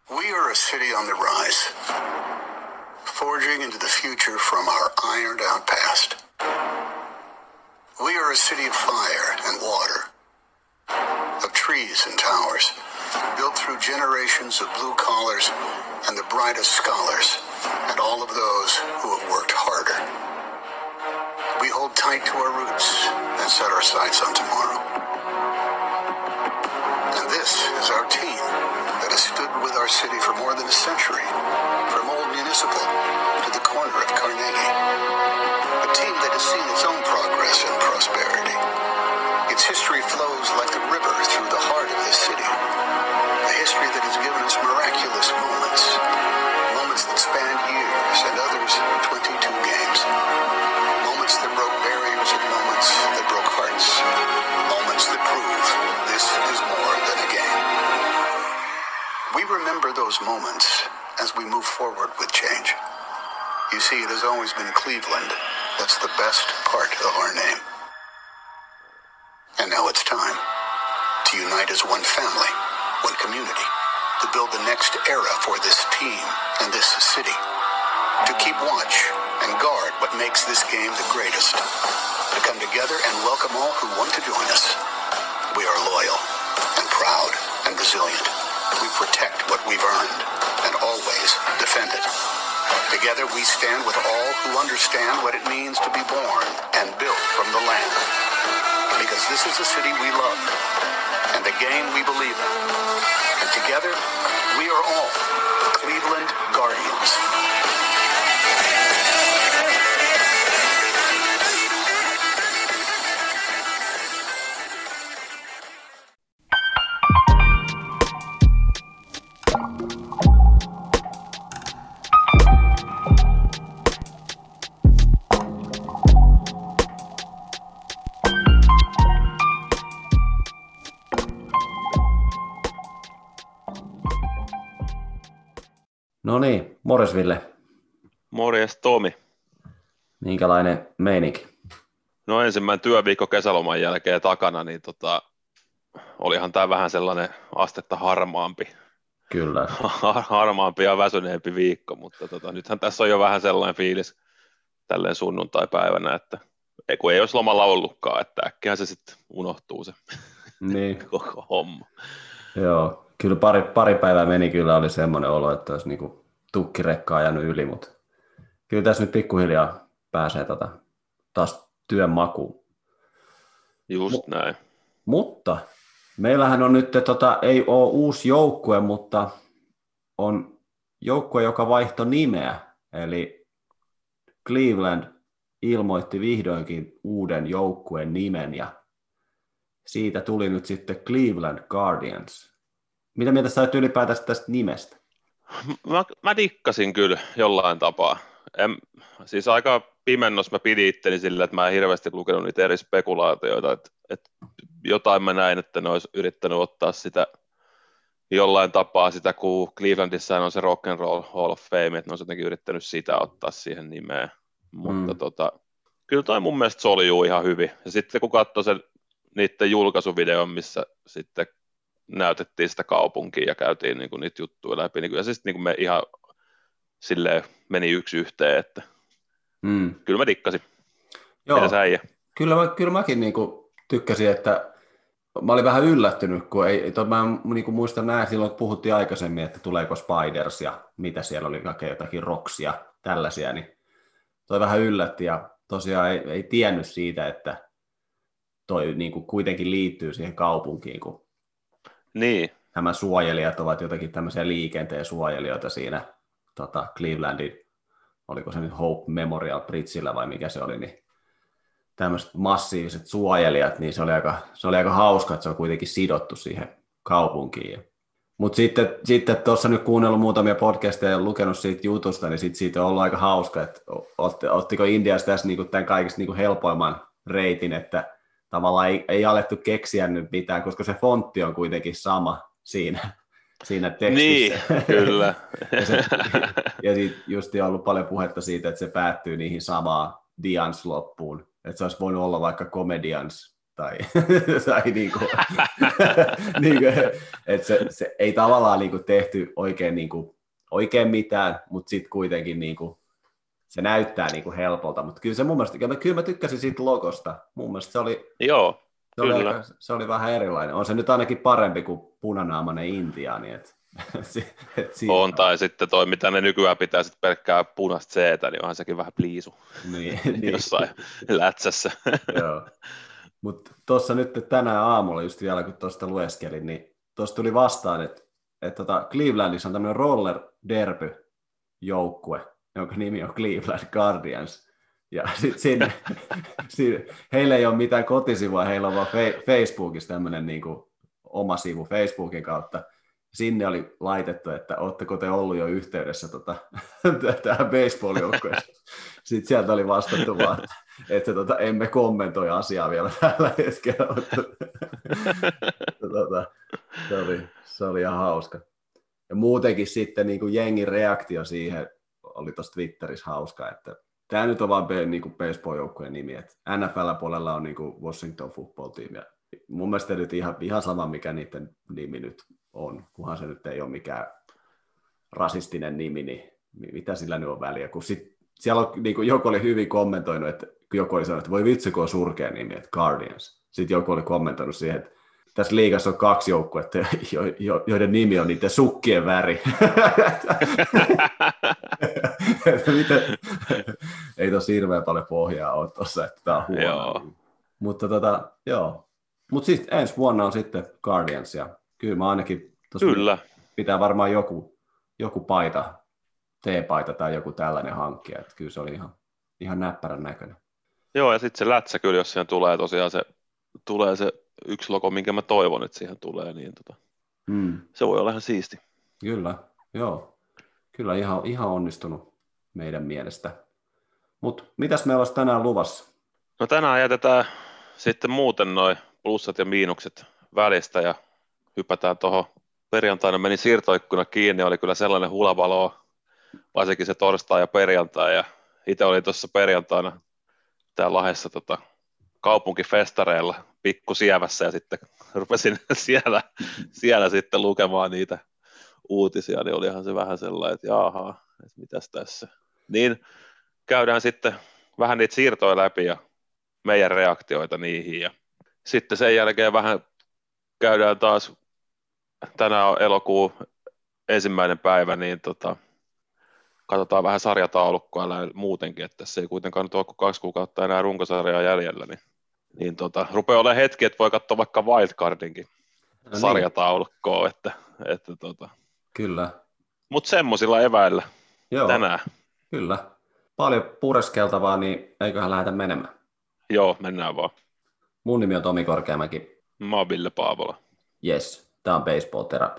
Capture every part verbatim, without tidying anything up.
We are a city on the rise, forging into the future from our ironed-out past. We are a city of fire and water, of trees and towers, built through generations of blue collars and the brightest scholars, and all of those who have worked harder. We hold tight to our roots and set our sights on tomorrow. And this is our team that has stood with our city for more than a century, from Old Municipal to the corner of Carnegie. A team that has seen its own progress and prosperity. Its history flows like a river through the heart of this city. A history that has given us miraculous moments. Moments that spanned years and others twenty-two games. Moments that broke barriers and moments that broke hearts. Moments that prove this is more than a game. We remember those moments as we move forward with change. You see, it has always been Cleveland. That's the best part of our name. And now it's time to unite as one family, one community, to build the next era for this team and this city. To keep watch and guard what makes this game the greatest. To come together and welcome all who want to join us. We are loyal and proud and resilient. We protect what we've earned and always defend it. Together we stand with all who understand what it means to be born and built from the land. Because this is the city we love and the game we believe in. And together we are all Cleveland Guardians. No niin, morjes Ville. Morjes Tomi. Minkälainen meininki? No ensimmäinen työviikko kesäloman jälkeen takana, niin tota, olihan tämä vähän sellainen astetta harmaampi. Kyllä. harmaampi ja väsyneempi viikko, mutta tota, nythän tässä on jo vähän sellainen fiilis tälleen sunnuntai-päivänä, että ei, kun ei olisi lomalla ollutkaan, että äkkiä se sitten unohtuu se niin. koko homma. Joo, kyllä pari, pari päivää meni, kyllä oli semmoinen olo, että olisi niinku tukkirekkaa jäänyt yli, mutta kyllä tässä nyt pikkuhiljaa pääsee tota, taas työn makuun. Just M- näin. Mutta meillähän on nyt, tota, ei ole uusi joukkue, mutta on joukkue, joka vaihtoi nimeä, eli Cleveland ilmoitti vihdoinkin uuden joukkueen nimen ja siitä tuli nyt sitten Cleveland Guardians. Mitä mieltä sä olet ylipäätänsä tästä nimestä? Mä, mä dikkasin kyllä jollain tapaa. En, siis aika pimennos mä pidin itteni sillä, että mä en hirveästi lukenut niitä eri spekulaatioita. Että, että jotain mä näin, että ne olisi yrittänyt ottaa sitä jollain tapaa sitä, kun Clevelandissa on se Rock and Roll Hall of Fame, että ne olisi jotenkin yrittänyt sitä ottaa siihen nimeen. Mutta mm. tota, kyllä toi mun mielestä soljuu ihan hyvin. Ja sitten kun katsoi sen niiden julkaisuvideon, missä sitten näytettiin sitä kaupunkia ja käytiin niinku niitä juttuja läpi, niin ja siis niinku me ihan silleen meni yksi yhteen, että mm. kyllä mä dikkasin. Joo, kyllä, mä, kyllä mäkin niinku tykkäsin, että mä olin vähän yllättynyt, kun ei, to, mä niinku muistan näin silloin, kun puhuttiin aikaisemmin, että tuleeko Spiders ja mitä siellä oli, kaikkea jotakin Rocksia, tällaisia, niin toi vähän yllätti ja tosiaan ei, ei tiennyt siitä, että toi niin kuin kuitenkin liittyy siihen kaupunkiin, kun niin. nämä suojelijat ovat jotakin tämmöisiä liikenteen suojelijoita siinä tota, Clevelandin, oliko se nyt Hope Memorial Bridgellä vai mikä se oli, niin tämmöiset massiiviset suojelijat, niin se oli aika, se oli aika hauska, että se on kuitenkin sidottu siihen kaupunkiin. Mutta sitten, sitten tuossa nyt kuunnellut muutamia podcasteja ja lukenut siitä jutusta, niin sit siitä on ollut aika hauska, että ottiko Indians tässä niinku tämän kaikista niinku helpoimman reitin, että tavallaan ei, ei alettu keksiä nyt mitään, koska se fontti on kuitenkin sama siinä, siinä tekstissä. Niin, kyllä. ja se, ja sitten just on ollut paljon puhetta siitä, että se päättyy niihin samaan Dians loppuun. Että se olisi voinut olla vaikka Comedians tai, tai niinku, niinku, että se, se ei tavallaan niinku tehty oikein, niinku, oikein mitään, mutta sitten kuitenkin niinku, se näyttää niinku helpolta, mutta kyllä se mun mielestä, kyllä mä, kyllä mä tykkäsin siitä logosta, mun mielestä se oli, Joo, se oli, kyllä. aika, se oli vähän erilainen, on se nyt ainakin parempi kuin punanaamainen intiaani, että et on, tai sitten toi, mitä ne nykyään pitää sitten pelkkää punaista seetä, niin onhan sekin vähän pliisu niin, niin. jossain lätsässä. Joo. Mutta tuossa nyt tänään aamulla, just vielä kun tuosta lueskelin, niin tuossa tuli vastaan, että et tota Clevelandissa on tämmöinen roller derby joukkue, jonka nimi on Cleveland Guardians. Ja sitten sinne, sinne, heillä ei ole mitään kotisivua, heillä on vaan fe, Facebookissa tämmöinen niinku oma sivu Facebookin kautta. Sinne oli laitettu, että ootteko te ollut jo yhteydessä tota, tähän baseball-joukkueeseen. Sitten sieltä oli vastattu vaan, että, että tota, emme kommentoi asiaa vielä tällä hetkellä. tota, se, oli, se oli ihan hauska. Ja muutenkin sitten niin kuin jengin reaktio siihen oli tuossa Twitterissä hauska, että tämä nyt on vaan niin kuin baseball-joukkueen nimi. Että N F L-puolella on niin kuin Washington Football Team. Ja mun mielestä nyt ihan, ihan sama, mikä niiden nimi nyt on, kunhan se nyt ei ole mikään rasistinen nimi, niin mitä sillä nyt on väliä. Kun sit, siellä on, niin kuin joku oli hyvin kommentoinut, että joku oli sanonut, että voi vitsi, kun on surkea nimi, että Guardians. Sitten joku oli kommentoinut siihen, että tässä liigassa on kaksi joukkuetta, jo, jo, joiden nimi on niiden sukkien väri. Miten? Ei tossa hirveän paljon pohjaa ole tuossa, että tämä on huono. Joo. Mutta tota, joo. Mutta siis ensi vuonna on sitten Guardians, ja kyllä mä ainakin kyllä. Pitää varmaan joku, joku paita, T-paita tai joku tällainen hankkia, että kyllä se oli ihan, ihan näppärän näköinen. Joo, ja sitten se lätsä kyllä, jos siihen tulee tosiaan se, tulee se yksi logo, minkä mä toivon, että siihen tulee, niin tota, hmm. se voi olla ihan siisti. Kyllä, joo. Kyllä ihan, ihan onnistunut meidän mielestä. Mutta mitäs meillä olisi tänään luvassa? No tänään jätetään sitten muuten noin plussat ja miinukset välistä ja hypätään tuohon. Perjantaina meni siirtoikkuna kiinni, oli kyllä sellainen hulavalo, varsinkin se torstai ja perjantai. Ja itse olin tuossa perjantaina täällä Lahdessa tota, kaupunkifestareilla pikkusievässä ja sitten rupesin siellä, siellä sitten lukemaan niitä uutisia, niin olihan se vähän sellainen, että jaha, että mitäs tässä. Niin käydään sitten vähän niitä siirtoja läpi ja meidän reaktioita niihin ja sitten sen jälkeen vähän käydään taas, tänään on elokuun ensimmäinen päivä, niin tota, katsotaan vähän sarjataulukkoa muutenkin, että tässä ei kuitenkaan nyt ole kuin kaksi kuukautta enää runkosarjaa jäljellä, niin, niin tota, rupeaa olemaan hetki, että voi katsoa vaikka wildcardinkin no niin. sarjataulukkoa, että, että tota. Kyllä. Mutta semmoisilla eväillä Joo, tänään. Kyllä. Paljon pureskeltavaa, niin eiköhän lähdetä menemään. Joo, mennään vaan. Mun nimi on Tomi Korkeamäki. Mä oon Ville Paavola. Yes, tää on Baseball Therapy.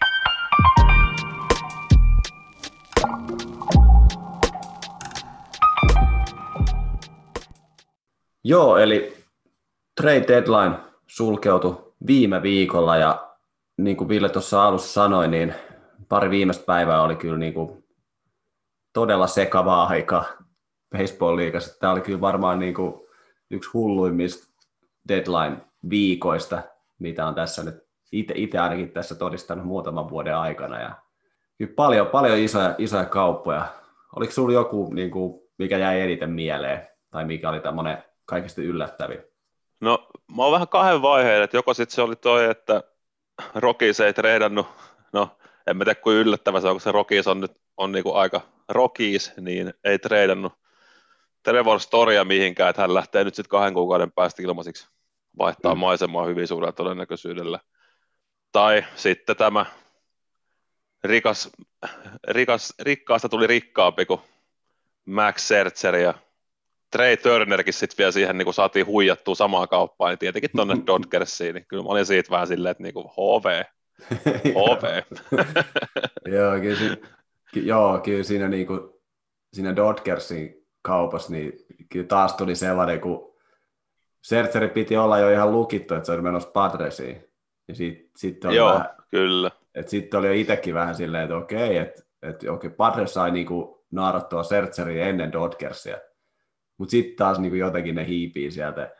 Joo, eli trade deadline sulkeutui viime viikolla ja niin kuin Ville tuossa alussa sanoi, niin pari viimeistä päivää oli kyllä niin kuin todella sekavaa aikaa baseball-liigassa. Tämä oli kyllä varmaan niin kuin yksi hulluimmista deadline-viikoista, mitä on tässä nyt itse ainakin tässä todistanut muutaman vuoden aikana. Ja kyllä paljon, paljon isoja, isoja kauppoja. Oliko sinulla joku, niin kuin, mikä jäi eniten mieleen, tai mikä oli tämmöinen kaikista yllättävin? No, mä oon vähän kahden vaiheen, että joko sitten se oli toi, että Rockies ei treidannut, no en mä tiedä kuin yllättävä se on, kun se Rockies on nyt on niinku aika Rockies, niin ei treidannut Trevor Storia mihinkään, että hän lähtee nyt sitten kahden kuukauden päästä ilmaisiksi vaihtaa mm. maisemaa hyvin suurella todennäköisyydellä. Tai sitten tämä rikas, rikas, rikkaasta tuli rikkaampi kuin Max Scherzer ja Trey Turnerkin sitten vielä siihen niin saatiin huijattua samaa kauppaa, niin tietenkin tuonne Dodgersiin, niin kyllä mä olin siitä vähän silleen, että niin kuin H V, H V. Joo, kyllä, si- joo, kyllä siinä, niin kuin, siinä Dodgersin kaupassa, niin kyllä taas tuli sellainen, kun Scherzeri piti olla jo ihan lukittu, että se oli menossa Padresiin. Ja sitten sit oli joo, vähän, kyllä. Että sitten oli jo itsekin vähän silleen, että okei, että, että okei, Padres sai niin kuin naarattua Scherzeriä ennen Dodgersia. Mutta sitten taas niin jotenkin ne hiipii sieltä.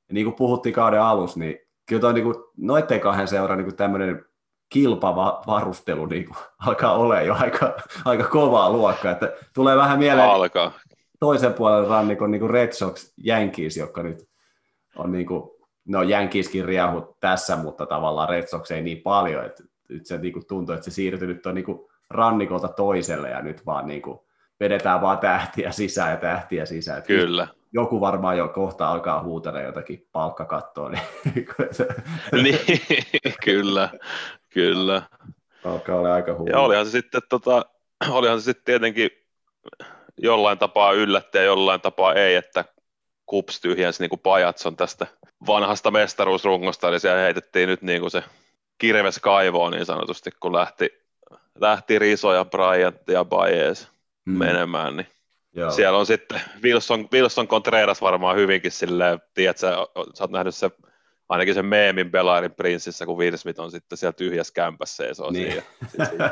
niin kuin puhuttiin kauden alussa, niin kyllä toi niin kuin, noitten kahden seuran niin tämmöinen kilpavarustelu niin kuin, alkaa olla jo aika, aika kovaa luokkaa. Että tulee vähän mieleen Alkaa. toisen puolen rannikon niin kuin Red Sox Yankees, jotka nyt on niin kuin, no Yankeeskin riahut tässä, mutta tavallaan Red Sox ei niin paljon, että nyt se niin kuin tuntuu, että se siirtyi nyt on niin kuin rannikolta toiselle ja nyt vaan niin kuin vedetään vaan tähtiä sisään ja tähtiä sisään. Kyllä. Joku varmaan jo kohta alkaa huutella jotakin palkkakattoa. Niin, niin kyllä, kyllä. Alkaa olla aika huumaa. Ja olihan se sitten, tota, olihan se sitten tietenkin jollain tapaa yllätti ja jollain tapaa ei, että Kups tyhjensi niin kuin Pajatson tästä vanhasta mestaruusrungosta, eli siellä heitettiin nyt niin kuin se kirves kaivoon niin sanotusti, kun lähti, lähti Rizzo ja Bryant ja Baez mm. menemään, niin Joo. Siellä on sitten Wilson, Wilson Contreras varmaan hyvinkin silleen, tiedätkö, sä, sä oot nähnyt se, ainakin sen meemin Belarin Prinssissä, kun Will Smith on sitten siellä tyhjässä kämpässä ja se on niin. siinä.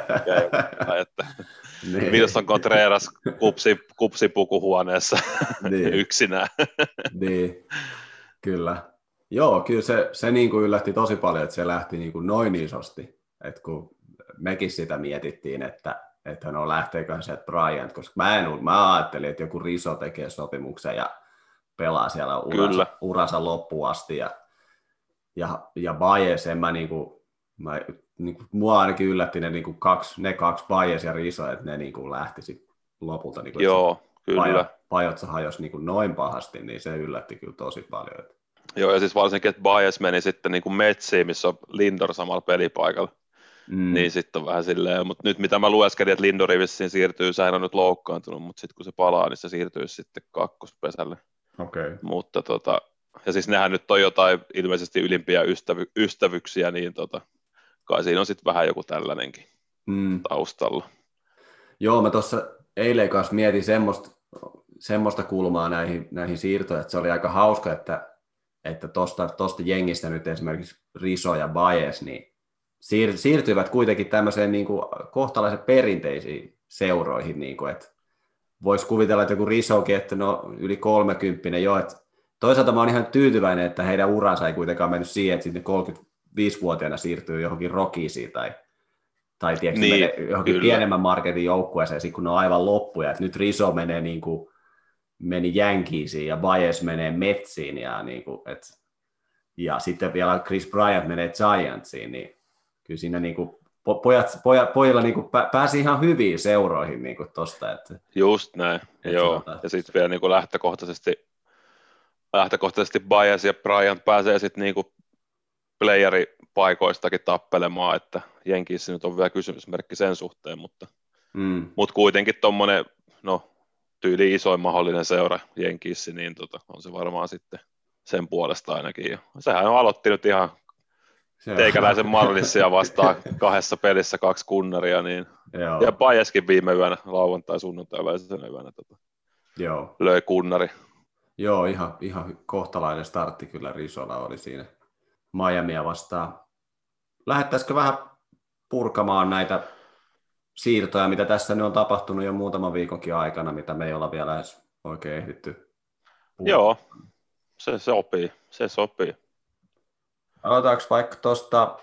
Että niin. Wilson Contreras kupsi, kupsi pukuhuoneessa niin. yksinään. Niin, kyllä. Joo, kyllä se, se niin kuin yllätti tosi paljon, että se lähti niin kuin noin isosti, että kun mekin sitä mietittiin, että että no lähteekö se Bryant, koska mä, en, mä ajattelin, että joku Rizzo tekee sopimuksen ja pelaa siellä uransa, uransa loppuun asti, ja, ja, ja Baez, en mä niinku, mä, niinku, mua ainakin yllätti ne, niinku kaksi, ne kaksi Baez ja Rizzo, että ne niinku lähtisi lopulta, niinku, Joo, kyllä. Pajotsa hajosi niinku noin pahasti, niin se yllätti kyllä tosi paljon. Että... Joo, ja siis varsinkin, että Baez meni sitten niinku Metsiin, missä on Lindor samalla pelipaikalla. Mm. Niin sitten on vähän silleen, mutta nyt mitä mä lueskelin, että Lindori vissiin siirtyy, sehän on nyt loukkaantunut, mutta sitten kun se palaa, niin se siirtyy sitten kakkospesälle. Okay. Mutta tota, ja siis nehän nyt on jotain ilmeisesti ylimpiä ystävy- ystävyksiä, niin tota, kai siinä on sitten vähän joku tällainenkin mm. taustalla. Joo, mä tuossa eilen kanssa mietin semmoista, semmoista kulmaa näihin, näihin siirtoihin, että se oli aika hauska, että että tosta, tosta jengistä nyt esimerkiksi Rizzo ja Baez, niin siir, siirtyivät kuitenkin tämmöiseen niin kuin kohtalaisen perinteisiin seuroihin, niin kuin, että voisi kuvitella, että joku Rizzokin, että no yli kolmekymppinen jo, että toisaalta mä oon ihan tyytyväinen, että heidän uransa ei kuitenkaan mennyt siihen, että sitten kolmekymmentäviisivuotiaana siirtyy johonkin Rockiesiin tai, tai tiedätkö, niin, johonkin kyllä. pienemmän marketin joukkueeseen, kun ne on aivan loppuja, että nyt Rizzo menee niin kuin meni Yankeesiin ja Baez menee Metsiin ja, niin kuin, et, ja sitten vielä Chris Bryant menee Giantsiin, niin kyllä siinä niin kuin, pojat, pojat, pojilla niin kuin pääsi ihan hyviin seuroihin niin kuin tosta. Että, just näin, että joo. Sanotaan, ja sitten vielä niin kuin lähtökohtaisesti, lähtökohtaisesti Baez ja Bryant pääsee sitten niin kuin playeripaikoistakin tappelemaan, että Yankeesissä nyt on vielä kysymysmerkki sen suhteen, mutta, mm. mutta kuitenkin tuommoinen, no tyyli isoin mahdollinen seura Yankees, niin tota, on se varmaan sitten sen puolesta ainakin jo. Sehän on aloitti nyt ihan teikäläisen Marlinssia vastaan kahdessa pelissä kaksi kunnaria, niin Joo. ja Baezkin viime yönä, lauantai, sunnuntai välisenä yönä tota, Joo. löi kunnari. Joo, ihan, ihan kohtalainen startti kyllä Rizzolla oli siinä Miamia vastaan. Lähettäisikö vähän purkamaan näitä siirtoja, mitä tässä nyt on tapahtunut jo muutaman viikonkin aikana, mitä me ei olla vielä edes oikein ehditty puhua. Joo, se sopii, se sopii. Aloitaanko vaikka tuosta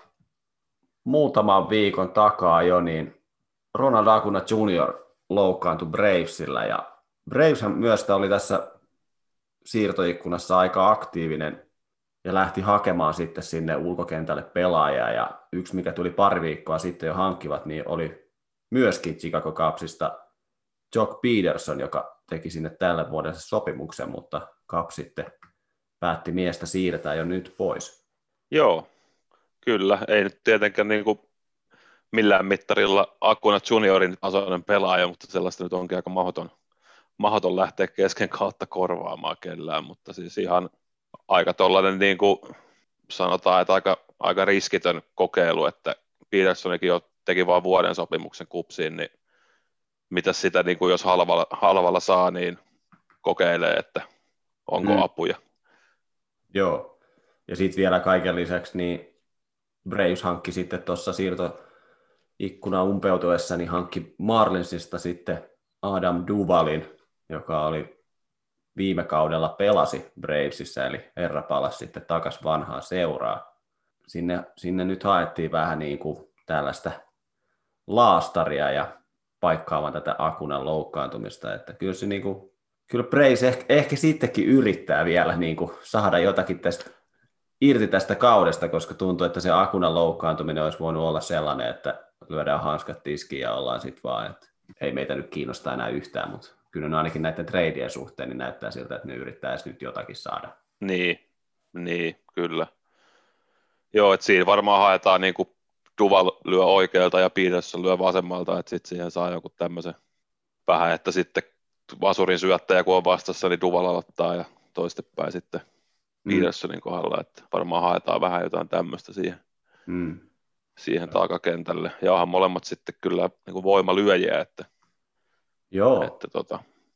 muutaman viikon takaa jo, niin Ronald Acuna juniori loukkaantui Bravesillä, ja Braveshan myös oli tässä siirtoikkunassa aika aktiivinen, ja lähti hakemaan sitten sinne ulkokentälle pelaajaa, ja yksi, mikä tuli pari viikkoa sitten jo hankkivat, niin oli myöskin Chicago Cubsista Jock Peterson, joka teki sinne tälle vuodelle sopimuksen, mutta Cubs sitten päätti miestä siirtää jo nyt pois. Joo, kyllä. Ei nyt tietenkään niin kuin millään mittarilla Acuna juniorin tasoinen pelaaja, mutta sellaista nyt onkin aika mahdoton, mahdoton lähteä kesken kautta korvaamaan kellään, mutta siis ihan aika tollainen niin kuin sanotaan, että aika, aika riskitön kokeilu, että Petersonikin jo teki vain vuoden sopimuksen Cubsiin, niin mitä sitä, niin kuin jos halvalla, halvalla saa, niin kokeilee, että onko mm. apuja. Joo, ja sitten vielä kaiken lisäksi, niin Braves hankki sitten tuossa siirtoikkunan umpeutuessa, niin hankki Marlinsista sitten Adam Duvalin, joka oli viime kaudella pelasi Bravesissa, eli herra palasi sitten takaisin vanhaan seuraa. Sinne, sinne nyt haettiin vähän niin kuin tällaista laastaria ja paikkaamaan tätä Akunan loukkaantumista, että kyllä se niin kuin, kyllä Braves ehkä, ehkä sittenkin yrittää vielä niin kuin saada jotakin tästä irti tästä kaudesta, koska tuntuu, että se Akunan loukkaantuminen olisi voinut olla sellainen, että lyödään hanskat tiskiin ja ollaan sitten vaan, että ei meitä nyt kiinnosta enää yhtään, mutta kyllä ne ainakin näiden treidien suhteen niin näyttää siltä, että ne yrittäisi nyt jotakin saada. Niin, niin kyllä. Joo, että siinä varmaan haetaan niin kuin Duval lyö oikealta ja Peterson lyö vasemmalta, että sitten siihen saa joku tämmöisen vähän, että sitten vasurin syöttäjä kun on vastassa, niin Duval aloittaa ja toistepäin sitten Petersonin kohdalla, että varmaan haetaan vähän jotain tämmöistä siihen, mm. siihen takakentälle. Ja onhan molemmat sitten kyllä niin kuin voimalyöjiä, että, Joo. että tota,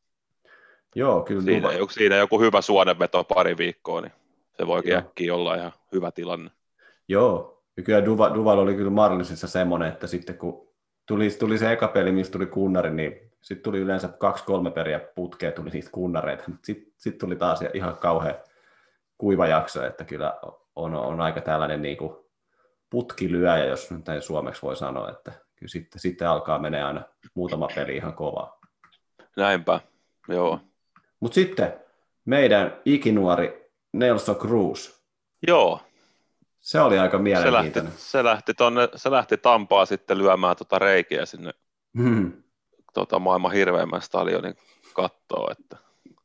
Joo, kyllä siinä, Duval... siinä joku hyvä suodenveto pari viikkoa, niin se voikin äkkiä olla ihan hyvä tilanne. Joo, ja kyllä Duval, Duval oli kyllä Marlinsissa semmoinen, että sitten kun tuli, tuli se eka peli, missä tuli kunnari, niin sitten tuli yleensä kaksi-kolme periä putkea, tuli niitä kunnareita, mutta sitten sit tuli taas ihan kauhean kuiva jakso, että kyllä on, on aika tällainen niin kuin putkilyöjä, jos nyt näin suomeksi voi sanoa, että kyllä sitten, sitten alkaa menee aina muutama peli ihan kovaa. Näinpä, joo. Mutta sitten meidän ikinuori Nelson Cruz. Joo. Se oli aika mielenkiintoinen. Se lähti, se lähti, tonne, se lähti Tampaa sitten lyömään tota reikiä sinne hmm. tota maailman hirveimmän stadionin kattoon. Että,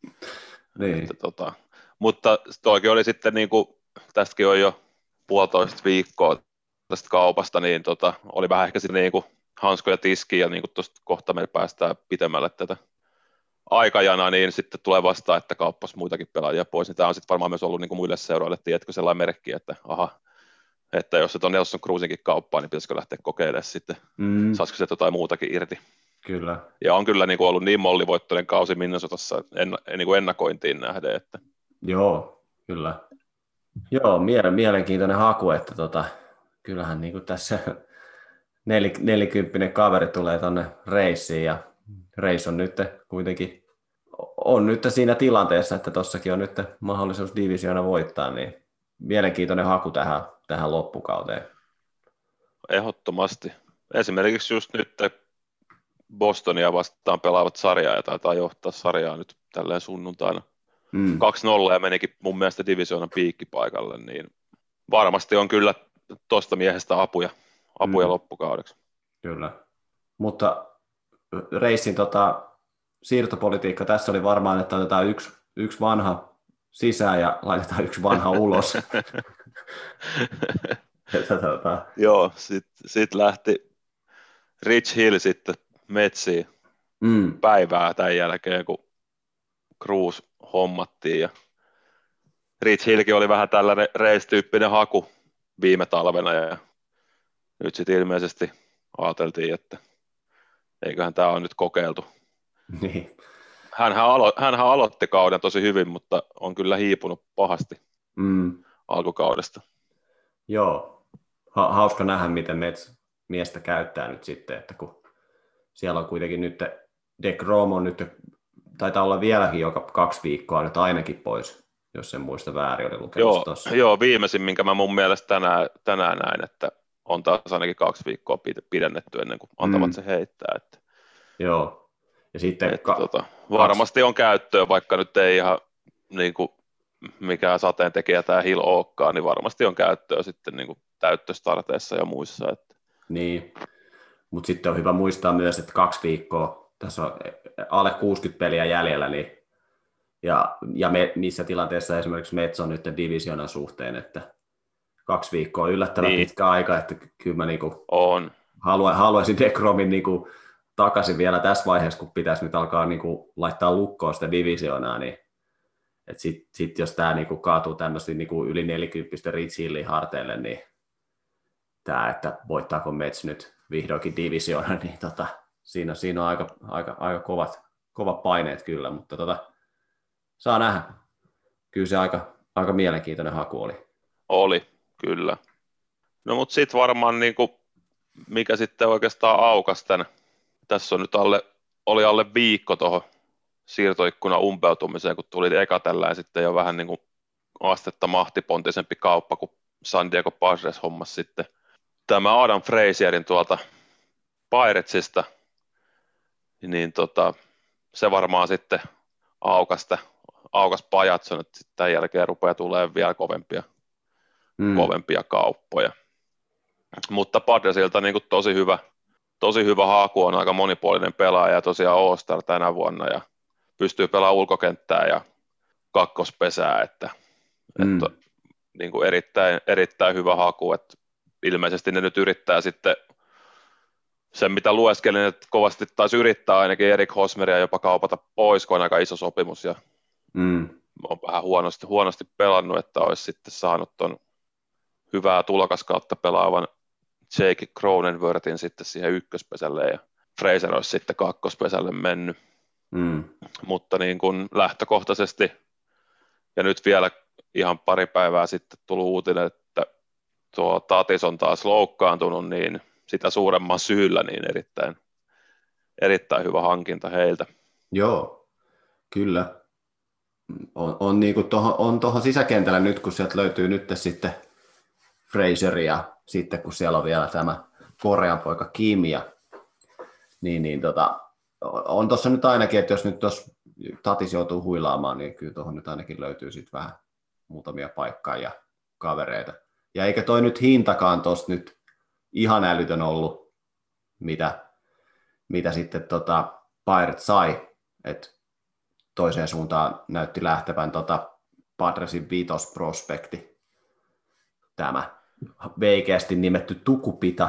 niin. että, tota, mutta toikin oli sitten, niin kuin, tästäkin on jo puolitoista viikkoa tästä kaupasta, niin tota, oli vähän ehkä sitten niin kuin hanskoja tiskiin ja niin kuin tuosta kohta me päästään pitemmälle tätä aikajana, niin sitten tulee vastaan, että kauppas muitakin pelaajia pois. Niin tämä on sitten varmaan myös ollut niin kuin muille seuroille, tiedätkö, sellainen merkki, että aha, että jos se on Nelson Cruzinkin kauppaa, niin pitäisikö lähteä kokeilemaan sitten, mm. saisiko se jotain muutakin irti. Kyllä. Ja on kyllä niin kuin ollut niin mollivoittoinen kausi Minnesotassa en, niin kuin ennakointiin nähden. Että... Joo, kyllä. Joo, mielenkiintoinen haku, että tota, kyllähän niin kuin tässä nel, nelikymppinen kaveri tulee tuonne reissiin ja reis on nyt kuitenkin on nyt siinä tilanteessa, että tossakin on nyt mahdollisuus divisioona voittaa, niin mielenkiintoinen haku tähän, tähän loppukauteen. Ehdottomasti. Esimerkiksi just nyt Bostonia vastaan pelaavat sarjaa ja taitaa johtaa sarjaa nyt tälleen sunnuntaina. Mm. kaksi nolla ja menikin mun mielestä divisioonan piikkipaikalle, niin varmasti on kyllä tuosta miehestä apuja, apuja mm. loppukaudeksi. Kyllä, mutta reissin tota, siirtopolitiikka tässä oli varmaan, että otetaan yksi, yksi vanha sisään ja laitetaan yksi vanha ulos. tota. Joo, sitten sit lähti Rich Hill sitten Metsiin mm. päivää tämän jälkeen, kun Cruz hommattiin. Ja Rich Hillkin oli vähän tällainen reistyyppinen haku viime talvena ja nyt sitten ilmeisesti ajateltiin, että eiköhän tämä ole nyt kokeiltu. Niin. Hänhän, alo- hänhän aloitti kauden tosi hyvin, mutta on kyllä hiipunut pahasti mm. alkukaudesta. Joo, ha- hauska nähdä, miten Mets miestä käyttää nyt sitten, että kun siellä on kuitenkin nyt DeGrom on nyt, taitaa olla vieläkin joka kaksi viikkoa nyt ainakin pois, jos en muista väärin, oli lukemassa tuossa. Joo, viimeisin, minkä mä mun mielestä tänään, tänään näin, että on taas ainakin kaksi viikkoa pidennetty ennen kuin antavat mm. se heittää. Että, joo, ja sitten... Että, ka- tota, varmasti on käyttöä, vaikka nyt ei ihan niin kuin, mikään sateentekijä tämä Hill olekaan, niin varmasti on käyttöä sitten niin kuin täyttöstarteissa ja muissa. Että. Niin, mutta sitten on hyvä muistaa myös, että kaksi viikkoa, tässä on alle kuusikymmentä peliä jäljellä, niin, ja, ja me, missä tilanteessa esimerkiksi Mets on nyt divisioonan suhteen, että kaksi viikkoa on yllättävän niin. Pitkä aika, että kyllä mä niinku on. Haluaisin, haluaisin DeGromin niinku takaisin vielä tässä vaiheessa, kun pitäisi nyt alkaa niinku laittaa lukkoon sitä divisioonaa, niin sitten sit, jos tämä niinku kaatuu tämmöisesti niinku yli nelikymppistä Rich Hillin harteille, niin tämä, että voittaako Mets nyt vihdoinkin divisioona, niin tota, siinä, siinä on aika, aika, aika kovat, kovat paineet kyllä, mutta tota, saa nähdä. Kyllä se aika, aika mielenkiintoinen haku oli. Oli, kyllä. No mutta sitten varmaan, niin kuin, mikä sitten oikeastaan aukas tämän, tässä on nyt alle, oli alle viikko tuohon siirtoikkuna umpeutumiseen, kun tuli eka tällään sitten jo vähän niin kuin astetta mahtipontisempi kauppa, kun San Diego Padres hommas sitten tämä Adam Frazierin tuolta Piratesista, niin tota, se varmaan sitten aukasta, aukas Pajatson, että sitten tämän jälkeen rupeaa tulemaan vielä kovempia, mm. kovempia kauppoja. Mutta Padresilta niin kuin tosi hyvä, tosi hyvä haku, on aika monipuolinen pelaaja ja tosiaan All-Star tänä vuonna ja pystyy pelaamaan ulkokenttää ja kakkospesää, että, mm. että niin kuin erittäin, erittäin hyvä haku, että ilmeisesti ne nyt yrittää sitten sen, mitä lueskelin, että kovasti taisi yrittää ainakin Erik Hosmeria jopa kaupata pois, kun on aika iso sopimus ja mm. on vähän huonosti, huonosti pelannut, että olisi sitten saanut ton hyvää tulokaskautta pelaavan Jake Cronenworthin sitten siihen ykköspesälle ja Fraser olisi sitten kakkospesälle mennyt. Mm. Mutta niin kuin lähtökohtaisesti, ja nyt vielä ihan pari päivää sitten tuli uutinen, että tuo Tatis on taas loukkaantunut, niin sitä suuremman syyllä, niin erittäin, erittäin hyvä hankinta heiltä. Joo, kyllä. On, on, niin kuin tohon, on tuohon sisäkentällä nyt, kun sieltä löytyy nyt sitten Fraser ja sitten kun siellä on vielä tämä Korean poika Kim ja niin, niin tota, on tuossa nyt ainakin, että jos nyt tuossa Tatis joutuu huilaamaan, niin kyllä tuohon nyt ainakin löytyy sitten vähän muutamia paikkaa ja kavereita. Ja eikä toi nyt hintakaan tuosta nyt ihan älytön ollut, mitä, mitä sitten tota Pirates sai, että toiseen suuntaan näytti lähtevän tota Padresin viitosprospekti, tämä veikeästi nimetty Tukupita.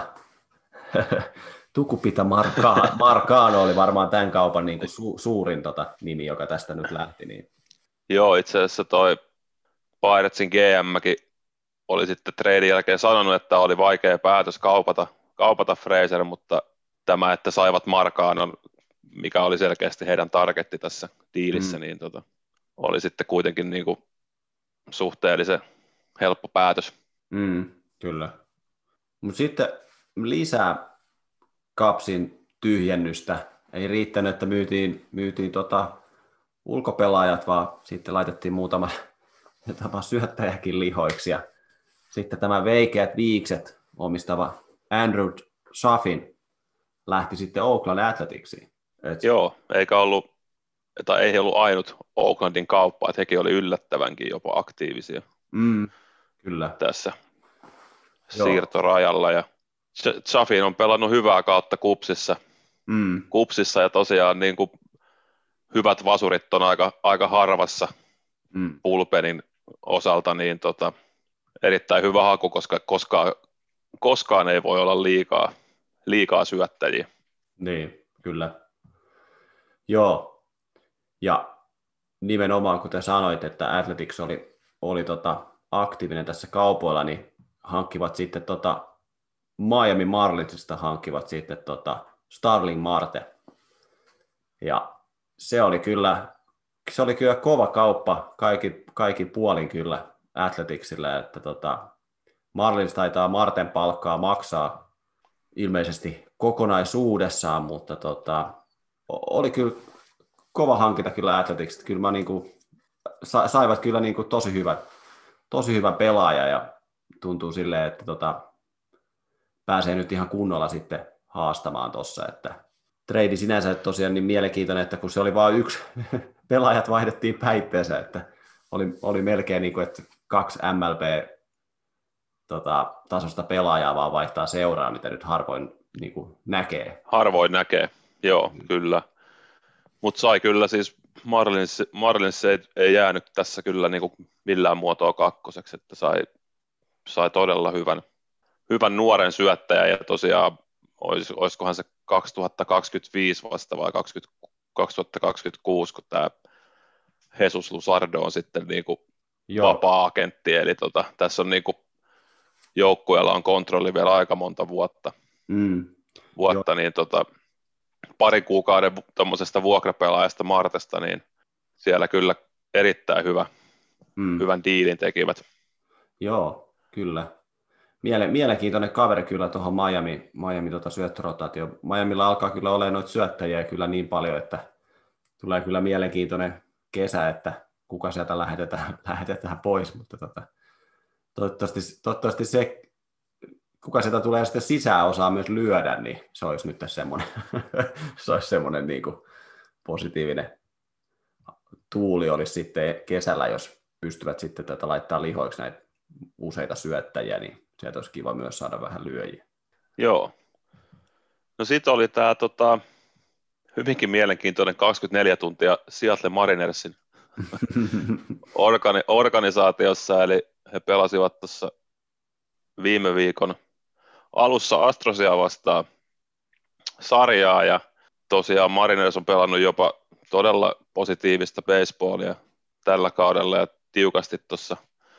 Tukupita Marcano, Marcano oli varmaan tämän kaupan niin kuin su, suurin tota nimi, joka tästä nyt lähti. Niin. Joo, itse asiassa toi Piratesin G M:kin oli sitten treidin jälkeen sanonut, että oli vaikea päätös kaupata, kaupata Fraser, mutta tämä, että saivat Marcanon, mikä oli selkeästi heidän targetti tässä diilissä, mm. niin tota, oli sitten kuitenkin niin kuin suhteellisen helppo päätös. Mm, kyllä. Mutta sitten lisää Cupsin tyhjennystä. Ei riittänyt, että myytiin, myytiin tota ulkopelaajat, vaan sitten laitettiin muutama, muutama syöttäjäkin lihoiksi. Ja sitten tämä veikeät viikset omistava Andrew Chaffin lähti sitten Oakland Athleticsiin. Et... Joo, eikä ollut, tai ei ollut ainut Oaklandin kauppa, että hekin oli yllättävänkin jopa aktiivisia mm, kyllä. tässä Joo. siirtorajalla. Ja Chaffin on pelannut hyvää kautta Cubsissa, mm. Cubsissa ja tosiaan niin kuin hyvät vasurit on aika, aika harvassa mm. bullpenin osalta, niin tota, erittäin hyvä haku, koska koskaan, koskaan ei voi olla liikaa, liikaa syöttäjiä. Niin, kyllä. Joo, ja nimenomaan kuten sanoit, että Athletics oli, oli tota aktiivinen tässä kaupoilla, niin hankkivat sitten tota Miami Marlinsista hankkivat sitten tota Starling Marte. Ja se oli kyllä, se oli kyllä kova kauppa kaikki, kaikki puolin kyllä Athleticsille, että tota, Marlins taitaa Marten palkkaa maksaa ilmeisesti kokonaisuudessaan, mutta tota, oli kyllä kova hankinta kyllä Athletics. Kyllä mä niinku, sa, saivat kyllä niinku tosi hyvän, tosi hyvän pelaaja ja tuntuu silleen, että tota, pääsee nyt ihan kunnolla sitten haastamaan tuossa, että trade sinänsä tosiaan niin mielenkiintoinen, että kun se oli vain yksi, pelaajat vaihdettiin päitteensä, että oli, oli melkein niin kuin, että kaksi M L B-tasosta pelaajaa vaan vaihtaa seuraa, mitä nyt harvoin niin kuin näkee. Harvoin näkee, joo, mm. kyllä. Mutta sai kyllä siis, Marlins, Marlins ei, ei jäänyt tässä kyllä niin kuin millään muotoa kakkoseksi, että sai, sai todella hyvän, hyvän nuoren syöttäjän ja tosiaan olis, olisikohan se kaksituhattakaksikymmentäviisi vasta vai kaksituhattakaksikymmentäkuusi, kun tämä Jesus Luzardo on sitten niinku vapaa-agentti, eli tota, tässä on niinku joukkueella on kontrolli vielä aika monta vuotta, mm. vuotta niin tota, pari kuukauden tuommoisesta vuokrapelaajasta Martesta, niin siellä kyllä erittäin hyvä, mm. hyvän diilin tekivät. Joo, kyllä. Miele, mielenkiintoinen kaveri kyllä tuohon Miami, Miami tota syöttörotaatioon. Miamilla alkaa kyllä olemaan noita syöttäjiä kyllä niin paljon, että tulee kyllä mielenkiintoinen kesä, että kuka sieltä lähetetään, lähetetään pois, mutta tota, toivottavasti, toivottavasti se, kuka sieltä tulee sitten sisään osaa myös lyödä, niin se olisi nyt semmoinen, se olisi semmoinen niin kuin positiivinen tuuli olisi sitten kesällä, jos pystyvät sitten tätä laittaa lihoiksi näitä useita syöttäjiä, niin sieltä olisi kiva myös saada vähän lyöjiä. Joo. No sitten oli tämä tota, hyvinkin mielenkiintoinen kaksikymmentäneljä tuntia Seattle Marinersin organi- organisaatiossa, eli he pelasivat tuossa viime viikon alussa Astrosia vastaan sarjaa, ja tosiaan Mariners on pelannut jopa todella positiivista baseballia tällä kaudella ja tiukasti tuossa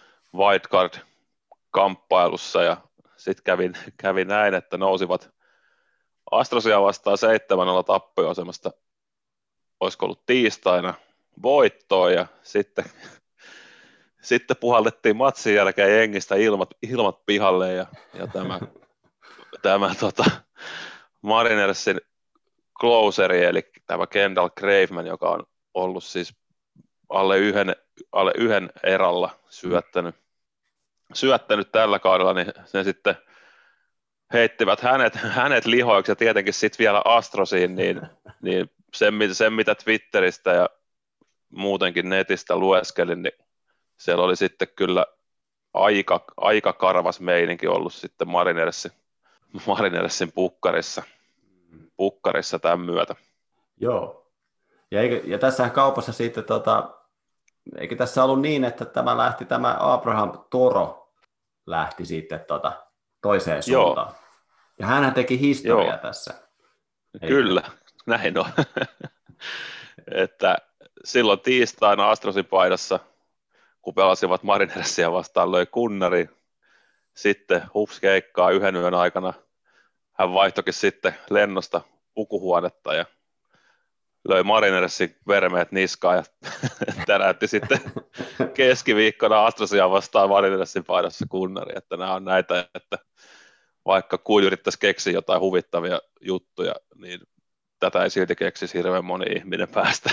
wildcard-kamppailussa, ja sitten kävi, kävi näin, että nousivat Astrosia vastaan seitsemän nolla tappioasemasta, olisiko ollut tiistaina, voittoon, ja sitten, sitten puhallettiin matsin jälkeen jengistä ilmat, ilmat pihalle, ja, ja tämä, tämä tota, Marinersin closeri, eli tämä Kendall Graveman, joka on ollut siis alle yhden, alle yhden eralla syöttänyt, syöttänyt tällä kaudella, niin ne sitten heittivät hänet, hänet lihoiksi ja tietenkin sitten vielä Astrosiin, niin, niin sen, sen mitä Twitteristä ja muutenkin netistä lueskelin, niin siellä oli sitten kyllä aika, aika karvas meininki ollut sitten Marinersin, Marinersin pukkarissa, pukkarissa tämän myötä. Joo. Ja, eikö, ja tässähän kaupassa sitten, tota, eikö tässä ollut niin, että tämä lähti, tämä Abraham Toro lähti sitten tota, toiseen suuntaan. Joo. Ja hänhän teki historiaa Joo. tässä. Eikö? Kyllä, näin on. Että silloin tiistaina Astrosin paidassa, kun pelasivat Marinersia vastaan, löi kunnari. Sitten hups keikkaa yhden yön aikana. Hän vaihtoikin sitten lennosta pukuhuonetta ja löi Marinersin vermeet niskaan ja täräytti sitten keskiviikkona Astrosia vastaan Marinersin paidassa kunnari. Että nämä on näitä, että vaikka kuin yrittäisi keksiä jotain huvittavia juttuja, niin tätä ei silti keksisi hirveän moni ihminen päästä.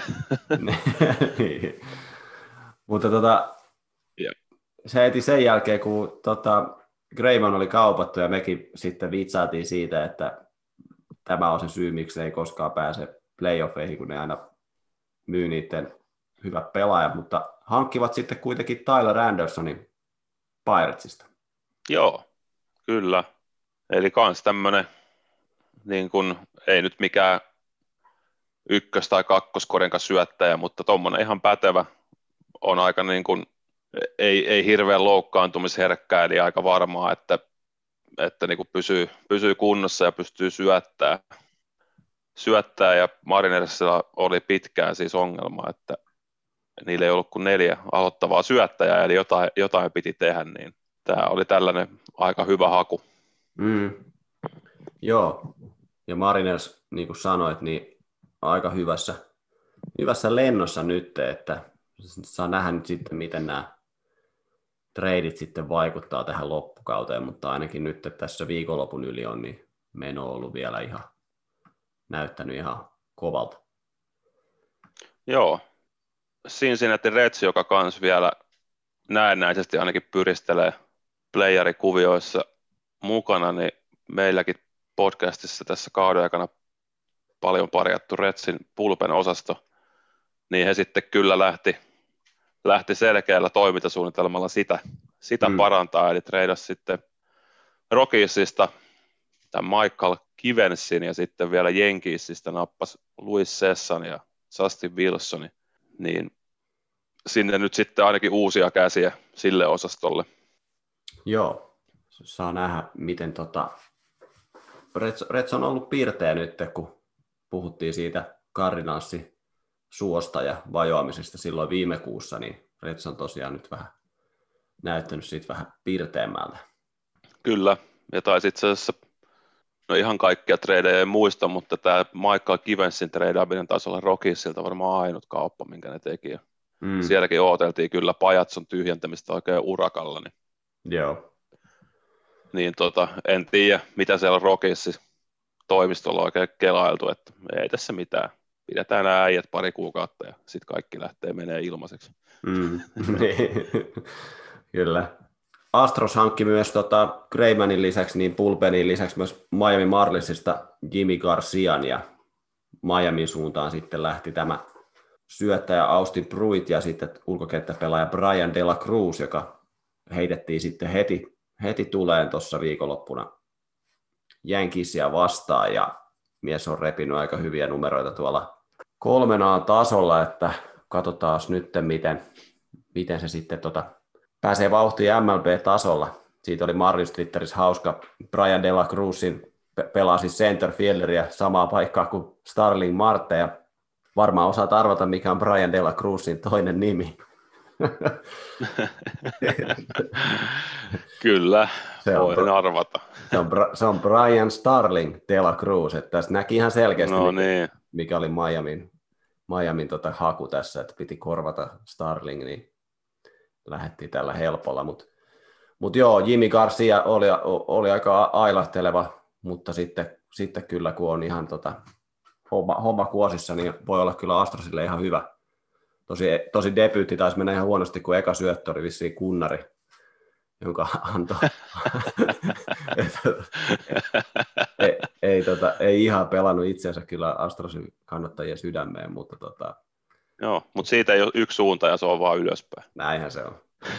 Mutta tota, yeah. se heti sen jälkeen, kun tota, Grayman oli kaupattu ja mekin sitten vitsaatiin siitä, että tämä on se syy, miksi ei koskaan pääse playoffeihin, kun ne aina myy niiden hyvät pelaajat, mutta hankkivat sitten kuitenkin Tyler Andersonin Piratesista. Joo, kyllä. Eli kans tämmönen, niin kun, ei nyt mikään ykkös- tai kakkoskorenka syöttäjä, mutta tommonen ihan pätevä, on aika niin kun, ei, ei hirveän loukkaantumisherkkää, eli aika varmaa, että, että niin kun pysyy, pysyy kunnossa ja pystyy syöttämään. Syöttää, ja Marinersilla oli pitkään siis ongelma, että niillä ei ollut kuin neljä aloittavaa syöttäjää, eli jotain, jotain piti tehdä, niin tämä oli tällainen aika hyvä haku. Mm. Joo, ja Mariners, niin kuin sanoit, niin aika hyvässä, hyvässä lennossa nyt, että saa nähdä nyt sitten, miten nämä treidit sitten vaikuttaa tähän loppukauteen, mutta ainakin nyt että tässä viikonlopun yli on, niin meno on ollut vielä ihan näyttänyt ihan kovalta. Joo, Cincinnati Reds, joka kans vielä näennäisesti ainakin pyristelee playerikuvioissa mukana, niin meilläkin podcastissa tässä kauden aikana paljon parjattu Redsin pulpen osasto, niin he sitten kyllä lähti, lähti selkeällä toimintasuunnitelmalla sitä, sitä mm. parantaa, eli treidas sitten Rockiesista tämän Michael Kivensin ja sitten vielä Yankeesista nappasi Luis Cessan ja Justin Wilsonin, niin sinne nyt sitten ainakin uusia käsiä sille osastolle. Joo, saa nähdä, miten tota... Reds, Reds on ollut piirteä nyt, kun puhuttiin siitä Cardinalsin suosta ja vajoamisesta silloin viime kuussa, niin Reds on tosiaan nyt vähän näyttänyt siitä vähän piirteemmältä. Kyllä, ja taisi itse asiassa, no ihan kaikkia treidejä ei muista, mutta tämä Michael Kivensin treidaaminen taisi olla Rockiesilta varmaan ainut kauppa, minkä ne teki. Mm. Sielläkin ooteltiin kyllä Pajatson tyhjentämistä oikein urakalla. Niin, Joo. Niin tota, en tiedä, mitä siellä Rockiesissa toimistolla on oikein kelailtu, että ei tässä mitään. pidetään nämä äijät pari kuukautta ja sitten kaikki lähtee menee ilmaiseksi. Mm. Kyllä. Astros hankki myös tota, Graymanin lisäksi, niin Bullpenin lisäksi myös Miami Marlinsista Jimmy Garcian ja Miamin suuntaan sitten lähti tämä syöttäjä Austin Pruitt ja sitten ulkokenttäpelaaja Brian De La Cruz, joka heitettiin sitten heti, heti tuleen tuossa viikonloppuna Yankeesia vastaan ja mies on repinyt aika hyviä numeroita tuolla kolmenaan tasolla, että katsotaan nyt miten, miten se sitten tota, pääsee vauhtiin M L B-tasolla. Siitä oli Marlins Twitterissä hauska. Brian De La Cruzin pelaa siis centerfielderiä samaa paikkaa kuin Starling Marte, ja varmaan osaat arvata, mikä on Brian De La Cruzin toinen nimi. Kyllä, se on, voin arvata. Se on, se on Brian Starling De La Cruz, että tässä näki ihan selkeästi, no mikä, niin. mikä oli Miamin, Miamin tota haku tässä, että piti korvata Starling, niin lähdettiin tällä helpolla, mutta mut joo, Jimmy Garcia oli, oli aika ailahteleva, mutta sitten, sitten kyllä kun on ihan tota, homma, homma kuosissa, niin voi olla kyllä Astrosille ihan hyvä. Tosi, tosi debyytti taisi mennä ihan huonosti, kun eka syöttö oli vissiin Kunnari, jonka antoi. ei, ei, tota, ei ihan pelannut itseensä kyllä Astrosin kannattajien sydämeen, mutta tota... Joo, mutta siitä ei ole yksi suunta ja se on vaan ylöspäin. Näinhän se on.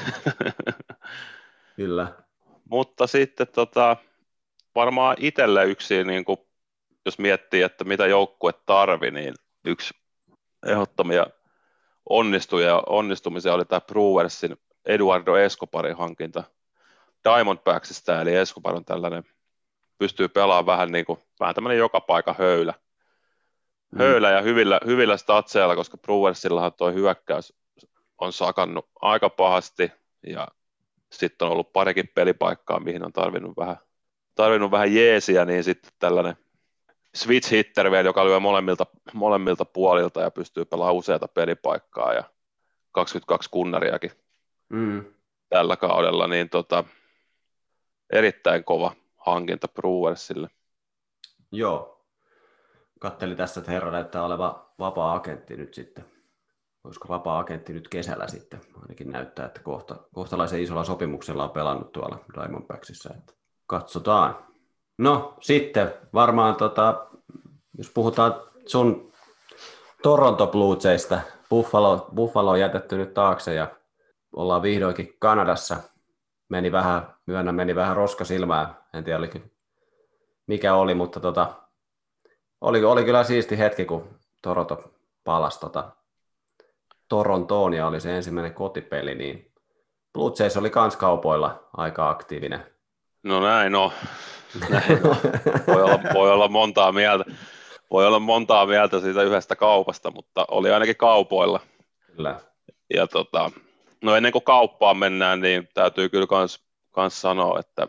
Kyllä. Mutta sitten tota, varmaan itselle yksi, niin kun, jos miettii, että mitä joukkue tarvi, niin yksi ehdottomia onnistuja, onnistumisia oli tämä Brewersin Eduardo Escobarin hankinta Diamondbacksista, eli Escobar on tällainen, pystyy pelaamaan vähän niin kuin, vähän tämmöinen joka paikka höylä. Mm. Höylä ja hyvillä, hyvillä statseilla, koska Brewersillahan tuo hyökkäys on sakannut aika pahasti, ja sitten on ollut parikin pelipaikkaa, mihin on tarvinnut vähän, tarvinnut vähän jeesiä, niin sitten tällainen switch hitter vielä, joka lyö molemmilta, molemmilta puolilta ja pystyy pelaamaan useata pelipaikkaa ja kaksikymmentäkaksi kunnariakin mm. tällä kaudella, niin tota, erittäin kova hankinta Brewersille. Joo. Kattelin tässä, että herra näyttää oleva vapaa-agentti nyt sitten. Olisiko vapaa-agentti nyt kesällä sitten? Ainakin näyttää, että kohta, kohtalaisen isolla sopimuksella on pelannut tuolla Diamondbacksissa. Että katsotaan. No sitten varmaan, tota, jos puhutaan sun Toronto Blue Jaysista, Buffalo, Buffalo on jätetty nyt taakse ja ollaan vihdoinkin Kanadassa. Meni vähän, myönnä meni vähän roska silmään, en tiedä mikä oli, mutta tota, oli, oli kyllä siisti hetki, kun Toronto palasi tota, Torontoon ja oli se ensimmäinen kotipeli, niin Blue Jays oli kans kaupoilla aika aktiivinen. No näin no. Näin no. Voi, olla, voi olla montaa mieltä. Voi olla montaa mieltä siitä yhdestä kaupasta, mutta oli ainakin kaupoilla. Kyllä. Ja tota, no ennen kuin kauppaan mennään, niin täytyy kyllä kans, kans sanoa, että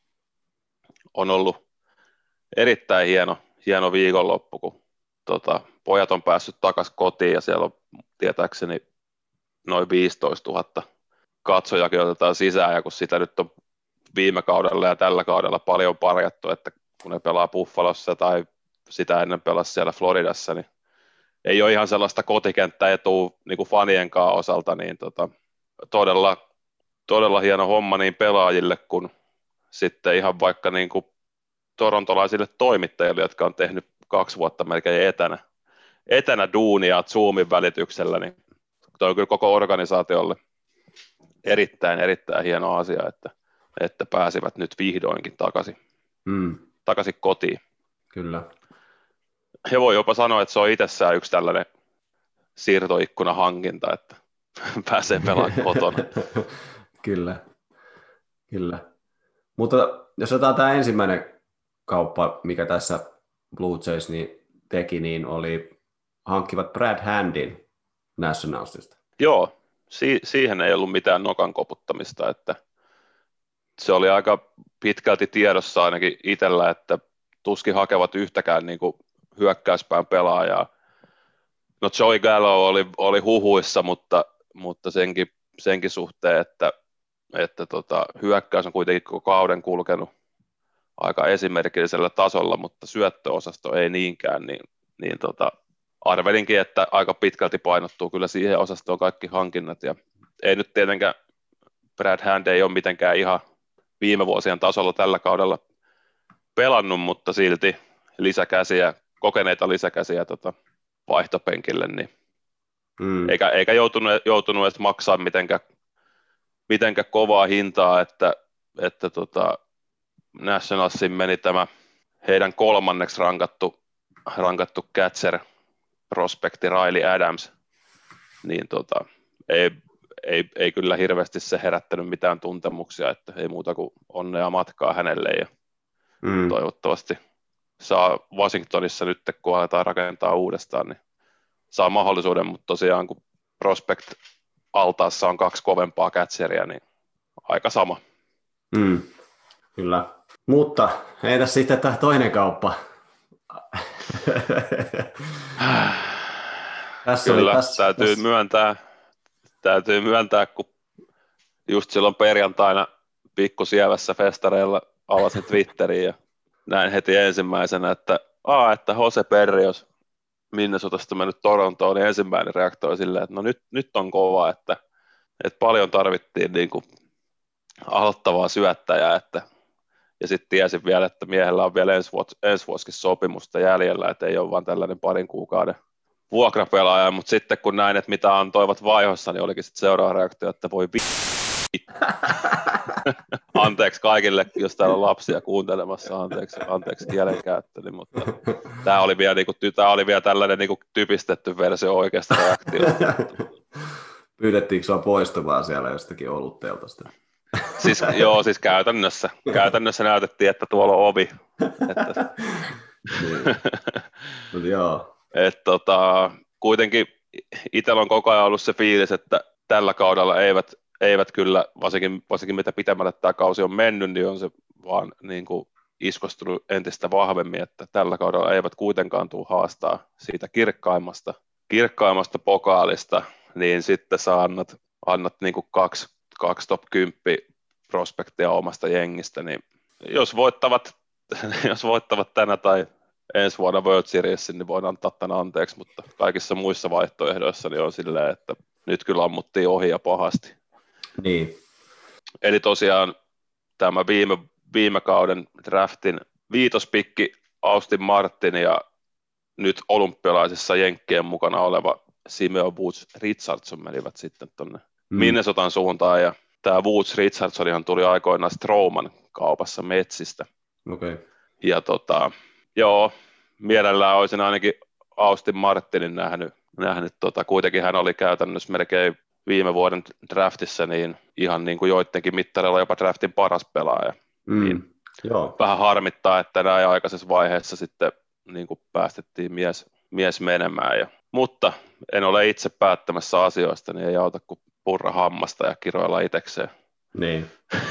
on ollut erittäin hieno, hieno viikonloppu, kun tota, pojat on päässyt takaisin kotiin ja siellä on tietääkseni noin viisitoistatuhatta katsojakin otetaan sisään, ja kun sitä nyt on viime kaudella ja tällä kaudella paljon parjattu, että kun ne pelaa Buffalossa tai sitä ennen pelasi siellä Floridassa, niin ei ole ihan sellaista kotikenttäetua niin kuin fanienkaan osalta, niin tota, todella, todella hieno homma niin pelaajille kuin sitten ihan vaikka niin kuin torontolaisille toimittajille, jotka on tehnyt kaksi vuotta melkein etänä, etänä duunia Zoomin välityksellä, niin toi on kyllä koko organisaatiolle erittäin, erittäin hieno asia, että, että pääsivät nyt vihdoinkin takaisin, mm. takaisin kotiin. Kyllä. He voi jopa sanoa, että se on itsessään yksi tällainen siirtoikkuna-hankinta, että pääsee pelaamaan kotona. Kyllä, kyllä. Mutta jos otetaan tämä ensimmäinen kauppa, mikä tässä Blue Jays niin teki, niin oli hankkivat Brad Handin Nationalsista. Joo, si- siihen ei ollut mitään nokan koputtamista, että se oli aika pitkälti tiedossa ainakin itsellä, että tuskin hakevat yhtäkään niin kuin hyökkäyspään pelaajaa. No Joey Gallo oli, oli huhuissa, mutta, mutta senkin, senkin suhteen, että, että tota, hyökkäys on kuitenkin koko kauden kulkenut aika esimerkillisellä tasolla, mutta syöttöosasto ei niinkään, niin, niin tota, arvelinkin, että aika pitkälti painottuu kyllä siihen osastoon kaikki hankinnat, ja ei nyt tietenkään, Brad Hand ei ole mitenkään ihan viime vuosien tasolla tällä kaudella pelannut, mutta silti lisäkäsiä, kokeneita lisäkäsiä tota, vaihtopenkille, niin mm. eikä, eikä joutunut, joutunut edes maksaa mitenkään, mitenkään kovaa hintaa, että, että tota, Nationalsin meni tämä heidän kolmanneksi rankattu, rankattu catcher prospekti Riley Adams, niin tota, ei, ei, ei kyllä hirveästi se herättänyt mitään tuntemuksia, että ei muuta kuin onnea matkaa hänelle, ja mm. toivottavasti saa Washingtonissa nyt, kun aletaan rakentaa uudestaan, niin saa mahdollisuuden, mutta tosiaan kun prospect altaassa on kaksi kovempaa catcheria, niin aika sama. Mm. Kyllä. Mutta entäs sitten tämä toinen kauppa? tässä Kyllä, oli, tässä, täytyy, tässä. Myöntää, täytyy myöntää, kun just silloin perjantaina pikkusievässä festareilla avasin Twitteriin ja näin heti ensimmäisenä, että, aa, että Jose Berrios Minnesotasta mennyt Torontoon, niin ensimmäinen reaktio oli silleen, että no nyt, nyt on kova, että, että paljon tarvittiin niin kuin aloittavaa syöttäjää, että ja sitten tiesin vielä, että miehellä on vielä ensi, vuos, ensi vuosikin sopimusta jäljellä, että ei ole vaan tällainen parin kuukauden vuokrapelaaja, mutta sitten kun näin, että mitä antoivat vaihossa, niin olikin sitten seuraava reaktio, että voi vi... Anteeksi kaikille, jos täällä on lapsia kuuntelemassa, anteeksi, anteeksi kielenkäyttöni, mutta tämä oli vielä, niinku, tämä oli vielä tällainen niinku, typistetty versio oikeasta reaktiosta. Pyydettiinkö sinua poistumaan siellä jostakin olutteltosta? Siis, joo, siis käytännössä. Käytännössä näytettiin, että tuolla on ovi. Että... niin. joo. Et, tota, kuitenkin itsellä on koko ajan ollut se fiilis, että tällä kaudella eivät, eivät kyllä, varsinkin, varsinkin mitä pitemmälle tämä kausi on mennyt, niin on se vaan niin kuin iskostunut entistä vahvemmin, että tällä kaudella eivät kuitenkaan tule haastaa siitä kirkkaimmasta, kirkkaimmasta pokaalista, niin sitten sä annat, annat niin kuin kaksi, kaksi top kymmenen prospektia omasta jengistä, niin jos voittavat, jos voittavat tänä tai ensi vuonna World Seriesin, niin voin antaa tämän anteeksi, mutta kaikissa muissa vaihtoehdoissa niin on silleen, että nyt kyllä ammuttiin ohi ja pahasti. Niin. Eli tosiaan tämä viime, viime kauden draftin viitospikki Austin Martin ja nyt olympialaisissa jenkkien mukana oleva Simeon Woods Richardson menivät sitten tuonne mm. Minnesotan suuntaan, ja tämä Woods Richardsonihan tuli aikoinaan Stroman kaupassa Metsistä. Okay. Ja tota, joo, mielellään olisin ainakin Austin Martinin nähnyt, nähnyt tota, kuitenkin hän oli käytännössä melkein viime vuoden draftissa niin ihan niin kuin joidenkin mittareilla jopa draftin paras pelaaja. Mm. Niin Joo. vähän harmittaa, että näin aikaisessa vaiheessa sitten niin kuin päästettiin mies, mies menemään. Ja, mutta en ole itse päättämässä asioista, niin ei auta kuin purra hammasta ja kiroilla itsekseen. Niin,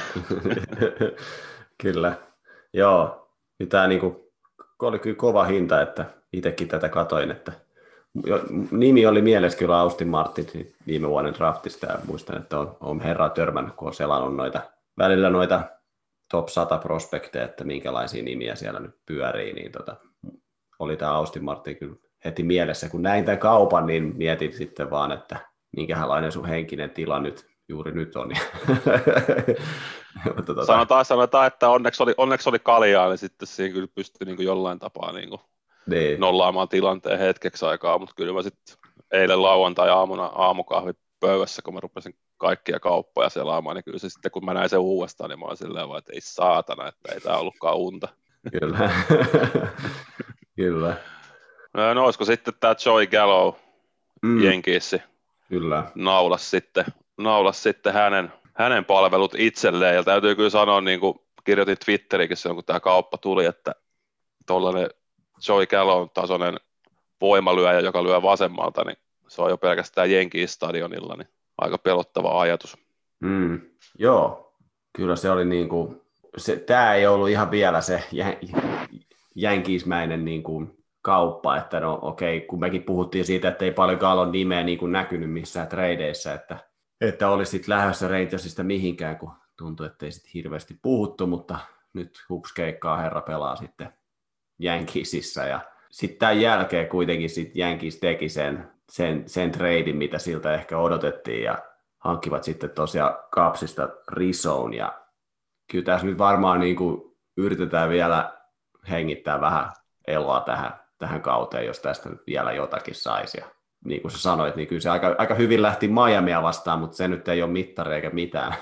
kyllä. Joo, tämä niinku, oli kyllä kova hinta, että itsekin tätä katoin, että nimi oli mielessä kyllä Austin Martin viime vuoden draftista, ja muistan, että on, on herra törmännyt, kun on selannut noita, välillä noita top sata prospekteja, että minkälaisia nimiä siellä nyt pyörii, niin tota, oli tämä Austin Martin kyllä heti mielessä. Kun näin tämän kaupan, niin mietin sitten vaan, että minkälainen sun henkinen tila nyt juuri nyt on. tota... sanotaan, sanotaan, että onneksi oli, onneksi oli kaljaa, niin sitten siinä kyllä pystyi niin kuin jollain tapaa niin kuin niin. nollaamaan tilanteen hetkeksi aikaa, mutta kyllä mä sitten eilen lauantai-aamuna aamukahvipöydässä, kun mä rupesin kaikkia kauppoja selaamaan, niin kyllä se sitten, kun mä näin sen uudestaan, niin mä olin silleen vaan, että ei saatana, että ei tää ollutkaan unta. Kyllä, kyllä. No, no olisiko sitten tämä Joey Gallo mm. Jenkiissi? Kyllä. Naulas sitten, naulas sitten hänen, hänen palvelut itselleen, ja täytyy kyllä sanoa, niin kuin kirjoitin Twitteriinkin silloin, kun tämä kauppa tuli, että tuollainen Joey Gallon tasoinen voimalyöjä, joka lyö vasemmalta, niin se on jo pelkästään Jenkii-stadionilla, niin aika pelottava ajatus. Mm. Joo, kyllä se oli niin kuin, se, tämä ei ollut ihan vielä se jänkiismäinen niin kuin kauppa, että no okei, kun mekin puhuttiin siitä, että ei paljon Gallon nimeä niin kuin näkynyt missään tradeissä, että, että olisi sitten lähdössä Rangersista mihinkään, kun tuntui, että ei sitten hirveästi puhuttu, mutta nyt hupskeikkaa herra pelaa sitten Yankeesissa, ja sitten tämän jälkeen kuitenkin sit Yankees teki sen, sen, sen treidin, mitä siltä ehkä odotettiin, ja hankkivat sitten tosiaan Cubsista Rizzo'n, ja kyllä tässä nyt varmaan niin kuin yritetään vielä hengittää vähän eloa tähän, tähän kauteen, jos tästä nyt vielä jotakin saisi. Ja niin kuin sä sanoit, niin kyllä se aika, aika hyvin lähti Miamia vastaan, mutta se nyt ei ole mittari eikä mitään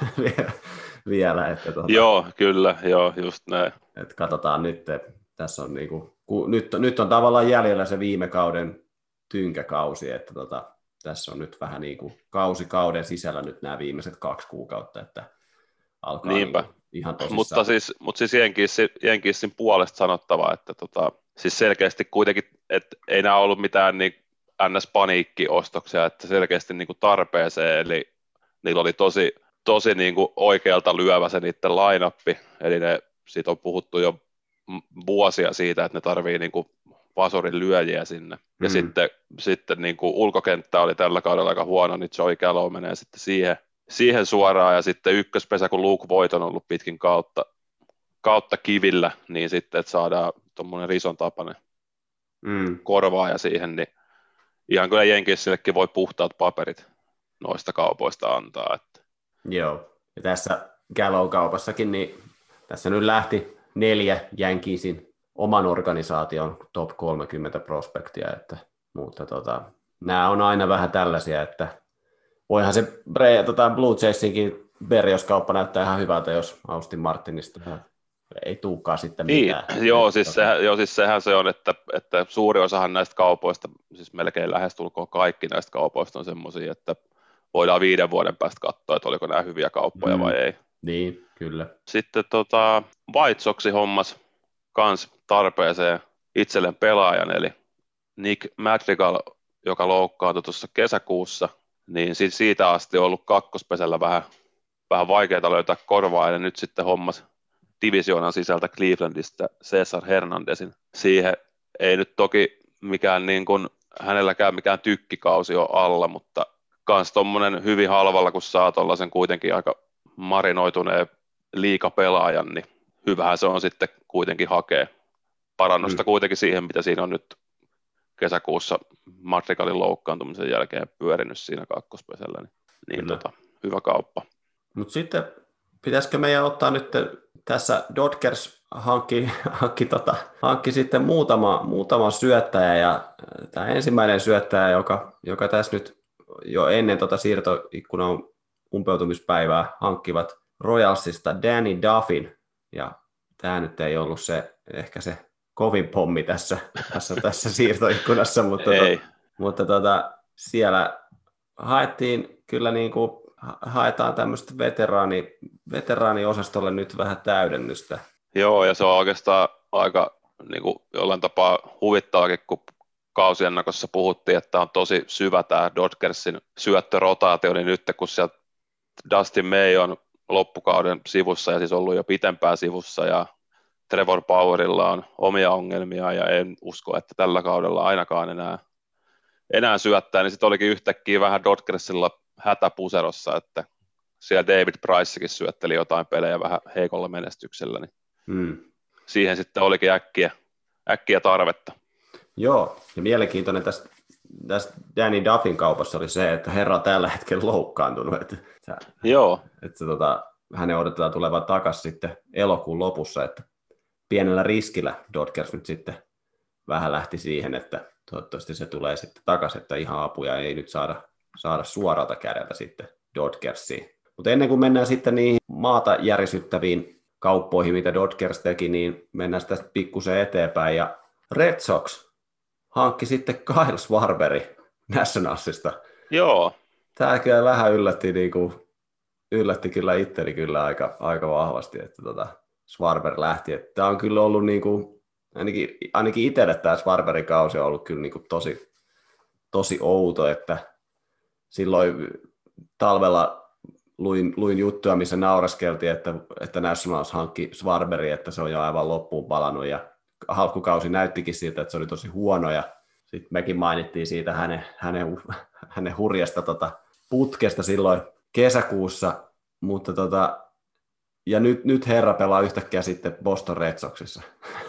vielä. Että tuota, joo, kyllä, joo, just näin. Että katsotaan nyt, tässä on, niin kuin, kun, nyt, nyt on tavallaan jäljellä se viime kauden tynkäkausi, että tota, tässä on nyt vähän niin kuin kausi kauden sisällä nyt nämä viimeiset kaksi kuukautta, että alkaa Niinpä. Niin ihan tosissaan. Mutta siis, mutta siis Yankeesin, Yankeesin puolesta sanottava, että tota, siis selkeästi kuitenkin, että ei nämä ollut mitään niin ns. Paniikkiostoksia, että selkeästi niin kuin tarpeeseen, eli niillä oli tosi, tosi niin kuin oikealta lyövä se niiden line-appi, eli ne, siitä on puhuttu jo vuosia siitä, että ne tarvii niin kuin vasurin lyöjiä sinne, ja mm. sitten, sitten niin kuin ulkokenttä oli tällä kaudella aika huono, niin Joey Gallo menee sitten siihen, siihen suoraan, ja sitten ykköspesä, kun Luke Voit on ollut pitkin kautta, kautta kivillä, niin sitten, että saadaan tuommoinen Rizzo'n tapainen mm. korvaaja siihen, niin ihan kyllä Yankeesillekin voi puhtaat paperit noista kaupoista antaa. Että. Joo, ja tässä Gallo-kaupassakin, niin tässä nyt lähti neljä Yankeesin oman organisaation top kolmekymmentä prospektia, että, mutta tota, nämä on aina vähän tällaisia, että voihan se Bre, tota Blue Jaysinkin Berrios-kauppa näyttää ihan hyvältä, jos Austin Martinista ei tulekaan sitten mitään. Niin, joo, siis se, joo, siis sehän se on, että, että suuri osahan näistä kaupoista, siis melkein lähestulkoon kaikki näistä kaupoista on semmoisia, että voidaan viiden vuoden päästä katsoa, että oliko nämä hyviä kauppoja mm. vai ei. Niin, kyllä. Sitten tota, White Sox hommas kans tarpeeseen itselleen pelaajan, eli Nick Madrigal, joka loukkaantui tuossa kesäkuussa, niin siitä asti on ollut kakkospesällä vähän, vähän vaikeaa löytää korvaa, ja nyt sitten hommas divisioonan sisältä Clevelandista Cesar Hernandezin. Siihen ei nyt toki mikään niin kuin, hänelläkään mikään tykkikausi ole alla, mutta kans tommonen hyvin halvalla, kun saa tollasen kuitenkin aika marinoituneen liigapelaajan, niin hyvähän se on sitten kuitenkin hakea parannusta mm. kuitenkin siihen, mitä siinä on nyt kesäkuussa Madrigalin loukkaantumisen jälkeen pyörinyt siinä kakkospesällä, niin, niin tota, hyvä kauppa. Mutta sitten pitäisikö meidän ottaa nyt tässä Dodgers hankki, hankki, tota, hankki sitten muutama, muutama syöttäjä, ja tämä ensimmäinen syöttäjä, joka, joka tässä nyt jo ennen tota siirtoikkunan umpeutumispäivää hankkivat Royalsista Danny Duffin, ja tämä nyt ei ollut se, ehkä se kovin pommi tässä, tässä, tässä siirtoikkunassa, mutta, ei. to, mutta tota, siellä haettiin kyllä niin kuin, haetaan tämmöistä veteraani, veteraaniosastolle nyt vähän täydennystä. Joo, ja se on oikeastaan aika niin kuin jollain tapaa huvittaakin, kun kausiennakossa puhuttiin, että on tosi syvä tämä Dodgersin syöttörotaatio, niin nyt kun sieltä Dustin May on loppukauden sivussa ja siis ollut jo pitempään sivussa, ja Trevor Bauerilla on omia ongelmia, ja en usko, että tällä kaudella ainakaan enää, enää syöttää, niin sitten olikin yhtäkkiä vähän Dodgersilla hätäpuserossa, että siellä David Pricekin syötteli jotain pelejä vähän heikolla menestyksellä, niin hmm. siihen sitten olikin äkkiä, äkkiä tarvetta. Joo, ja mielenkiintoinen tässä, tässä Danny Duffin kaupassa oli se, että herra on tällä hetkellä loukkaantunut, että, Joo. että tota, hänen odotetaan tulevan takaisin sitten elokuun lopussa, että pienellä riskillä Dodgers nyt sitten vähän lähti siihen, että toivottavasti se tulee sitten takaisin, että ihan apuja ei nyt saada, saada suoralta kädeltä sitten Dodgersiin. Mutta ennen kuin mennään sitten niihin maata järisyttäviin kauppoihin, mitä Dodgers teki, niin mennään tästä pikkusen eteenpäin, ja Red Sox hankki sitten Kyle Schwarberi Nationalsista. Joo. Tämä kyllä vähän yllätti, niin kuin, yllätti kyllä itteni kyllä aika, aika vahvasti, että tota, Schwarber lähti. Että tämä on kyllä ollut, niin kuin, ainakin, ainakin itselle tämä Schwarberin kausi on ollut kyllä niin kuin tosi, tosi outo, että silloin talvella luin, luin juttuja, missä nauraskeltiin, että, että Nationals hankki Schwarberi, että se on jo aivan loppuun palannut, ja alkukausi näyttikin siltä, että se oli tosi huono, ja sitten mekin mainittiin siitä hänen, hänen, hänen hurjasta tota, putkesta silloin kesäkuussa, mutta tota, ja nyt, nyt herra pelaa yhtäkkiä sitten Boston Red Soxissa.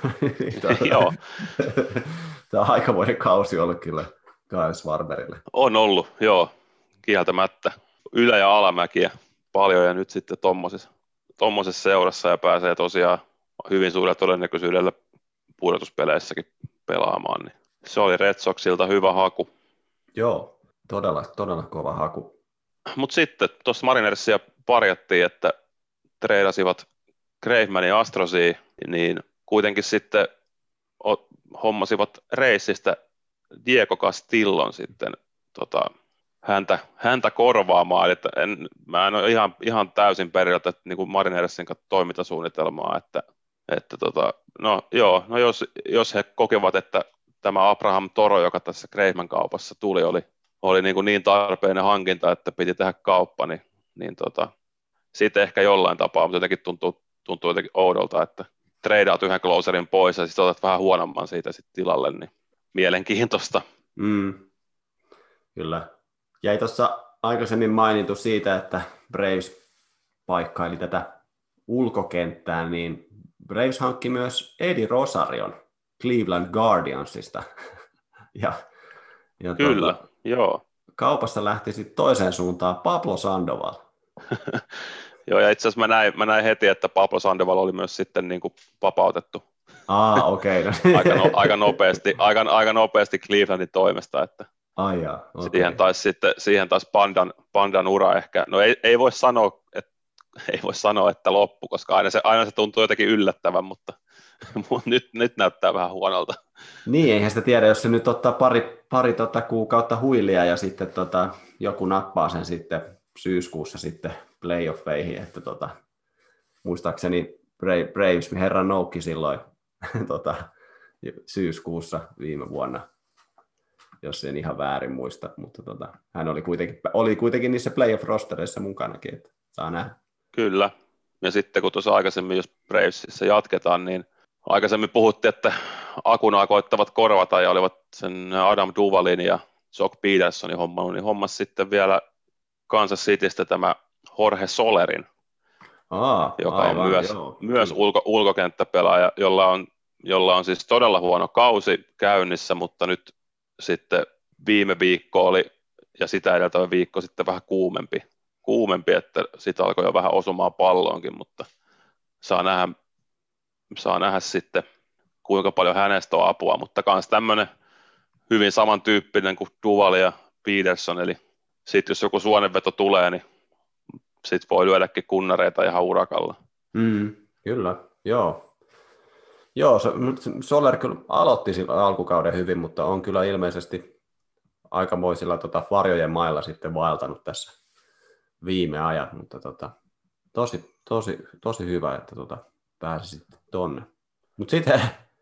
Joo. Tämä on aikamoinen kausi ollut kyllä Kyle Schwarberille. On ollut, joo, kieltämättä. Ylä- ja alamäkiä paljon ja nyt sitten tommosessa, tommosessa seurassa ja pääsee tosiaan hyvin suurella todennäköisyydellä pudotuspeleissäkin pelaamaan. Niin se oli Red Soxilta hyvä haku. Joo, todella, todella kova haku. Mutta sitten tuossa Marinersia parjattiin, että treidasivat Gravemanin Astrosiin, niin kuitenkin sitten hommasivat reissistä Diego Castillon sitten tota, häntä, häntä korvaamaan, että en, mä en ole ihan, ihan täysin perillä niin kuin Marinersin toimintasuunnitelmaa, että, että tota, no joo, no jos, jos he kokevat, että tämä Abraham Toro, joka tässä Graveman kaupassa tuli, oli, oli niin, kuin niin tarpeinen hankinta, että piti tehdä kauppa, niin, niin tota, siitä ehkä jollain tapaa, mutta jotenkin tuntuu, tuntuu jotenkin oudolta, että treidaat yhden closerin pois ja sitten otat vähän huonomman siitä sitten tilalle, niin mielenkiintoista. Mm. Kyllä. Jäi tuossa aikaisemmin mainittu siitä, että Braves paikkaili tätä ulkokenttää, niin Braves hankki myös Eddie Rosarion Cleveland Guardiansista. ja, ja Kyllä, tuota, joo. Kaupassa lähti sitten toiseen suuntaan Pablo Sandoval. Joo, ja itse asiassa mä näin, mä näin heti, että Pablo Sandoval oli myös sitten niin kuin vapautettu. Aa, okei. Okay. aika, no, aika, nopeasti, aika, aika nopeasti Clevelandin toimesta, että Ai jaa, okay. siihen taisi sitten, siihen taisi Pandan, Pandan ura ehkä, no ei, ei voi sanoa, että ei voi sanoa, että loppu, koska aina se, aina se tuntuu jotenkin yllättävän, mutta, mutta nyt, nyt näyttää vähän huonolta. Niin, eihän sitä tiedä, jos se nyt ottaa pari, pari tota kuukautta huilia ja sitten tota, joku nappaa sen sitten syyskuussa sitten playoffeihin, että tota, muistaakseni Braves, herran noukki silloin tota, syyskuussa viime vuonna, jos en ihan väärin muista, mutta tota, hän oli kuitenkin, oli kuitenkin niissä playoff-rostereissa mukanakin, että saa nähdä. Kyllä, ja sitten kun tuossa aikaisemmin, jos Bravesissa jatketaan, niin aikaisemmin puhuttiin, että Akunaa koittavat korvata ja olivat sen Adam Duvalin ja Jock Petersonin hommannut, niin hommas sitten vielä Kansas Citystä tämä Jorge Solerin, Aa, joka aivan, on myös, joo, myös ulko, ulkokenttäpelaaja, jolla on, jolla on siis todella huono kausi käynnissä, mutta nyt sitten viime viikko oli ja sitä edeltävä viikko sitten vähän kuumempi, kuumempi että sitä alkoi jo vähän osumaan palloonkin, mutta saa nähdä, saa nähdä sitten kuinka paljon hänestä on apua, mutta myös tämmöinen hyvin samantyyppinen kuin Duval ja Peterson, eli sitten jos joku suonenveto tulee, niin sitten voi lyödäkin kunnareita ihan urakalla. Mm, kyllä, joo. Joo, Soler kyllä aloitti alkukauden hyvin, mutta on kyllä ilmeisesti aikamoisilla tota, varjojen mailla sitten vaeltanut tässä viime ajat, mutta tota, tosi, tosi, tosi hyvä, että tota, pääsi sitten tonne. Mutta sitten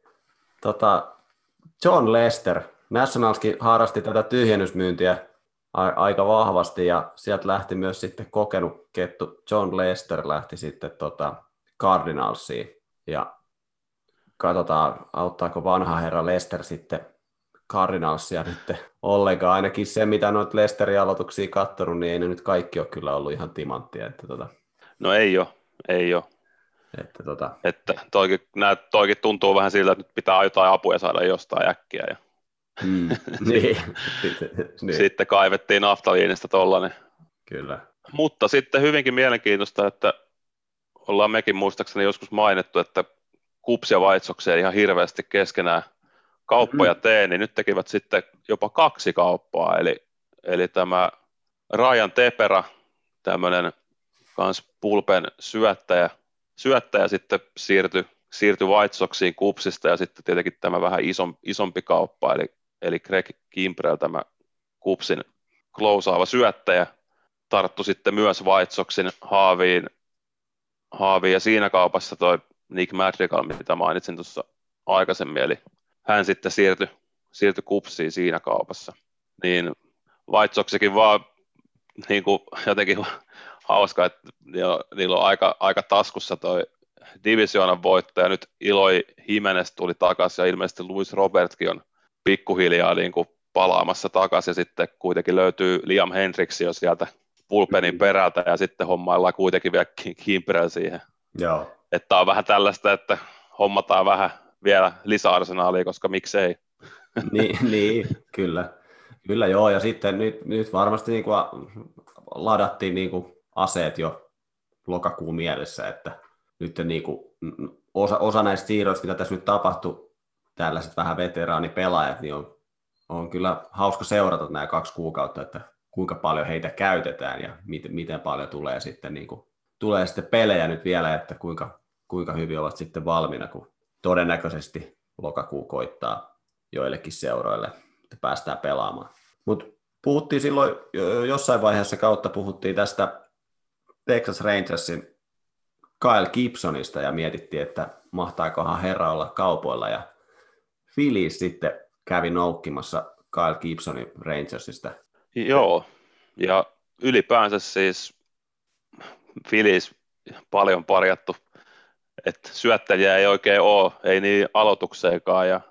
tota, John Lester, Nationalskin harrasti tätä tyhjennysmyyntiä a- aika vahvasti ja sieltä lähti myös sitten kokenut kettu John Lester lähti sitten tota Cardinalsiin ja katsotaan, auttaako vanha herra Lester sitten Cardinalsia nyt ollenkaan. Ainakin se, mitä noita Lesterin aloituksia katsonut, niin ei ne nyt kaikki ole kyllä ollut ihan timanttia. Että tota, No ei ole, ei ole. Että, tota... että toikin, nää, toikin tuntuu vähän siltä, että nyt pitää jotain apuja saada jostain äkkiä. Ja mm, niin. sitten, niin. sitten kaivettiin naftaliinista tollanen. Kyllä. Mutta sitten hyvinkin mielenkiintoista, että ollaan mekin muistaakseni joskus mainittu, että Cubs ja White Sox ihan hirveästi keskenään kauppoja mm. tee, niin nyt tekivät sitten jopa kaksi kauppaa, eli, eli tämä Ryan Tepera, tämmöinen kans pulpen syöttäjä, syöttäjä sitten siirtyi, siirtyi White Soxiin Cubsista, ja sitten tietenkin tämä vähän isompi, isompi kauppa, eli, eli Greg Kimbrell, tämä Cubsin klousaava syöttäjä, tarttui sitten myös White Soxin haaviin, haaviin, ja siinä kaupassa toi Nick Madrigal, mitä mainitsin tuossa aikaisemmin, eli hän sitten siirtyi, siirtyi Cubsiin siinä kaupassa. Niin White Soxikin vaan niin kuin jotenkin hauska, että niillä on aika, aika taskussa toi divisioonan voitto, ja nyt Eloy Jimenez tuli takaisin, ja ilmeisesti Luis Robertkin on pikkuhiljaa niin kuin palaamassa takaisin, ja sitten kuitenkin löytyy Liam Hendricks jo sieltä bullpenin perältä, ja sitten hommaillaan kuitenkin vielä Kimbrell siihen, Joo. Että on vähän tällaista, että hommataan vähän vielä lisäarsenaalia, koska miksei. Niin, niin, kyllä. Kyllä joo, ja sitten nyt, nyt varmasti niin kuin ladattiin niin kuin aseet jo lokakuun mielessä, että nyt niin kuin osa, osa näistä siirroista, mitä tässä nyt tapahtui, tällaiset vähän veteraanipelaajat, niin on, on kyllä hauska seurata nämä kaksi kuukautta, että kuinka paljon heitä käytetään ja miten, miten paljon tulee sitten, niin kuin, tulee sitten pelejä nyt vielä, että kuinka, kuinka hyvin ovat sitten valmiina, kun todennäköisesti lokakuu koittaa joillekin seuroille, että päästään pelaamaan. Mutta puhuttiin silloin jossain vaiheessa kautta, puhuttiin tästä Texas Rangersin Kyle Gibsonista ja mietittiin, että mahtaikohan herra olla kaupoilla, ja Phillies sitten kävi noukkimassa Kyle Gibsonin Rangersista. Joo, ja ylipäänsä siis Phillies paljon parjattu, että syöttäjiä ei oikein ole, ei niin aloitukseenkaan ja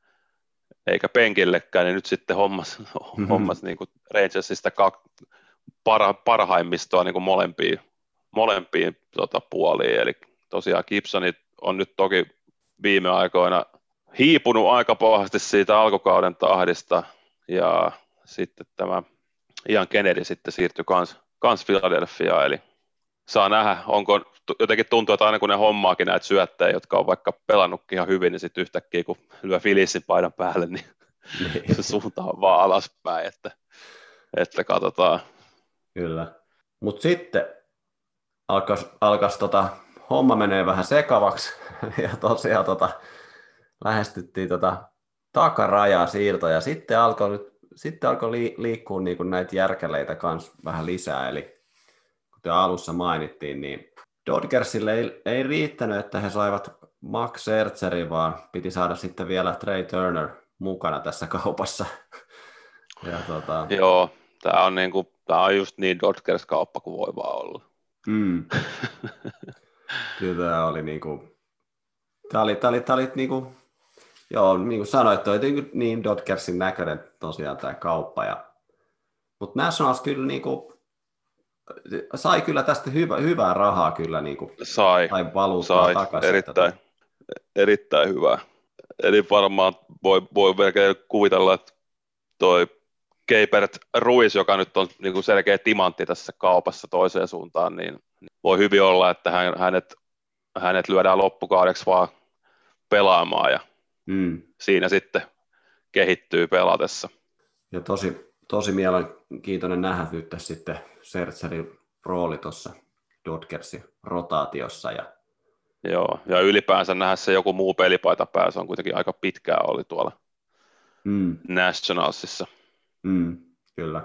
eikä penkillekään, niin nyt sitten hommas, mm-hmm. hommas niin kuin Rangersista kak- para, parhaimmistoa niin kuin molempiin, molempiin tota, puoliin, eli tosiaan Gibsoni on nyt toki viime aikoina hiipunut aika pahasti siitä alkukauden tahdista, ja sitten tämä Ian Kennedy sitten siirtyi kans, kans Philadelphiaan, eli saa nähdä, onko jotenkin tuntuu, että aina kun ne hommaakin näitä syöttäjiä, jotka on vaikka pelannutkin ihan hyvin, niin sitten yhtäkkiä kun lyö Philliesen paidan päälle, niin se suunta on vaan alaspäin, että, että katsotaan. Kyllä, mutta sitten alkas, alkas tota, homma menee vähän sekavaksi, ja tosiaan tota, lähestyttiin tota takarajaa siirtoja, sitten alkoi, nyt, sitten alkoi li, liikkua niinku näitä järkeleitä kanssa vähän lisää, eli kuten alussa mainittiin, niin Dodgersille ei, ei riittänyt, että he saivat Max Scherzerin, vaan piti saada sitten vielä Trey Turner mukana tässä kaupassa. Ja, tota... Joo, tämä on, niinku, tää on just niin Dodgers-kauppa kuin voi vaan olla. Mm. Kyllä tämä oli niinku, tämä oli, tämä oli, tämä oli niinku, joo, niin kuin sanoit, toi niin Dodgersin näköinen tosiaan tämä kauppa. Ja... Mutta Nationals kyllä niinku, sai kyllä tästä hyvä, hyvää rahaa kyllä niinku, sai, sai valuuttaa takaisin. Erittäin, erittäin hyvää. Eli varmaan voi, voi melkein kuvitella, että toi Keipert Ruiz, joka nyt on niin kuin selkeä timantti tässä kaupassa toiseen suuntaan, niin voi hyvin olla, että hän, hänet, hänet lyödään loppukaudeksi vaan pelaamaan ja mm. siinä sitten kehittyy pelatessa. Ja tosi, tosi mielenkiintoinen nähdä nyt sitten Scherzerin rooli tuossa Dodgersin rotaatiossa. Ja... Joo, ja ylipäänsä nähdä se joku muu pelipaita päässä on kuitenkin aika pitkään oli tuolla mm. Nationalsissa. Mm, kyllä.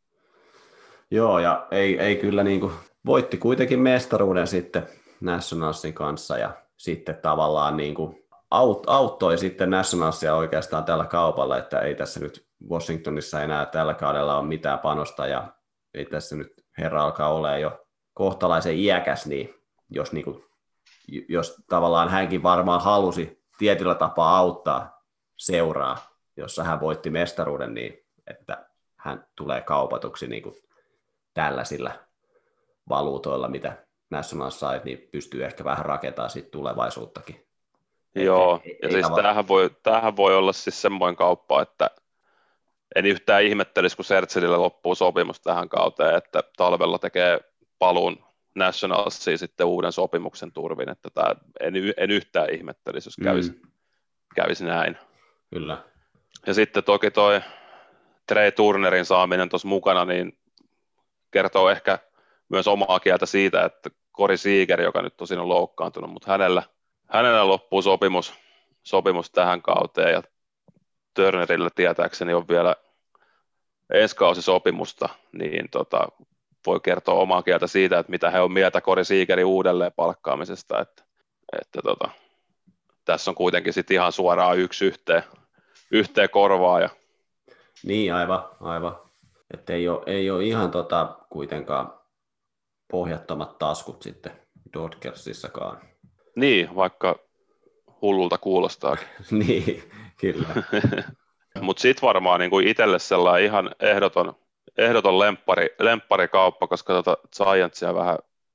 Joo, ja ei, ei kyllä niin kuin, voitti kuitenkin mestaruuden sitten Nationalsin kanssa ja sitten tavallaan niin kuin aut, auttoi sitten Nationalsia oikeastaan tällä kaupalla, että ei tässä nyt Washingtonissa enää tällä kaudella ole mitään panosta ja ei tässä nyt herra alkaa olemaan jo kohtalaisen iäkäs, niin jos, niin kuin, jos tavallaan hänkin varmaan halusi tietyllä tapaa auttaa seuraa, jossa hän voitti mestaruuden, niin että hän tulee kaupatuksi niin kuin tällaisilla valuutoilla, mitä Nationals sai, niin pystyy ehkä vähän rakentamaan siitä tulevaisuuttakin. Joo, ei, ja ei siis tämähän voi, tämähän voi olla siis semmoinen kauppa, että en yhtään ihmettelisi, kun Scherzerillä loppuu sopimus tähän kauteen, että talvella tekee paluun Nationalsiin sitten uuden sopimuksen turvin, että tämä, en, en yhtään ihmettelisi, jos kävisi, mm. kävisi näin. Kyllä. Ja sitten toki toi Trey Turnerin saaminen tuossa mukana, niin kertoo ehkä myös omaa kieltä siitä, että Corey Seager, joka nyt tosin on loukkaantunut, mutta hänellä, hänellä loppuu sopimus, sopimus tähän kauteen, ja Turnerilla tietääkseni on vielä ensi kausisopimusta, niin tota, voi kertoa omaa kieltä siitä, että mitä he on mieltä Corey Seagerin uudelleen palkkaamisesta, että, että tota, tässä on kuitenkin sitten ihan suoraan yksi yhteen, yhteen korvaa. Ja... Niin, aivan, aivan. Että ei ole, ei ole ihan tota, kuitenkaan pohjattomat taskut sitten Dodgersissakaan. Niin, vaikka hullulta kuulostaakin. Niin, kyllä. Mutta sitten varmaan niinku itselle sellainen ihan ehdoton, ehdoton lemppari, lempparikauppa, koska tota Giantsia vähän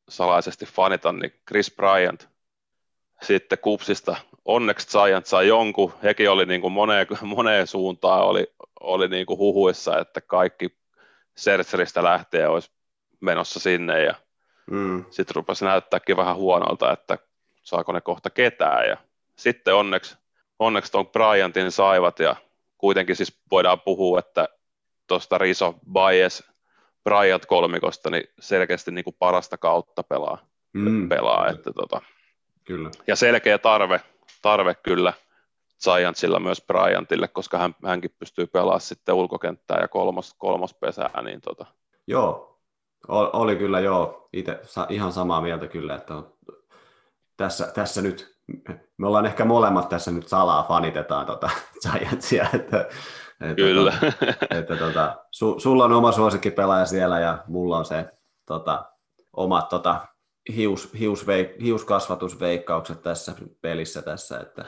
salaisesti fanita, niin Chris Bryant sitten Cubsista. Onneksi Giants sai jonkun, hekin oli niin kuin moneen, moneen suuntaan oli, oli niin kuin huhuissa, että kaikki Schertzeristä lähtee olisi menossa sinne ja mm. sitten rupesi näyttääkin vähän huonolta, että saako ne kohta ketään ja sitten onneksi, onneksi tuon Bryantin saivat ja kuitenkin siis voidaan puhua, että tuosta Rizzo Baez Bryant kolmikosta niin selkeästi niin kuin parasta kautta pelaa, mm. pelaa että tota. Kyllä. Ja selkeä tarve, tarve kyllä Giantsilla myös Bryantille, koska hän, hänkin pystyy pelaamaan sitten ulkokenttää ja kolmos, kolmospesää. Niin tota. Joo, o- oli kyllä joo, itse ihan samaa mieltä kyllä, että tässä, tässä nyt, me ollaan ehkä molemmat tässä nyt salaa fanitetaan tota Giantsia, että, että, kyllä. Että, että, tota, su, sulla on oma suosikkipelaaja siellä ja mulla on se tota, omat tota, Hius, hiusveik, hiuskasvatusveikkaukset tässä pelissä tässä, että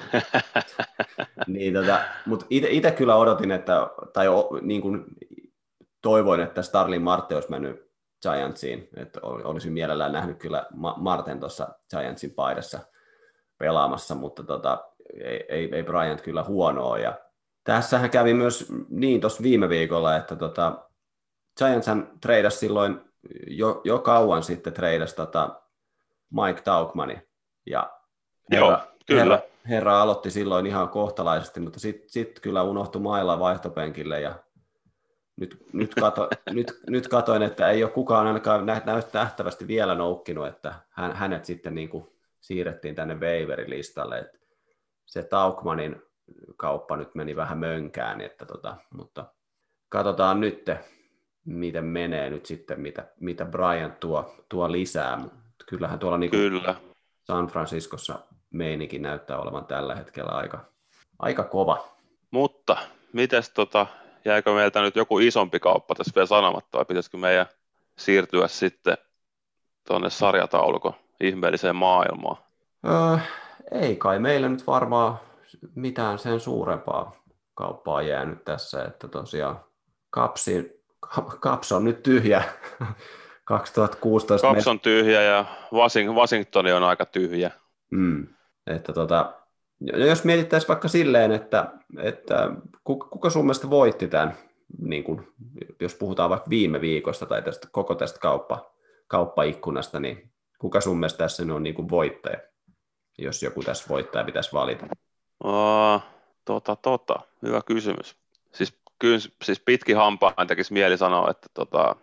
niin, tota, mutta itse kyllä odotin, että, tai o, niin kuin toivoin, että Starling Marte olisi mennyt Giantsiin, että olisin mielellään nähnyt kyllä Marten tuossa Giantsin paidassa pelaamassa, mutta tota, ei, ei, ei Bryant kyllä huonoa, ja tässähän kävi myös niin tuossa viime viikolla, että tota, Giantshan treidasi silloin jo, jo kauan sitten treidasi tota, Mike Tauchmani, ja herra, Joo, kyllä. herra, herra aloitti silloin ihan kohtalaisesti, mutta sitten sit kyllä unohtui mailla vaihtopenkille, ja nyt, nyt, kato, nyt, nyt katoin, että ei ole kukaan ainakaan nähtävästi vielä noukkinut, että hän, hänet sitten niin kuin siirrettiin tänne waiverilistalle, että se Tauchmanin kauppa nyt meni vähän mönkään, että tota, mutta katsotaan nyt, miten menee nyt sitten, mitä, mitä Bryant tuo, tuo lisää. Kyllähän tuolla niin Kyllä. San Franciscossa meininki näyttää olevan tällä hetkellä aika, aika kova. Mutta mites tota, jäikö meiltä nyt joku isompi kauppa tässä vielä sanomatta, vai pitäisikö meidän siirtyä sitten tuonne sarjataulukon ihmeelliseen maailmaan? Öö, ei kai meillä nyt varmaan mitään sen suurempaa kauppaa jäänyt tässä, että tosiaan Capsi, Caps on nyt tyhjä. kaksituhattakuusitoista Caps on tyhjä ja Washington on aika tyhjä. Mm. Että tota, jos mietittäisiin vaikka silleen, että, että kuka, kuka sun mielestä voitti tämän, niin kun, jos puhutaan vaikka viime viikosta tai tästä, koko tästä kauppa, kauppaikkunasta, niin kuka sun mielestä tässä on niin kuin voittaja, jos joku tässä voittaja pitäisi valita? Uh, tota, tota, hyvä kysymys. Siis, kyllä, siis pitkin hampaan tekisi mieli sanoa, että tota,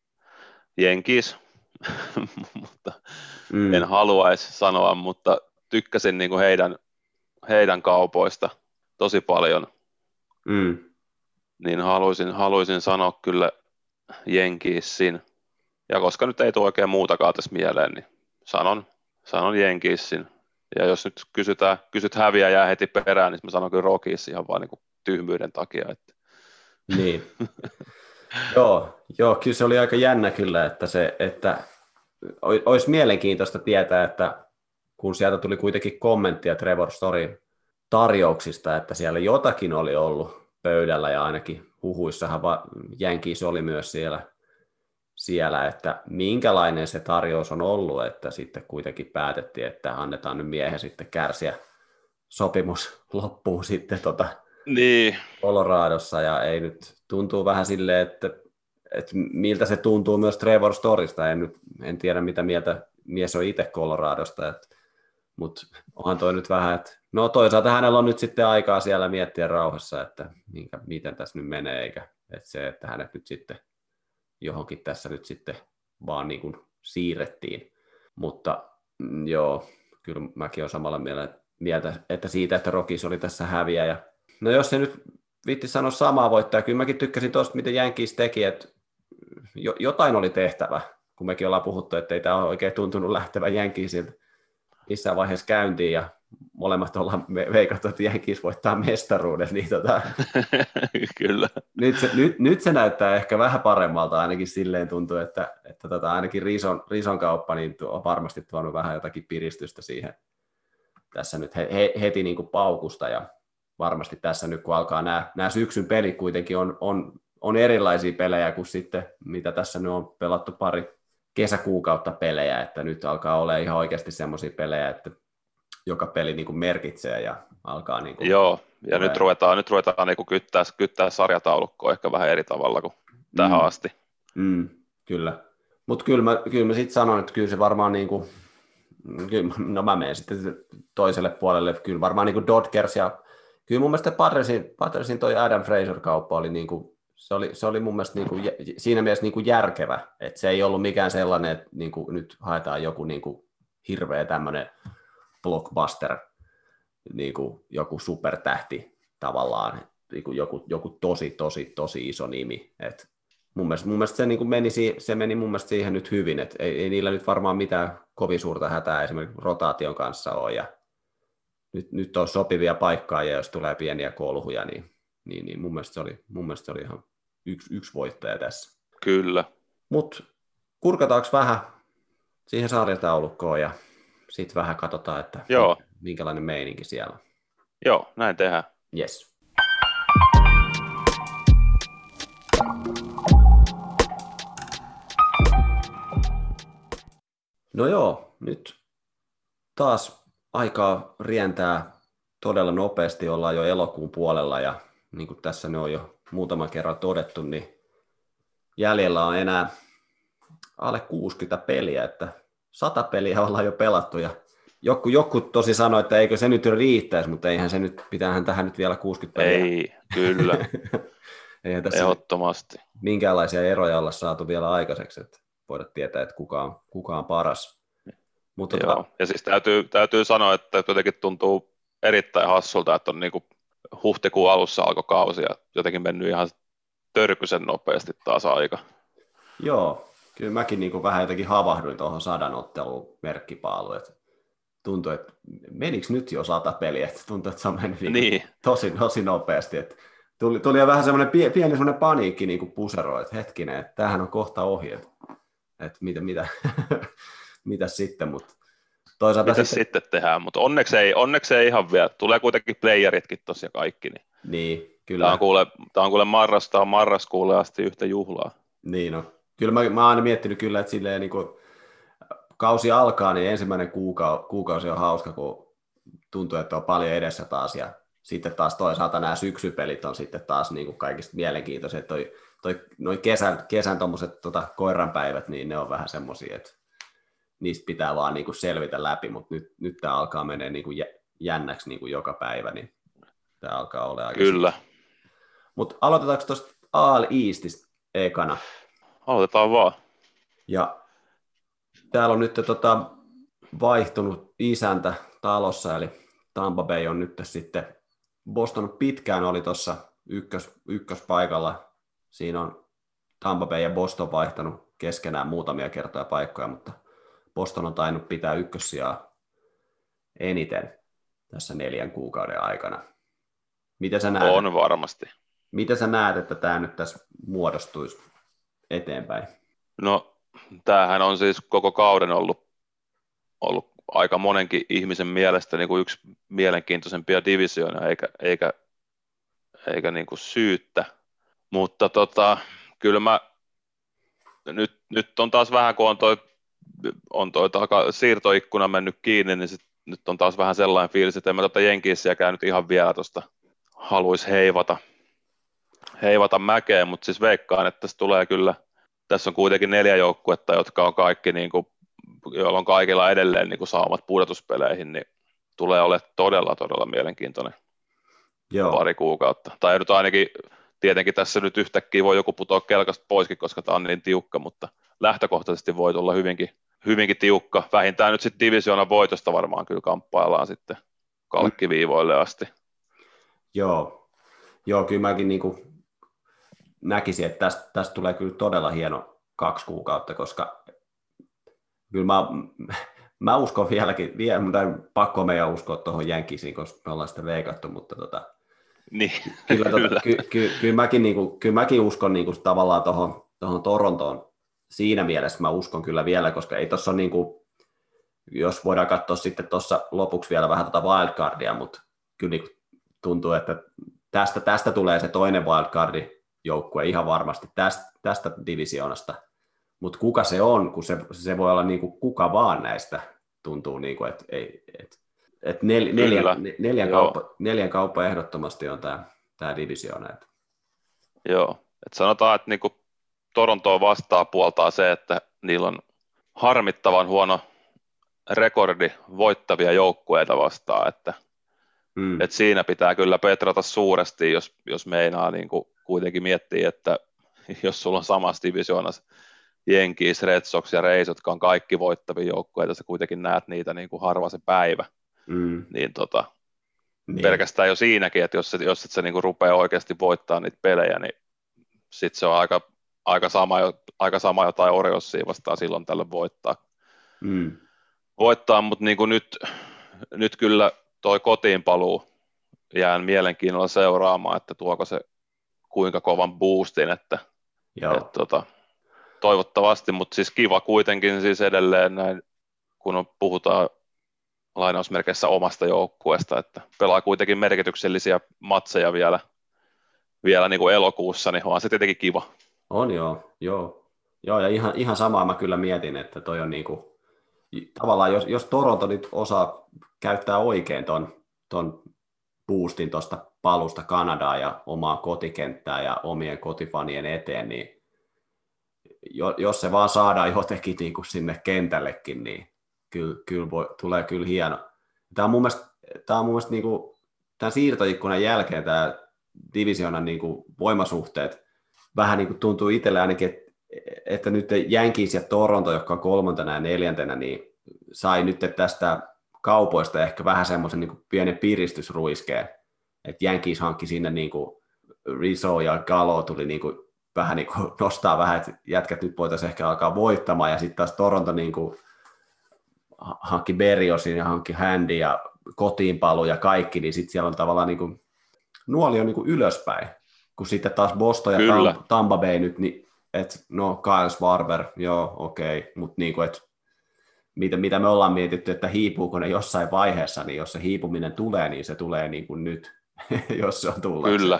Jenkis, mutta mm. en haluaisi sanoa, mutta tykkäsin niin kuin heidän, heidän kaupoista tosi paljon, mm. niin haluaisin, haluaisin sanoa kyllä Jenkisin. Ja koska nyt ei tule oikein muutakaan tässä mieleen, niin sanon, sanon Jenkisin. Ja jos nyt kysytään, kysyt häviäjää heti perään, niin mä sanon kyllä Rockies ihan vaan niin kuin tyhmyyden takia. Että. Niin. joo, joo, kyllä se oli aika jännä kyllä, että, se, että olisi mielenkiintoista tietää, että kun sieltä tuli kuitenkin kommenttia Trevor Storyn tarjouksista, että siellä jotakin oli ollut pöydällä ja ainakin huhuissahan Yankees oli myös siellä, siellä, että minkälainen se tarjous on ollut, että sitten kuitenkin päätettiin, että annetaan nyt miehen sitten kärsiä, sopimus loppuu sitten tota niin. Coloradossa ja ei nyt tuntuu vähän silleen, että, että miltä se tuntuu myös Trevor Storysta, en, nyt, en tiedä mitä mieltä mies on itse Coloradosta, että, mutta onhan toi nyt vähän, että no toisaalta hänellä on nyt sitten aikaa siellä miettiä rauhassa, että minkä, miten tässä nyt menee, eikä että se, että hänet nyt sitten johonkin tässä nyt sitten vaan niin kuin siirrettiin, mutta mm, joo, kyllä mäkin olen samalla mieltä, että siitä, että Rockies oli tässä häviäjä. No jos se nyt viitti sanoa samaa voittaa, kyllä mäkin tykkäsin tuosta, miten Yankees teki, että jotain oli tehtävä, kun mekin ollaan puhuttu, että ei tämä ole oikein tuntunut lähtevän Yankeesilta missään vaiheessa käyntiin, ja molemmat ollaan veikattu, että Yankees voittaa mestaruuden, niin tota, kyllä. Nyt, se, nyt, nyt se näyttää ehkä vähän paremmalta, ainakin silleen tuntuu, että, että tota, ainakin Rison, Rison kauppa niin on varmasti tuonut vähän jotakin piristystä siihen tässä nyt he, he, heti niin kuin paukusta, ja varmasti tässä nyt kun alkaa nämä, nämä syksyn pelit kuitenkin on, on, on erilaisia pelejä kuin sitten, mitä tässä nyt on pelattu pari, kesäkuukautta pelejä, että nyt alkaa olla ihan oikeasti semmoisia pelejä, että joka peli niin kuin merkitsee ja alkaa niin kuin Joo, ja tulee... nyt ruvetaan, nyt ruvetaan niin kuin kyttää, kyttää sarjataulukkoa ehkä vähän eri tavalla kuin mm. tähän asti. Mm, kyllä. Mutta kyllä mä, kyllä mä sitten sanon, että kyllä se varmaan, niin kuin, kyllä, no mä menen sitten toiselle puolelle, kyllä varmaan niin kuin Dodgers ja kyllä mun mielestä Padresin, Padresin toi Adam Fraser-kauppa oli, niin kuin, se oli, se oli mun mielestä niin kuin, siinä mielessä niin kuin järkevä, että se ei ollut mikään sellainen, että niin kuin, nyt haetaan joku niin kuin, hirveä tämmöinen blockbuster, niin kuin, joku supertähti tavallaan, niin kuin joku, joku tosi, tosi, tosi iso nimi, että Mun mielestä, mun mielestä se, niin kuin meni, se meni mun mielestä siihen nyt hyvin, että ei, ei niillä nyt varmaan mitään kovin suurta hätää esimerkiksi rotaation kanssa ole, ja nyt, nyt on sopivia paikkaa, ja jos tulee pieniä kolhuja, niin, niin, niin mun, mielestä se oli, mun mielestä se oli ihan yksi, yksi voittaja tässä. Kyllä. Mutta kurkataanko vähän siihen sarjataulukkoon, ja sitten vähän katsotaan, että Joo. minkälainen meininki siellä on. Joo, näin tehdään. Yes. No joo, nyt taas aikaa rientää todella nopeasti, ollaan jo elokuun puolella ja niin kuin tässä ne on jo muutaman kerran todettu, niin jäljellä on enää alle kuusikymmentä peliä, että sata peliä ollaan jo pelattu ja joku, joku tosi sanoi, että eikö se nyt riittäisi, mutta eihän se nyt, pitäähän tähän nyt vielä kuusikymmentä peliä. Ei, kyllä, eihän tässä ehdottomasti. Minkäänlaisia eroja olla saatu vielä aikaiseksi, että voida tietää, että kuka on, kuka on paras. Mutta Joo. tota... Ja siis täytyy, täytyy sanoa, että jotenkin tuntuu erittäin hassulta, että on niin kuin huhtikuun alussa alkoi kausi ja jotenkin mennyt ihan törkysen nopeasti taas aika. Joo, kyllä mäkin niin kuin vähän jotenkin havahduin tuohon sadan otteluun merkkipaaluun, että tuntui, että menikö nyt jo sata peliä, että tuntui, että se on mennyt niin. tosi, tosi nopeasti, että tuli, tuli vähän semmoinen pieni, pieni semmoinen paniikki niin kuin puseroi, että hetkinen, että tämähän on kohta ohi, että, että mitä, mitä, mitä sitten, mutta toisaalta mitä sitten... sitten tehdään, mutta onneksi ei, onneksi ei ihan vielä, tulee kuitenkin playeritkin tuossa ja kaikki, niin, niin kyllä. Tämä on kuule, tämä on kuule marrasta marraskuulle asti yhtä juhlaa. Niin no, kyllä mä, mä oon aina miettinyt kyllä, että silleen niin kuin kausi alkaa, niin ensimmäinen kuukausi, kuukausi on hauska, kun tuntuu, että on paljon edessä taas, ja sitten taas toisaalta nämä syksypelit on sitten taas niin kuin kaikista mielenkiintoiset. Toi, toi, noi kesän, kesän tommoset tota, koiranpäivät, niin ne on vähän semmoisia, että niistä pitää vaan niin kuin selvitä läpi, mutta nyt, nyt tämä alkaa menee niin kuin jännäksi niin kuin joka päivä, niin tämä alkaa olla aika... Kyllä. Mutta aloitetaanko tuosta A L Eastistä ekana? Aloitetaan vaan. Ja täällä on nyt tota, vaihtunut isäntä talossa, eli Tampa Bay on nyt sitten, Boston pitkään oli tuossa ykkös, ykköspaikalla, siinä on Tampa Bay ja Boston vaihtanut keskenään muutamia kertoja paikkoja, mutta Boston on tainnut pitää ykkössijaa eniten tässä neljän kuukauden aikana. Miten sä näet, on varmasti. Miten sä näet, että tämä nyt tässä muodostuisi eteenpäin? No, tämähän on siis koko kauden ollut, ollut aika monenkin ihmisen mielestä niin kuin yksi mielenkiintoisempia divisioona, eikä, eikä, eikä niin kuin syyttä. Mutta tota, kyllä mä, nyt, nyt on taas vähän, kun on toi, on toi taka, siirtoikkuna mennyt kiinni, niin sit, nyt on taas vähän sellainen fiilis, että en mä tota Jenkissiäkään nyt ihan vielä tuosta haluaisi heivata, heivata mäkeen, mutta siis veikkaan, että tässä tulee kyllä, tässä on kuitenkin neljä joukkuetta, jotka on kaikki, niin kuin, joilla on kaikilla edelleen niin kuin saumat pudotuspeleihin, niin tulee olemaan todella, todella mielenkiintoinen Joo. pari kuukautta. Tai nyt ainakin, tietenkin tässä nyt yhtäkkiä voi joku putoa kelkasta poiskin, koska tämä on niin tiukka, mutta lähtökohtaisesti voi tulla hyvinkin, hyvinkin tiukka. Vähintään nyt sitten divisioonan voitosta varmaan kyllä kamppaillaan sitten kalkkiviivoille asti. Joo, Joo kyllä mäkin niin kuin näkisin, että tästä, tästä tulee kyllä todella hieno kaksi kuukautta, koska kyllä mä, mä uskon vieläkin, vielä, mutta pakko meidän uskoa tuohon Jänkisiin, koska me ollaan sitä veikattu, mutta tota, niin, kyllä, tota, ky, ky, kyllä, mäkin, niin kuin, kyllä mäkin uskon niin kuin, tavallaan tuohon, tuohon Torontoon siinä mielessä mä uskon kyllä vielä, koska ei tuossa niin kuin, jos voidaan katsoa sitten tuossa lopuksi vielä vähän tuota wildcardia, mutta kyllä niin kuin, tuntuu, että tästä, tästä tulee se toinen wildcardi joukkue ihan varmasti tästä, tästä divisioonasta, Mut kuka se on, kun se, se voi olla niin kuin kuka vaan näistä, tuntuu, niin kuin, että et, et, et nel, neljän, neljän, kauppa, neljän kauppa ehdottomasti on tämä tää divisioona. Että. Joo, et sanotaan, että niinku Torontoa vastaan puoltaa se, että niillä on harmittavan huono rekordi voittavia joukkueita vastaan, että mm. et siinä pitää kyllä petrata suuresti, jos, jos meinaa niinku kuitenkin miettiä, että jos sulla on samassa divisioonassa Yankees, Red Sox ja Rays, jotka on kaikki voittavia joukkueita, sä kuitenkin näet niitä niinku harva se päivä, mm. niin, tota, niin pelkästään jo siinäkin, että jos, jos et sä niinku rupea oikeasti voittaa niitä pelejä, niin sitten se on aika, aika, sama, aika sama jotain Oriossia vastaan silloin tällöin voittaa. Mm. Voittaa, mutta niinku nyt, nyt kyllä toi kotiinpaluu jään mielenkiinnolla seuraamaan, että tuoko se kuinka kovan boostin, että et, tota, toivottavasti, mutta siis kiva kuitenkin siis edelleen näin, kun on, puhutaan lainausmerkeissä omasta joukkueesta, että pelaa kuitenkin merkityksellisiä matseja vielä, vielä niin kuin elokuussa, niin on se tietenkin kiva. On joo, joo. Joo, ja ihan, ihan samaa mä kyllä mietin, että toi on niinku, tavallaan jos, jos Toronto nyt osaa käyttää oikein ton, ton boostin tuosta palusta Kanadaan ja omaa kotikenttää ja omien kotifanien eteen, niin jos se vaan saadaan jotenkin niin kuin sinne kentällekin, niin kyllä, kyllä voi, tulee kyllä hieno. Tämä on mun mielestä, tämä on mun mielestä niin kuin, tämän siirtoikkunan jälkeen tämä divisioonan niin kuin voimasuhteet vähän niin kuin tuntuu itselle ainakin, että, että nyt Yankees ja Toronto, jotka on kolmantena ja neljäntenä, niin sai nyt tästä kaupoista ehkä vähän semmoisen niin kuin pienen piristysruiskeen, että Yankees hankki sinne niin kuin Rizzo ja Gallo tuli niin kuin vähän niin kuin nostaa vähän, että jätkät nyt voitaisiin ehkä alkaa voittamaan, ja sitten taas Toronto niin kuin hankki Berriosin ja hankki Handy ja kotiinpalu ja kaikki, niin sitten siellä on tavallaan niin kuin, nuoli on niin kuin ylöspäin, kun sitten taas Boston ja Tam- Tampa Bay nyt, niin että no Kyle Schwarber, joo okei, okay, mutta niin kuin, että mitä, mitä me ollaan mietitty, että hiipuuko ne jossain vaiheessa, niin jos se hiipuminen tulee, niin se tulee niin kuin nyt, jos se on tullut. Kyllä.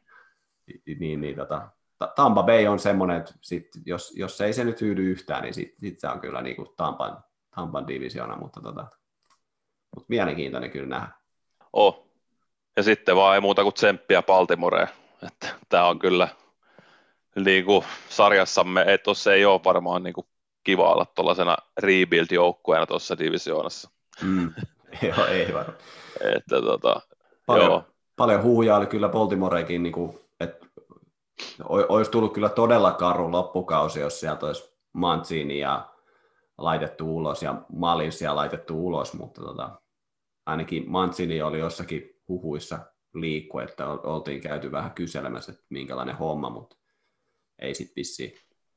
Niin, niin tota, Tampa Bay on semmoinen, että sit, jos, jos ei se nyt hyydy yhtään, niin sitten sit se on kyllä niin kuin Tampan, Tampan divisioona, mutta, tota, mutta mielenkiintoinen kyllä nähdä. Oh. Ja sitten vaan ei muuta kuin tsemppiä Baltimoreen, että tämä on kyllä niin kuin sarjassamme, että tuossa ei ole varmaan niin kuin kiva olla tuollaisena rebuild-joukkueena tuossa divisioonassa. Mm. Joo, ei varmaan. Että, tota, paljon, joo. paljon huuja oli kyllä Baltimoreekin, niin kuin, että olisi tullut kyllä todella karu loppukausi, jos sieltä olisi Mancini ja laitettu ulos ja Malinsia laitettu ulos, mutta tota, ainakin Mancini oli jossakin huhuissa liikku, että oltiin käyty vähän kyselemässä, että minkälainen homma, mutta ei sitten vissiin.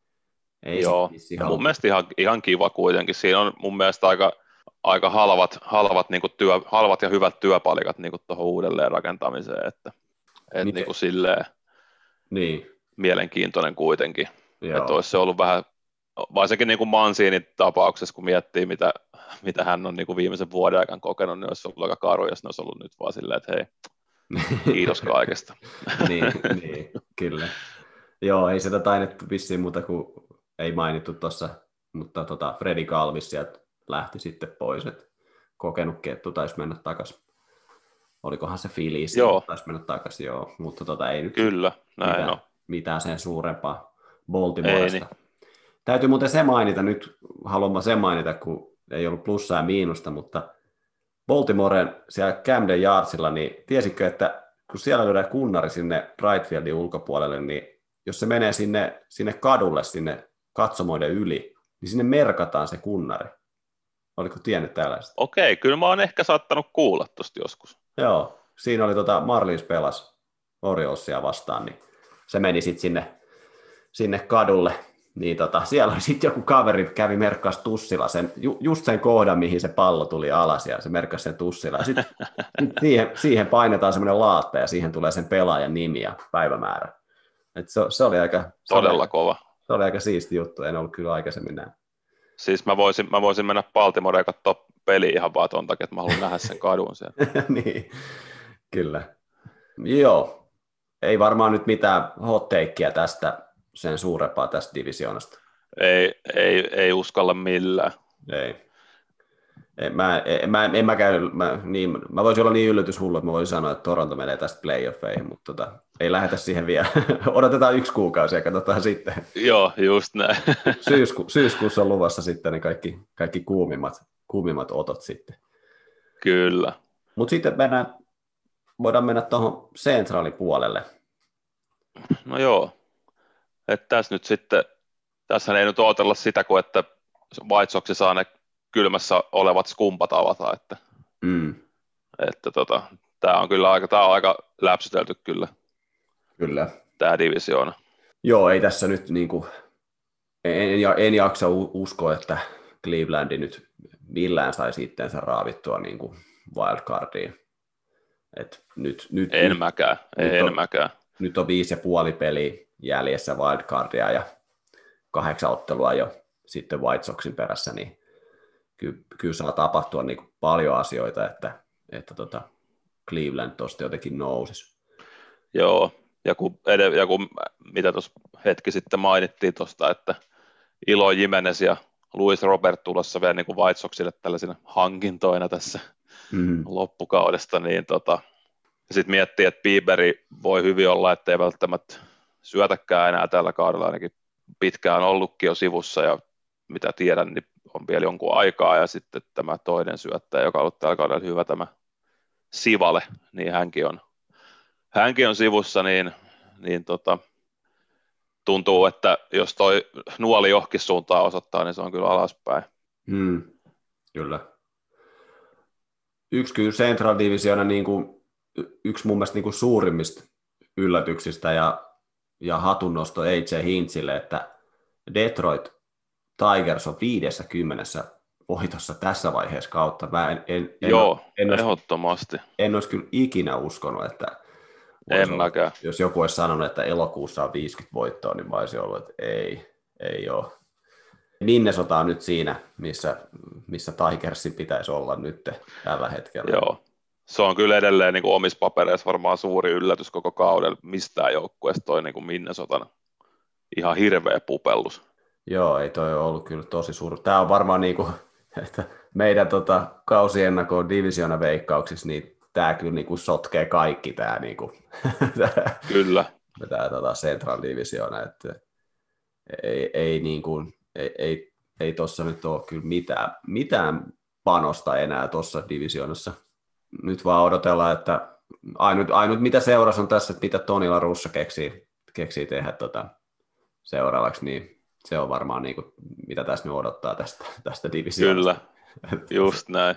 Ei Joo, sit vissiin ja mun mielestä ihan, ihan kiva kuitenkin. Siinä on mun mielestä aika, aika halvat, halvat, niin kuin työ, halvat ja hyvät työpalikat niin kuin tuohon uudelleen rakentamiseen, että et niin kuin silleen niin. Mielenkiintoinen kuitenkin. Että olisi se ollut vähän, varsinkin niin kuin Mancinin tapauksessa, kun miettii, mitä, mitä hän on niin kuin viimeisen vuoden aikana kokenut, niin olisi ollut aika karu, jos ne olisi ollut nyt vaan silleen, että hei, kiitos kaikesta. niin, niin, kyllä. Joo, ei sitä taidettu vissiin muuta kuin ei mainittu tuossa, mutta tota, Freddy Galvis sieltä lähti sitten pois, että kokenut kettu taisi mennä takaisin. Olikohan se Phillies, taisi mennä takaisin, joo, mutta tota, ei nyt kyllä, näin mitään, on. mitään sen suurempaa Baltimoresta. Niin. Täytyy muuten se mainita, nyt haluan sen mainita, kun ei ollut plussaa ja miinusta, mutta Baltimoren siellä Camden Yardsilla, niin tiesitkö, että kun siellä lyödään kunnari sinne Rightfieldin ulkopuolelle, niin jos se menee sinne, sinne kadulle, sinne katsomoiden yli, niin sinne merkataan se kunnari. Oliko tiennyt tällaista? Okei, kyllä mä oon ehkä saattanut kuulla tuosta joskus. Joo, siinä oli tota Marlins pelas Oriolesia vastaan, niin se meni sitten sinne, sinne kadulle. Niin tota, siellä oli sitten joku kaveri, kävi merkkaas tussilla sen, ju, just sen kohdan, mihin se pallo tuli alas, ja se merkkasi sen tussilla. Ja sitten sit siihen, siihen painetaan semmoinen laatta, ja siihen tulee sen pelaajan nimi ja päivämäärä. Et se, se oli aika... Todella se oli, kova. Se oli aika siisti juttu, en ollut kyllä aikaisemmin näin. Siis mä voisin, mä voisin mennä Baltimoreen katsoa peliä ihan vaan ton takia, että mä haluan nähdä sen kadun siellä. Niin, kyllä. Joo, ei varmaan nyt mitään hot takeä tästä sen suurempaa tästä divisioonasta. ei, ei, ei uskalla millään. Ei. En mä, en, mä, en mä, käy, mä, niin, mä voisin olla niin yllätyshullu, että mä voisin sanoa, että Toronto menee tästä playoffeihin, mutta tota, ei lähdetä siihen vielä. Odotetaan yksi kuukausi ja katsotaan sitten. Joo, just näin. Syysku, syyskuussa on luvassa sitten ne kaikki, kaikki kuumimmat, kuumimmat otot sitten. Kyllä. Mutta sitten mennään, voidaan mennä tuohon sentraalipuolelle. No joo, että tässä nyt sitten, tässä ei nyt odotella sitä, kun että White Sox saa ne kylmässä olevat skumpat avata, että, Mm. että tota, tämä on kyllä aika, tää on aika läpsytelty kyllä, Kyllä. tämä divisioona. Joo, ei tässä nyt niinku, en, en, en jaksa uskoa, että Clevelandi nyt millään saisi itseensä raavittua niinku wildcardiin. Et nyt, nyt, En nyt, mäkään, nyt en on, mäkään. Nyt on viisi ja puoli peliä jäljessä wildcardia ja kahdeksan ottelua jo sitten White Soxin perässä, niin kyllä, kyllä saa tapahtua niin kuin paljon asioita, että, että tota Cleveland tuosta jotenkin nousisi. Joo, ja kun, ed- ja kun mitä tuossa hetki sitten mainittiin tuosta, että Ilo Jimenez ja Luis Robert tulossa vielä niin kuin White Soxille tällaisina hankintoina tässä Mm-hmm. loppukaudesta, niin tota, sitten miettii, että Bieberi voi hyvin olla, ettei välttämättä syötäkään enää tällä kaudella, ainakin pitkään ollutkin jo sivussa, ja mitä tiedän, niin on vielä jonkun aikaa, ja sitten tämä toinen syöttäjä, joka on ollut tällä kaudella hyvä, tämä Sivale, niin hänkin on, hänkin on sivussa, niin, niin tota, tuntuu, että jos toi nuoli johonkin suuntaan osoittaa, niin se on kyllä alaspäin. Mm, kyllä. Yksi kyllä Central Divisiona niin kuin, yksi mun mielestä niin kuin suurimmista yllätyksistä ja, ja hatunnosto A J Hinchille, että Detroit Tigers on viidessäkymmenessä voitossa tässä vaiheessa kautta. Mä en, en, en, Joo, en, olisi, ehdottomasti. en olisi kyllä ikinä uskonut, että en olla, mäkään. Jos joku olisi sanonut, että elokuussa on viisikymmentä voittoa, niin mä olisin ollut, että ei, ei ole. Minnesota on nyt siinä, missä, missä Tigersin pitäisi olla nyt tällä hetkellä. Joo, se on kyllä edelleen niin kuin omissa papereissa varmaan suuri yllätys koko kaudella mistään joukkueesta toi niin kuin Minnesotan ihan hirveä pupellus. Joo, ei toi ole ollut kyllä tosi suuri. Tämä on varmaan niin kuin, että meidän tota, kausiennakon divisiona veikkauksissa, niin tämä kyllä niin kuin sotkee kaikki tämä, niin kuin, kyllä. tämä tota Central Divisiona, että ei, ei, niin kuin, ei, ei, ei tuossa nyt ole kyllä mitään, mitään panosta enää tuossa divisioonassa. Nyt vaan odotellaan, että ainut, ainut mitä seurassa on tässä, että mitä Toni La Russa keksii, keksii tehdä tota seuraavaksi, niin se on varmaan niin kuin, mitä tässä nyt odottaa tästä, tästä divisioonasta. Kyllä, just näin.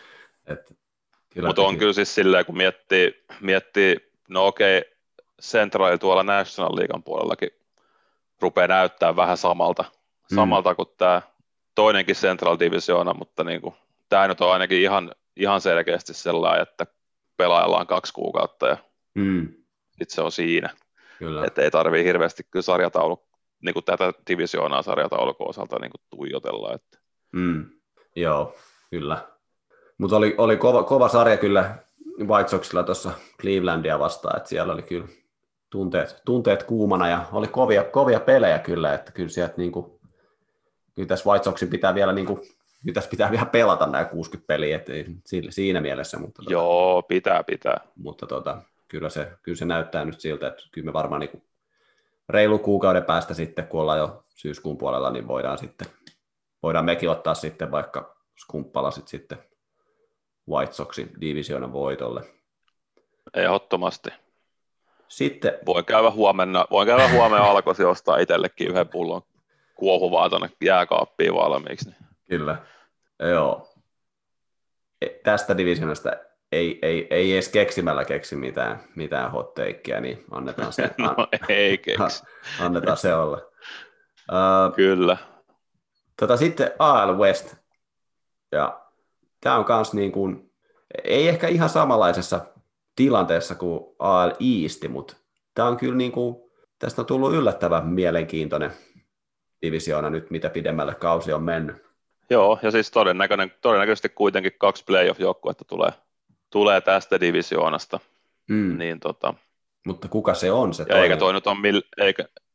Mutta on kyllä siis silleen, kun miettii, miettii no okei, Central tuolla National Leaguean puolellakin rupeaa näyttää vähän samalta, mm. samalta kuin tämä toinenkin Central Divisiona, mutta niin kuin, tämä nyt on ainakin ihan, ihan selkeästi sellainen, että pelaillaan kaksi kuukautta ja mm. sitten se on siinä. Kyllä. Että ei tarvitse hirveästi kyllä sarjataulu, niin kuin tätä divisioonaa sarjataulukon osalta niin kuin tuijotella. Että. Mm. Joo, kyllä. Mutta oli, oli kova, kova sarja kyllä White Soxilla tuossa Clevelandia vastaan, että siellä oli kyllä tunteet, tunteet kuumana ja oli kovia, kovia pelejä kyllä, että kyllä sieltä niinku, kyllä tässä White Soxin pitää vielä niinku, kyllä tässä pitää vielä pelata nämä kuusikymmentä peliä, että siinä mielessä. Mutta joo, tota, pitää, pitää. Mutta tota, kyllä, se, kyllä se näyttää nyt siltä, että kyllä me varmaan niinku reilu kuukauden päästä sitten, kun ollaan jo syyskuun puolella, niin voidaan sitten, voidaan mekin ottaa sitten vaikka skumppalasit sitten White Soxin divisioonan voitolle. Ehdottomasti. Sitten voin käydä huomenna, voin käydä huomenna alkoisin ostaa itsellekin yhden pullon kuohuvaa tuonne jääkaappiin valmiiksi. Niin. Kyllä, joo. Tästä divisioonasta ei, ei, ei edes keksimällä keksi mitään, mitään hot-takeja, niin annetaan se, no, an, ei keksi. annetaan se olla. Uh, Kyllä. Tota, sitten A L West, ja tämä on myös niin kuin, ei ehkä ihan samanlaisessa tilanteessa kuin A L East, mutta tämä on kyllä niin kuin, tästä on tullut yllättävän mielenkiintoinen divisioona nyt, mitä pidemmälle kausi on mennyt. Joo, ja siis todennäköisesti kuitenkin kaksi playoff-joukkuetta tulee, tulee tästä divisioonasta. Mm. Niin, tota, mutta kuka se on se ja eikä toi nyt on, mill, eikä,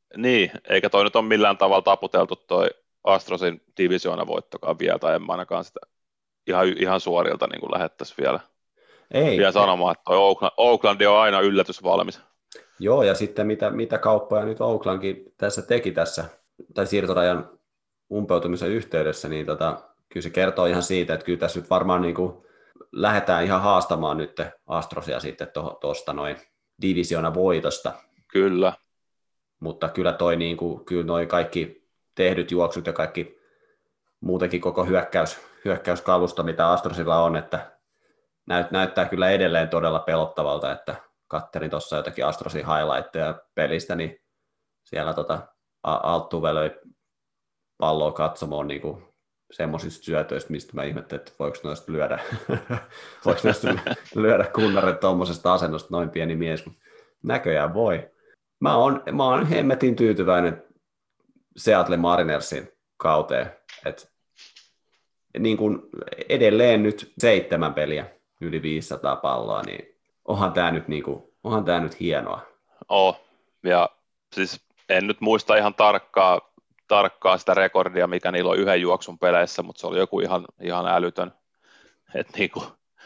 Niin, eikä toi nyt ole millään tavalla taputeltu toi Astrosin divisioonavoittokaan vielä, tai en mä ainakaan sitä ihan, ihan suorilta niin lähettäisiin vielä, Ei, vielä sanomaan, että toi Oakland, Oakland on aina yllätysvalmis. joo, ja sitten mitä, mitä kauppoja nyt Oaklandkin tässä teki tässä, tai siirtorajan umpeutumisen yhteydessä, niin tota, kyllä se kertoo ihan siitä, että kyllä tässä nyt varmaan niin kuin lähdetään ihan haastamaan nyt Astrosia sitten tuosta noin divisioona voitosta. Kyllä. Mutta kyllä toi niin kuin, kyllä noi kaikki tehdyt juoksut ja kaikki muutenkin koko hyökkäys, hyökkäyskalusta, mitä Astrosilla on, että näyt, näyttää kyllä edelleen todella pelottavalta, että kattelin tuossa jotakin Astrosin highlightteja pelistä, niin siellä tota, Alttuve löi palloa katsomaan niin kuin semmoisista syötöistä, mistä mä ihmettelin, että voiko noista lyödä, voiko noista lyödä kunnaret tuommoisesta asennosta noin pieni mies, mutta näköjään voi. Mä oon, mä oon hemmetin tyytyväinen Seattle Marinersin kauteen, että niin kuin edelleen nyt seitsemän peliä, yli viisisataa palloa, niin onhan tämä nyt, niin kuin, onhan tää nyt hienoa. Oh, ja siis en nyt muista ihan tarkkaa, tarkkaa sitä rekordia, mikä niillä on yhden juoksun peleissä, mutta se oli joku ihan, ihan älytön. Että niinku,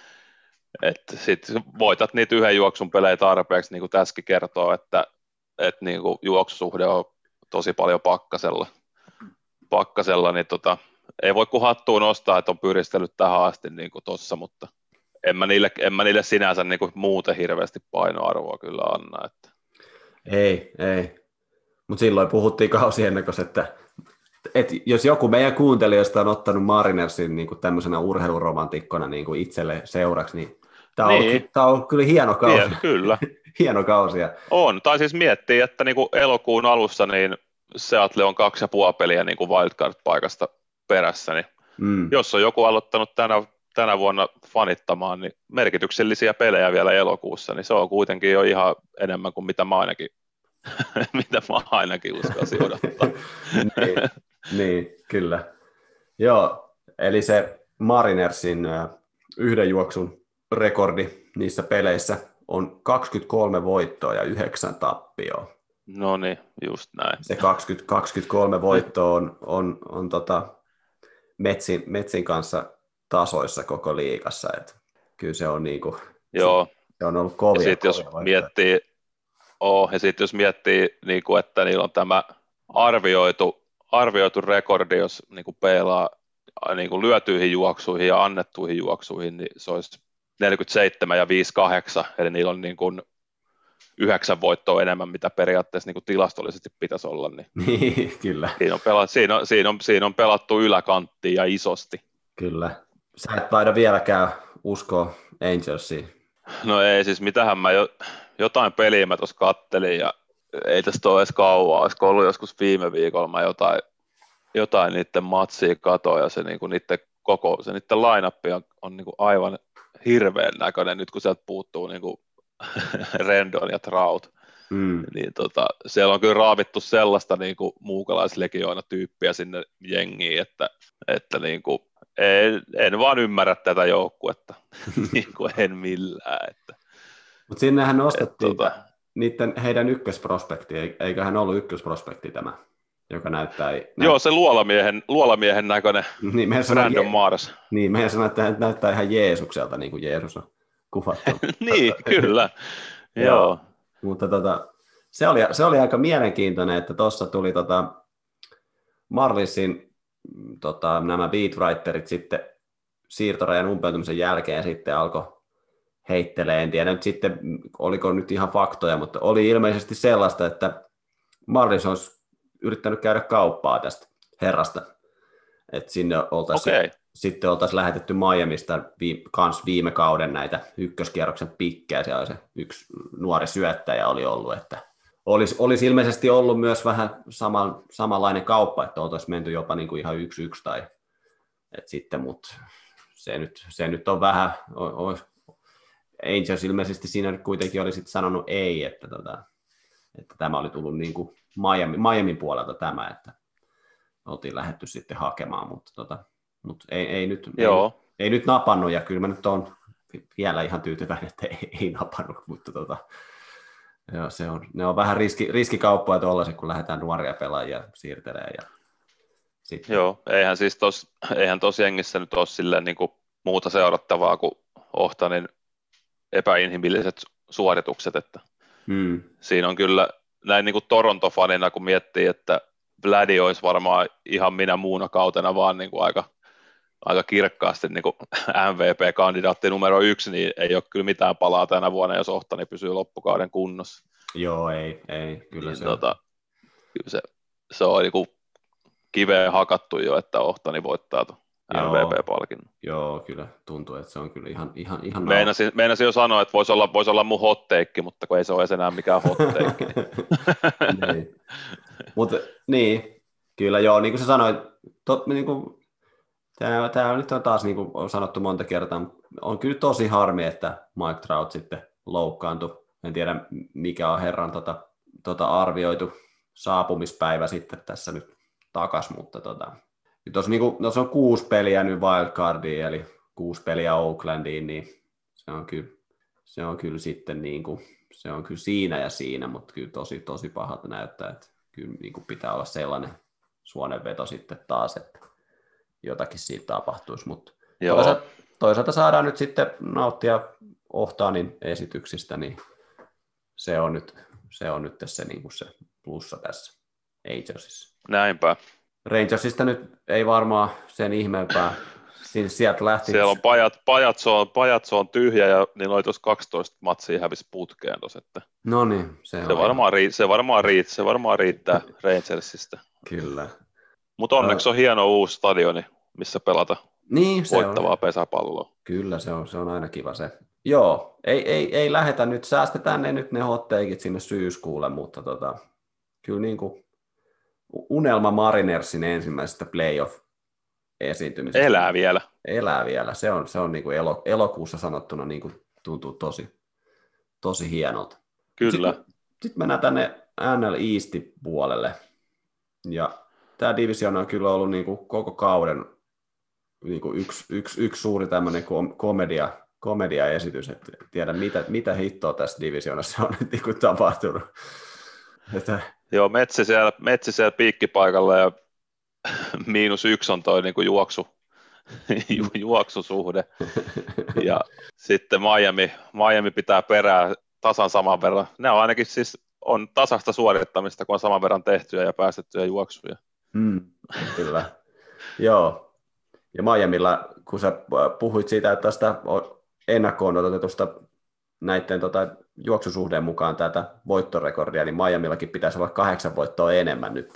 et sit voitat niitä yhden juoksun pelejä tarpeeksi, niin kuin tässäkin kertoo, että et niinku juoksusuhde on tosi paljon pakkasella, pakkasella niin tota, ei voi kuin hattuun nostaa, että on pyristellyt tähän asti niin kuin tossa, mutta en mä niille, en mä niille sinänsä niin kuin muuten hirveästi painoarvoa kyllä anna. Että. Ei, ei. Mutta silloin puhuttiin kausi ennakossa, että, että jos joku meidän kuuntelijoista on ottanut Marinersin niin kuin tämmöisenä urheiluromantikkona niin kuin itselle seuraksi, niin tämä on, niin. on, on kyllä hieno kausi. Hien, kyllä. hieno kausi. On, tai siis miettii, että niin kuin elokuun alussa niin Seattle on kaksi ja puoli peliä niin kuin wildcard-paikasta perässä, niin mm. jos on joku aloittanut tänä, tänä vuonna fanittamaan, niin merkityksellisiä pelejä vielä elokuussa, niin se on kuitenkin jo ihan enemmän kuin mitä mä ainakin, mitä mä ainakin uskaisin odottaa. niin, niin, kyllä. Joo, eli se Marinersin yhden juoksun rekordi niissä peleissä on kaksikymmentäkolme voittoa ja yhdeksän tappioa. No niin, just näin. Se kaksikymmentä, kaksikymmentäkolme voittoa on, on, on tota Metsin, Metsin kanssa tasoissa koko liigassa. Et kyllä se on, niinku, Joo. Se on ollut kovia. Ja sitten jos miettii, oh, ja sit jos miettii niinku, että niillä on tämä arvioitu, arvioitu rekordi, jos niinku peilaa niinku lyötyihin juoksuihin ja annettuihin juoksuihin, niin se olisi neljäkymmentäseitsemän ja viisikymmentäkahdeksan, eli niillä on niinku yhdeksän voittoa enemmän, mitä periaatteessa niin kuin tilastollisesti pitäisi olla. Niin niin, kyllä. Siinä on, pelattu, siinä, on, siinä, on, siinä on pelattu yläkanttiin ja isosti. Kyllä. Sä et taida vieläkään uskoa Angelsiin. No ei, siis mitähän mä jo, jotain peliä mä tuossa kattelin ja ei tästä ole edes kauaa. Olisiko ollut joskus viime viikolla mä jotain, jotain niiden matsia katoin ja se, niin kuin niiden koko, se niiden line-up on, on niin kuin aivan hirveän näköinen nyt, kun sieltä puuttuu niin kuin Rendon ja Trout, mm. niin tota, siellä on kyllä raavittu sellaista niin kuin muukalaislegioona tyyppiä sinne jengiin, että, että niin kuin, en, en vaan ymmärrä tätä joukkuetta, niin kuin en millään. Mutta sinnehän nostettiin tota, niiden, heidän ykkösprospekti, eiköhän ollut ykkösprospekti tämä, joka näyttää... Näyt... Joo, se luolamiehen, luolamiehen näköinen niin, Brandon je- Mars. Niin, meidän sanoo, että näyttää ihan Jeesukselta, niin kuin Jeesus on kuvattu. niin, kyllä. Joo. Mutta tota, se, oli, se oli aika mielenkiintoinen, että tuossa tuli tota Marlinsin tota, nämä beatwriterit sitten siirtorajan umpeutumisen jälkeen sitten alkoi heittelee. En tiedä nyt sitten, oliko nyt ihan faktoja, mutta oli ilmeisesti sellaista, että Marlins olisi yrittänyt käydä kauppaa tästä herrasta. Että sinne oltaisiin okay. Sitten oltaisiin lähetetty Miamista vi, kans viime kauden näitä ykköskierroksen pikkejä, siellä se yksi nuori syöttäjä oli ollut, että olisi, olisi ilmeisesti ollut myös vähän sama, samanlainen kauppa, että oltaisiin menty jopa niin kuin ihan yksi yksi tai et sitten, mutta se nyt, se nyt on vähän, olisi, Angels ilmeisesti siinä nyt kuitenkin oli sitten sanonut ei, että, tota, että tämä oli tullut niin kuin Miami, Miamin puolelta tämä, että oltiin lähdetty sitten hakemaan, mutta tota, Mutta ei, ei, nyt, ei, ei nyt napannut, ja kyllä mä nyt olen vielä ihan tyytyväinen, että ei, ei napannut, mutta tota, Joo, se on, ne on vähän riski, riskikauppoja tuollaiset, kun lähdetään nuoria pelaajia siirtelemään. Ja sitten. Joo, eihän siis tos, eihän tos jengissä nyt ole silleen niin kuin muuta seurattavaa kuin Ohtanin epäinhimilliset suoritukset, että Hmm. siinä on kyllä näin niin kuin Toronto-fanina, kun miettii, että Vladi olisi varmaan ihan minä muuna kautena vaan niin kuin aika, aika kirkkaasti niin kuin M V P-kandidaatti numero yksi, niin ei ole kyllä mitään palaa tänä vuonna, jos Ohtani pysyy loppukauden kunnossa. Joo, ei, ei kyllä niin, se tota, kyllä se, se on niin kuin kiveen hakattu jo, että Ohtani voittaa tuon M V P-palkinnon. Joo, kyllä tuntuu, että se on kyllä ihan, ihan, ihan meinasin, meinasin jo sanoa, että voisi olla, voisi olla mun hot take, mutta kun ei se ole edes enää mikään hot take. niin. Mutta niin, kyllä joo, niin kuin sä sanoit, tot, niin kuin, tämä, tämä nyt on taas niin kuin on sanottu monta kertaa, on kyllä tosi harmi, että Mike Trout sitten loukkaantui. En tiedä, mikä on herran tota, tota arvioitu saapumispäivä sitten tässä nyt takas, mutta tota, tuossa niin kuin, on kuusi peliä nyt wildcardiin, eli kuusi peliä Oaklandiin, niin se on kyllä, se on kyllä sitten niin kuin, se on kyllä siinä ja siinä, mutta kyllä tosi, tosi pahalta näyttää, että kyllä niin kuin pitää olla sellainen suonenveto sitten taas, että jotakin siitä tapahtuisi, mutta toisaalta, toisaalta saadaan nyt sitten nauttia Ohtanin esityksistä, niin se on nyt se, on nyt se, niin kuin se plussa tässä Angersissa. Näinpä. Rangersista nyt ei varmaan sen ihmeempää. Sieltä lähti. Siellä on pajat, pajat, se on, pajat, se on tyhjä ja niillä oli tuossa kaksitoista matsia hävisi putkeen tuossa. No niin, se, se, varmaan riittää, se, varmaan riittää, se varmaan riittää Rangersista. Kyllä. Mutta onneksi on hieno uusi stadioni, missä pelata niin, se voittavaa on. pesäpalloa. Kyllä, se on, se on aina kiva se. Joo, ei, ei, ei lähetä nyt, säästetään ne nyt ne hotteikit sinne syyskuulle, mutta tota, kyllä niin kuin unelma Marinersin ensimmäisestä playoff-esiintymisestä. Elää vielä. Elää vielä. Se on, se on niin kuin elo, elokuussa sanottuna niin kuin tuntuu tosi, tosi hienolta. Kyllä. Sitten, sitten mennään tänne N L Eastin puolelle. Ja tämä divisioona on kyllä ollut niin kuin koko kauden niin kuin yksi, yksi, yksi suuri tämmöinen komedia, komediaesitys. Et tiedä, mitä, mitä hittoa tässä divisioonassa on nyt niin kuin tapahtunut. Että joo, Metsi siellä, Metsi siellä piikkipaikalla ja miinus yksi on toi niinku juoksu, ju, juoksusuhde. Ja sitten Miami, Miami pitää perää tasan saman verran. Ne on ainakin siis on tasasta suorittamista, kun on saman verran tehtyjä ja päästettyjä juoksuja. Mm, kyllä. Joo. Ja Miamilla, kun sä puhuit siitä, että tästä ennakkoon otetusta näiden tota, juoksusuhteen mukaan tätä voittorekordia, niin Miamillakin pitäisi olla kahdeksan voittoa enemmän nyt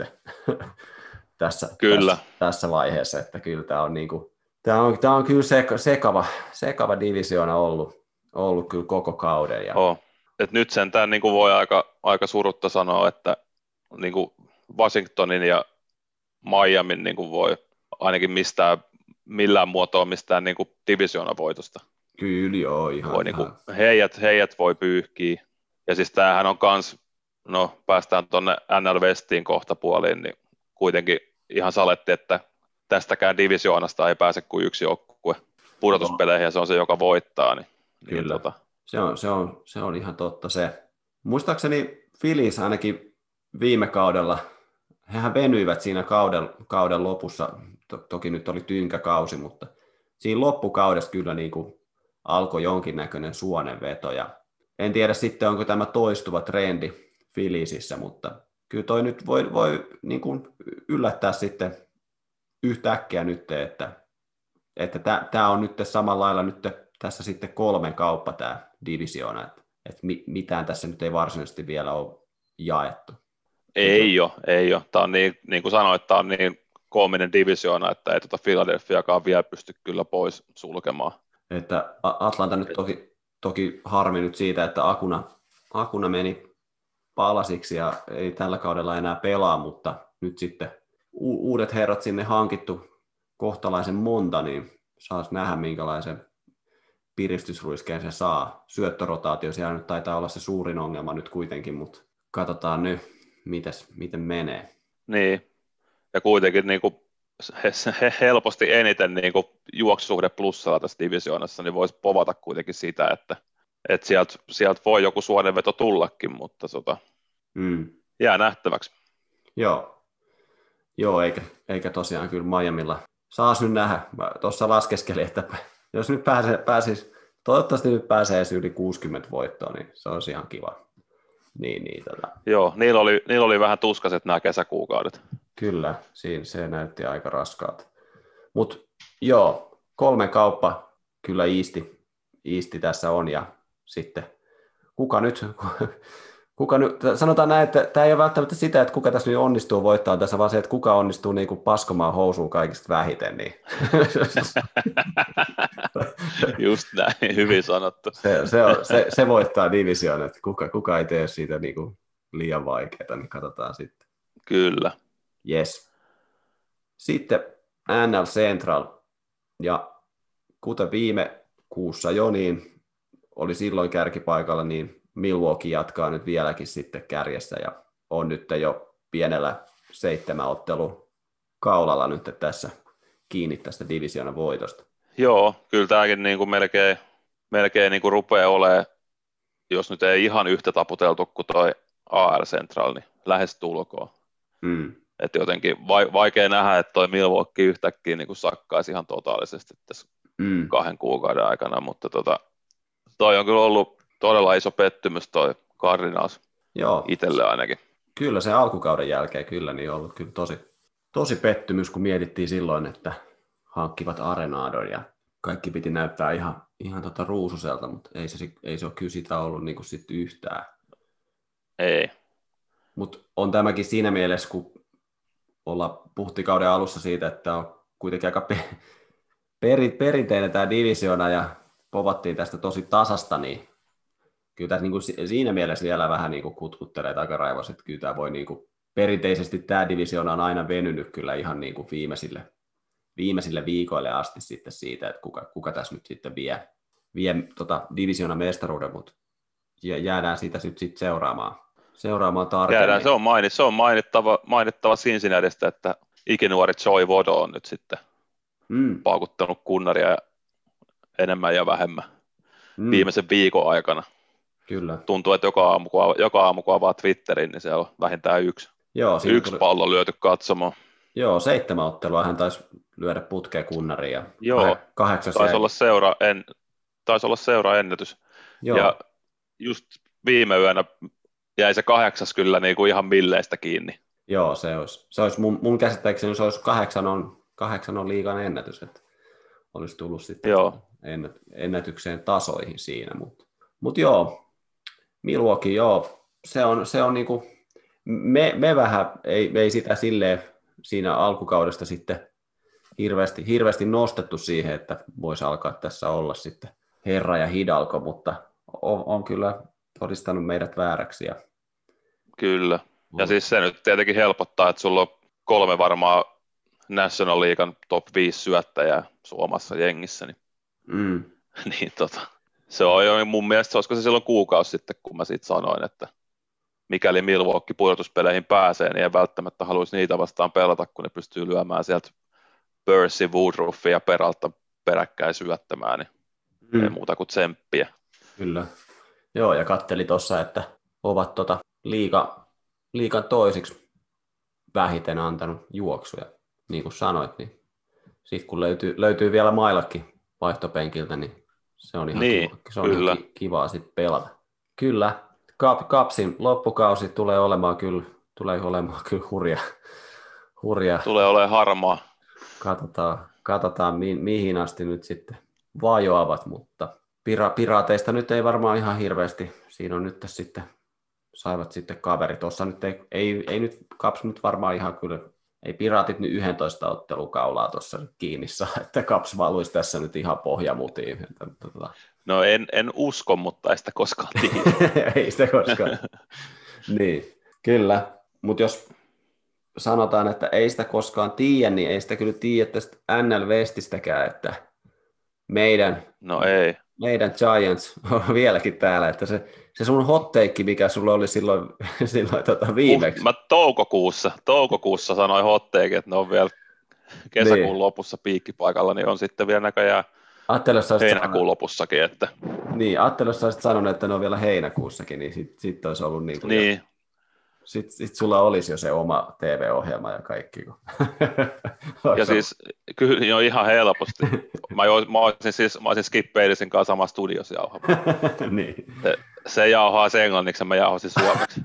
tässä, kyllä. tässä, tässä vaiheessa, että kyllä tämä on, niinku, tämä on, tämä on kyllä seka, sekava, sekava divisioona ollut, ollut kyllä koko kauden. Ja oh. Et nyt sentään niin voi aika, aika surutta sanoa, että niin Washingtonin ja Miamin niin voi ainakin mistään, millään muotoa mistään niin divisioonan-voitosta. Kyllä joo, ihan. Voi, ihan. niin kuin, heijät, heijät voi pyyhkiä. Ja siis tämähän on kans, no päästään tuonne N L Westiin kohta puoliin, niin kuitenkin ihan saletti, että tästäkään divisioonasta ei pääse kuin yksi joukkue pudotuspeleihin ja se on se, joka voittaa. Niin, Kyllä, niin, tota. se, on, se, on, se on ihan totta se. Muistaakseni Phillies ainakin viime kaudella, hehän venyivät siinä kauden, kauden lopussa, to, toki nyt oli tynkä kausi, mutta siinä loppukaudessa kyllä niin kuin alkoi jonkinnäköinen suonenveto ja en tiedä sitten, onko tämä toistuva trendi Philliesissä, mutta kyllä toi nyt voi, voi niin kuin yllättää sitten yhtäkkiä nyt, että, että tämä on nyt samalla lailla nyt tässä sitten kolmen kauppa tämä divisioona, että, että mitään tässä nyt ei varsinaisesti vielä ole jaettu. Ei ole, ei ole. Tämä on niin, niin kuin sanoit, tämä on niin koominen divisioona, että ei tuota Philadelphiakaan vielä pysty kyllä pois sulkemaan. Että Atlanta nyt toki, toki harmi nyt siitä, että Akuna, Akuna meni palasiksi ja ei tällä kaudella enää pelaa, mutta nyt sitten u- uudet herrat sinne hankittu kohtalaisen monta, niin saas nähdä minkälaisen piristysruiskeen se saa. Syöttörotaatio siellä nyt taitaa olla se suurin ongelma nyt kuitenkin, mutta katsotaan nyt, mites, miten menee. Niin, ja kuitenkin niin kuin he, he helposti eniten niin kuin juoksusuhde plussalla tässä divisioonassa, niin voisi povata kuitenkin sitä, että että sieltä sielt voi joku suonenveto tullakin, mutta tota, Mm. jää nähtäväksi. Joo, Joo eikä, eikä tosiaan kyllä Miamilla. Saas nyt nähdä. Tuossa laskeskelin, että jos nyt pääsee, pääsis, toivottavasti nyt pääsee edes yli kuusikymmentä voittoa, niin se olisi ihan kiva. Niin, niin, tota. Joo, niillä oli, niillä oli vähän tuskaiset nämä kesäkuukaudet. Kyllä, siinä se näytti aika raskaalta. Mutta joo, kolmen kauppa kyllä iisti, iisti tässä on, ja sitten kuka nyt, kuka nyt, sanotaan näin, että tämä ei ole välttämättä sitä, että kuka tässä nyt onnistuu voittaa tässä, vaan se, että kuka onnistuu niin kuin paskomaan housuun kaikista vähiten. Niin. Just näin, hyvin sanottu. Se, se, on, se, se voittaa division, että kuka, kuka ei tee siitä niin kuin liian vaikeaa, niin katsotaan sitten. Kyllä. Yes. Sitten N L Central, ja kuten viime kuussa jo, niin oli silloin kärkipaikalla, niin Milwaukee jatkaa nyt vieläkin sitten kärjessä, ja on nyt jo pienellä seitsemän ottelu kaulalla nyt tässä kiinni tästä divisioonan voitosta. Joo, kyllä tämäkin niin kuin melkein, melkein niin kuin rupeaa olemaan, jos nyt ei ihan yhtä taputeltu kuin toi A R Central, niin lähes tulkoon. Mm. Että jotenkin vaikea nähdä, että toi Milwaukee yhtäkkiä niin kuin sakkaisi ihan totaalisesti tässä mm. kahden kuukauden aikana, mutta tota, toi on kyllä ollut todella iso pettymys toi Cardinals itselle ainakin. Kyllä se alkukauden jälkeen kyllä niin on ollut kyllä tosi, tosi pettymys, kun mietittiin silloin, että hankkivat Arenadon ja kaikki piti näyttää ihan, ihan tota ruususelta, mutta ei se, ei se ole kyllä sitä ollut niin kuin sit yhtään. Ei. Mutta on tämäkin siinä mielessä, kun olla puhtikauden alussa siitä, että on kuitenkin aika pe- peri- perinteinen tämä divisioona ja povattiin tästä tosi tasasta, niin kyllä tässä niin kuin siinä mielessä vielä vähän niin kuin kutkuttelee takaraivos, että kyllä tämä voi niin kuin, perinteisesti tämä divisioona on aina venynyt kyllä ihan niin kuin viimeisille, viimeisille viikoille asti sitten siitä, että kuka, kuka tässä nyt sitten vie, vie tota divisioonan mestaruuden, mutta jäädään siitä sitten seuraamaan. seuraamaan tarkemmin. Jäädään, se on, mainit, se on mainittava, mainittava Cincinnatista, että ikinuori Joey Votto on nyt sitten mm. paukuttanut kunnaria enemmän ja vähemmän mm. viimeisen viikon aikana. Kyllä. Tuntuu, että joka aamu, kun, joka aamu kun avaa Twitterin, niin siellä on vähintään yksi, Joo, yksi tuli... pallo lyöty katsomaan. Joo, seitsemän ottelua hän taisi lyödä putkeen kunnariin. Ja Joo, kahdeksas taisi jäi... olla, seura, en, taisi olla seuraennätys. Joo. Ja just viime yönä jäi se kahdeksas kyllä niin kuin ihan milleistä kiinni. Joo, se olisi, se olisi mun, mun käsittääkseni se olisi kahdeksan on, kahdeksan on liigan ennätys, että olisi tullut sitten joo. Ennät, ennätykseen tasoihin siinä, mutta mut joo, Milwaukee, joo, se on, se on niinku, me, me vähän ei, ei sitä silleen siinä alkukaudesta sitten hirveästi, hirveästi nostettu siihen, että voisi alkaa tässä olla sitten herra ja hidalko, mutta on, on kyllä todistanut meidät vääräksi. Ja... Kyllä, ja siis se nyt tietenkin helpottaa, että sulla on kolme varmaa National Leaguean top viisi syöttäjää Suomessa jengissä, niin, mm. niin tota, se on jo mun mielestä, se olisiko se silloin kuukausi sitten, kun mä siitä sanoin, että mikäli Milwaukee pudotuspeleihin pääsee, niin ei välttämättä haluaisi niitä vastaan pelata, kun ne pystyy lyömään sieltä Bursi, Woodruffia ja Peralta peräkkäin syöttämään, niin mm. ei muuta kuin tsemppiä. Kyllä. Joo, ja katteli tuossa, että ovat tota liiga, liigan toisiksi vähiten antanut juoksuja. Niin kuin sanoit, niin sitten kun löytyy, löytyy vielä maillakin vaihtopenkiltä, niin se on ihan, niin, kiva, se on ihan kivaa sitten pelata. Kyllä, Capsin loppukausi tulee olemaan kyllä, tulee olemaan kyllä hurja. hurja. Tulee olemaan harmaa. Katsotaan, katsotaan mi, mihin asti nyt sitten vajoavat, mutta pira, piraateista nyt ei varmaan ihan hirveästi. Siinä on nyt sitten, saivat sitten kaveri. Tuossa nyt ei, ei, ei nyt Caps nyt varmaan ihan kyllä, ei piraatit nyt yksitoista ottelukaulaa tuossa kiinni saa, että Caps valuisi tässä nyt ihan pohjamutiin. No en, en usko, mutta ei sitä koskaan tiedä. Ei sitä koskaan. Niin, kyllä. Mutta jos sanotaan, että ei sitä koskaan tiedä, niin ei sitä kyllä tiedä tästä N L Westistäkään, että meidän, no ei. meidän Giants on vieläkin täällä, että se, se sun hotteikki, mikä sulla oli silloin, silloin tota viimeksi. Uh, mä toukokuussa, toukokuussa sanoin hotteikin, että ne on vielä kesäkuun niin. lopussa piikkipaikalla, niin on sitten vielä näköjään Ajattele, jos olisit heinäkuun sanonut, lopussakin. Että... niin, ajattele, jos olisit sanonut, että ne on vielä heinäkuussakin, niin sitten sit olisi ollut niin kuin niin. Sitten sit sulla olisi jo se oma T V-ohjelma ja kaikki. Ja siis kyllä jo ihan helposti. Mä, jo, mä, olisin, siis, mä olisin Skip Baylessin kanssa samassa studiossa jauhamaan. niin. se, se jauhaa se englanniksi ja mä jauhasin suomeksi.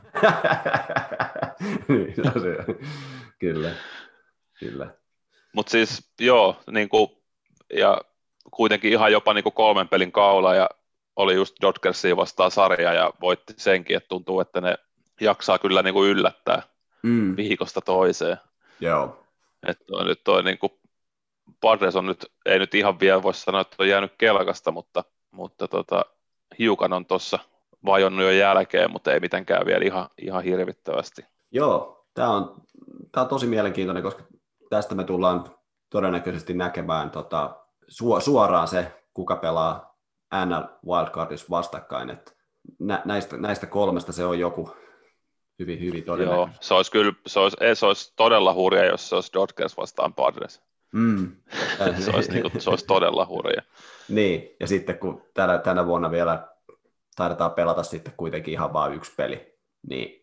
niin, no se, kyllä. kyllä. Mutta siis joo, niin kuin, ja kuitenkin ihan jopa niin kuin kolmen pelin kaula ja oli just Dodgersia vastaan sarja ja voitti senkin, että tuntuu, että ne jaksaa kyllä niin kuin yllättää mm. viikosta toiseen. Joo. Että toi, nyt toi niin kuin Padres on nyt, ei nyt ihan vielä voi sanoa, että on jäänyt kelkasta, mutta, mutta tota, hiukan on tuossa vajonnut jo jälkeen, mutta ei mitenkään vielä ihan, ihan hirvittävästi. Joo, tämä on, tää on tosi mielenkiintoinen, koska tästä me tullaan todennäköisesti näkemään tota, su, suoraan se, kuka pelaa N L Wildcardissa vastakkain. Et nä, näistä, näistä kolmesta se on joku hyvin, hyvin todennäköisesti. Joo, se olisi kyllä, se olisi, se olisi todella hurja, jos se olisi Dodgers vastaan Padres. Mm. se, olisi, niin kuin, se olisi todella hurja. Niin, ja sitten kun tänä, tänä vuonna vielä taidetaan pelata sitten kuitenkin ihan vain yksi peli, niin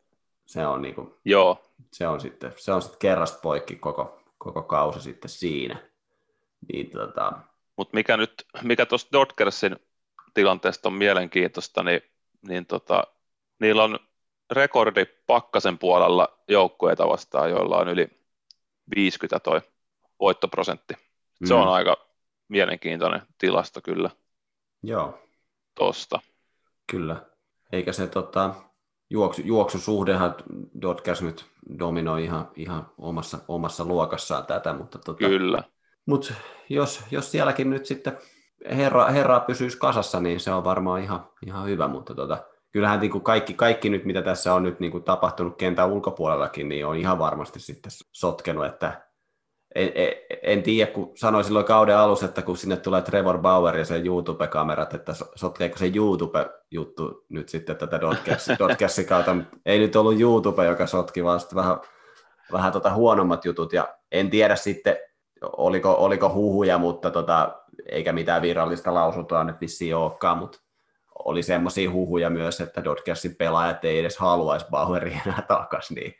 se on, niin kuin, Joo. se on sitten, se on sitten kerrasta poikki koko, koko kausi sitten siinä. Niin, tota... Mutta mikä nyt, mikä tuosta Dodgersin tilanteesta on mielenkiintoista, niin, niin tota, niillä on rekordi pakkasen puolella joukkueita vastaan, joilla on yli viisikymmentä toi voittoprosentti. Se mm. on aika mielenkiintoinen tilasto kyllä. Joo. Tosta. Kyllä. Eikä se tota, juoksu, juoksusuhdehan Dodgers nyt dominoi ihan, ihan omassa, omassa luokassaan tätä, mutta tota, kyllä. Mut jos, jos sielläkin nyt sitten herra, herra pysyisi kasassa, niin se on varmaan ihan, ihan hyvä, mutta tota, kyllähän niin kuin kaikki, kaikki nyt, mitä tässä on nyt niin kuin tapahtunut kentän ulkopuolellakin, niin on ihan varmasti sitten sotkenut, että en, en, en tiedä, kun sanoin silloin kauden alussa, että kun sinne tulee Trevor Bauer ja se YouTube-kamerat, että sotkeeko se YouTube-juttu nyt sitten tätä Dodgersin, Dodgersin kautta. Ei nyt ollut YouTube, joka sotki, vaan sitten vähän, vähän tota huonommat jutut, ja en tiedä sitten, oliko, oliko huhuja, mutta tota, eikä mitään virallista lausuntoa nyt vissiin olekaan, mutta oli semmoisia huhuja myös, että Dodgersin pelaajat ei edes haluaisi Baueria enää takaisin. Niin,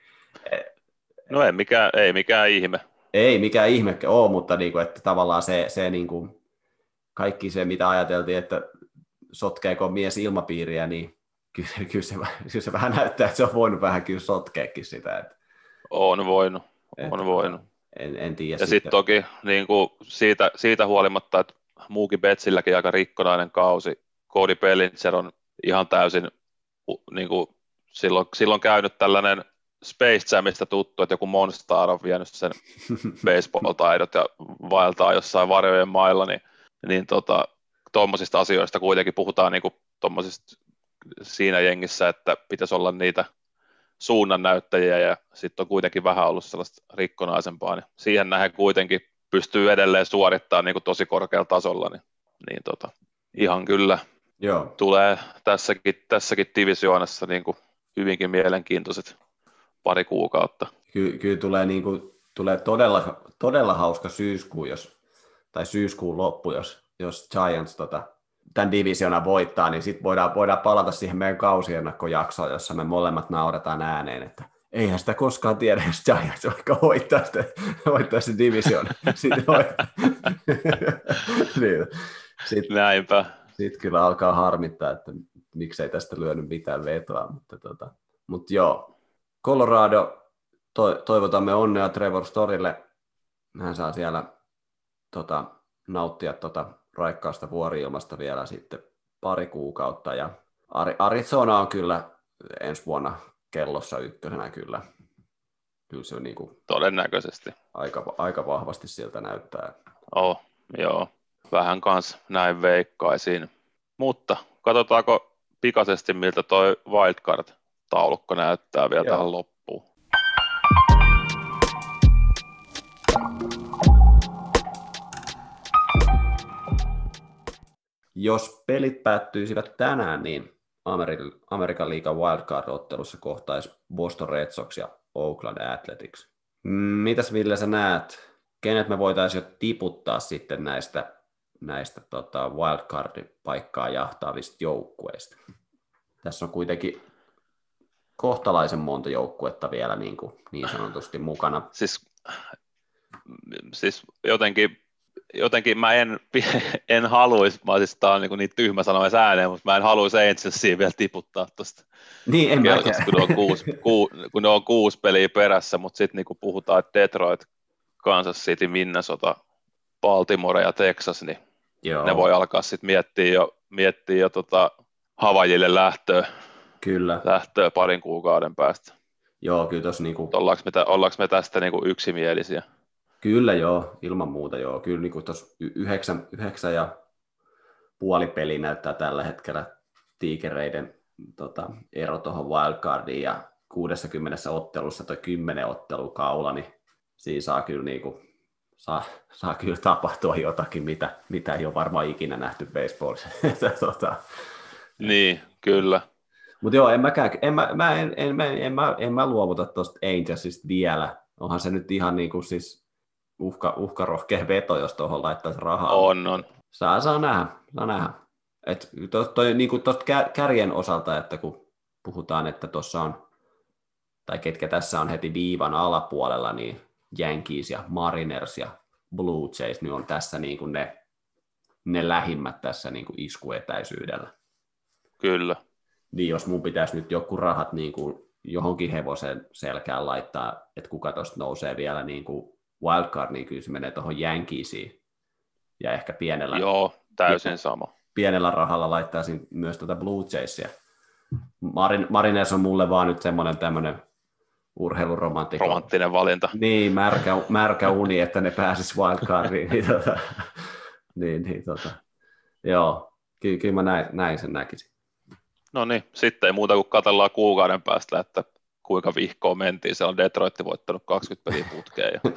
no ei mikään, ei mikään ihme. Ei mikään ihme ole, mutta niinku, että tavallaan se, se niinku, kaikki se, mitä ajateltiin, että sotkeeko mies ilmapiiriä, niin kyllä, kyllä, se, kyllä se vähän näyttää, että se on voinut vähän kyllä sotkeekin sitä. Että, on voinut, on että, voinut. En, en tiedä. Ja sitten toki niin kuin siitä, siitä huolimatta, että Mookie Betsilläkin aika rikkonainen kausi, Cody Bellinger on ihan täysin niin kuin silloin, silloin käynyt tällainen Space Jamista tuttu, että joku Monstar on vienyt sen baseball-taidot ja vaeltaa jossain varjojen mailla, niin, niin tota, tuommoisista asioista kuitenkin puhutaan niin kuin siinä jengissä, että pitäisi olla niitä suunnannäyttäjiä ja sitten on kuitenkin vähän ollut sellaista rikkonaisempaa, niin siihen nähden kuitenkin pystyy edelleen suorittamaan niin kuin tosi korkealla tasolla, niin, niin tota, ihan kyllä Joo. Tulee tässäkin, tässäkin divisioonassa niin kuin hyvinkin mielenkiintoiset pari kuukautta. Ky- kyllä tulee, niin kuin, tulee todella, todella hauska syyskuu, jos, tai syyskuun loppu, jos, jos Giants tota, tämän divisioonan voittaa, niin sitten voidaan, voidaan palata siihen meidän kausiennakkojaksoon, jossa me molemmat nauretaan ääneen, että eihän sitä koskaan tiedä, jos Giants vaikka voittaa sitä, voittaa sitä divisioonan. Sitten niin. Sitten, Näinpä. Sitten kyllä alkaa harmittaa, että miksei tästä lyönyt mitään vetoa, mutta, tota, mutta joo. Colorado, to, toivotamme onnea Trevor Storylle. Hän saa siellä tota, nauttia tota, raikkaasta vuori-ilmasta vielä sitten pari kuukautta. Ja Arizona on kyllä ensi vuonna kellossa ykkösenä kyllä. Kyllä se on niin kuin todennäköisesti. Aika, aika vahvasti sieltä näyttää. Oh, joo, vähän kans näin veikkaisin. Mutta katsotaanko pikaisesti, miltä toi wildcard-taulukko näyttää vielä joo. tähän loppuun. Jos pelit päättyisivät tänään, niin Ameri- Amerikan liigan wildcard-ottelussa kohtaisi Boston Red Sox ja Oakland Athletics. Mitäs Ville sä näet, kenet me voitaisiin jo tiputtaa sitten näistä näistä tota, wildcard-paikkaa jahtaavista joukkueista. Tässä on kuitenkin kohtalaisen monta joukkuetta vielä niin, kuin, niin sanotusti mukana. Siis, siis jotenkin, jotenkin mä en, en haluaisi, mä siis tää on niin, niin tyhmä sanoa ääneen, mutta mä en haluaisi Angelsia vielä tiputtaa tuosta niin, en kelkasta, kun ne on kuusi, ku, kun ne on kuusi peliä perässä, mutta sitten niin puhutaan, että Detroit, Kansas City, Minnesota, Baltimore ja Texas, niin Joo. ne voi alkaa sitten miettiä jo, miettiä jo tota Havaijille lähtöä, Kyllä. lähtöä parin kuukauden päästä. Joo, kyllä tossa niinku... Ollaanko me, ollaanko me tästä niinku yksimielisiä? Kyllä joo, ilman muuta joo. Kyllä niinku tuossa yhdeksän, yhdeksän ja puoli peli näyttää tällä hetkellä tiikereiden tota, ero tuohon wildcardiin ja kuudessakymmenessä ottelussa toi kymmenen ottelua kaula, niin siinä saa kyllä, niinku, saa, saa kyllä tapahtua jotakin, mitä, mitä ei ole varmaan ikinä nähty baseballissa. tota. Niin, kyllä. Mutta joo, en, mäkään, en, mä, mä, en, en, en, en, mä, en mä luovuta tuosta Angelsista vielä. Onhan se nyt ihan niin kuin siis uhka, uhkarohkea veto, jos tuohon laittaisi rahaa. On, on. Saa, saa nähdä, saa nähdä. Et to, toi, niin kuin tuosta kärjen osalta, että kun puhutaan, että tuossa on, tai ketkä tässä on heti viivan alapuolella, niin Yankees ja Mariners ja Blue Jays, niin on tässä niin kuin ne, ne lähimmät tässä niin kuin iskuetäisyydellä. Kyllä. Niin jos mun pitäisi nyt joku rahat niin kuin johonkin hevosen selkään laittaa, että kuka tuosta nousee vielä niin kuin wildcard, niin kyllä se menee tuohon Yankeesiin. Ja ehkä pienellä, Joo, täysin sama. Pienellä rahalla laittaisin myös tuota Blue Jaysia. Marin, Marines on mulle vaan nyt semmoinen tämmöinen urheiluromantikko. Romanttinen valinta. Niin, märkä, märkä uni, että ne pääsis wildcardiin. niin, tota, niin, niin, tota. Joo, Ky- kyllä mä näin, näin sen näkisin. No niin, sitten ei muuta kuin katsellaan kuukauden päästä, että kuinka vihkoon mentiin. Siellä on Detroit voittanut kaksikymmentä peliä putkeen. Ja...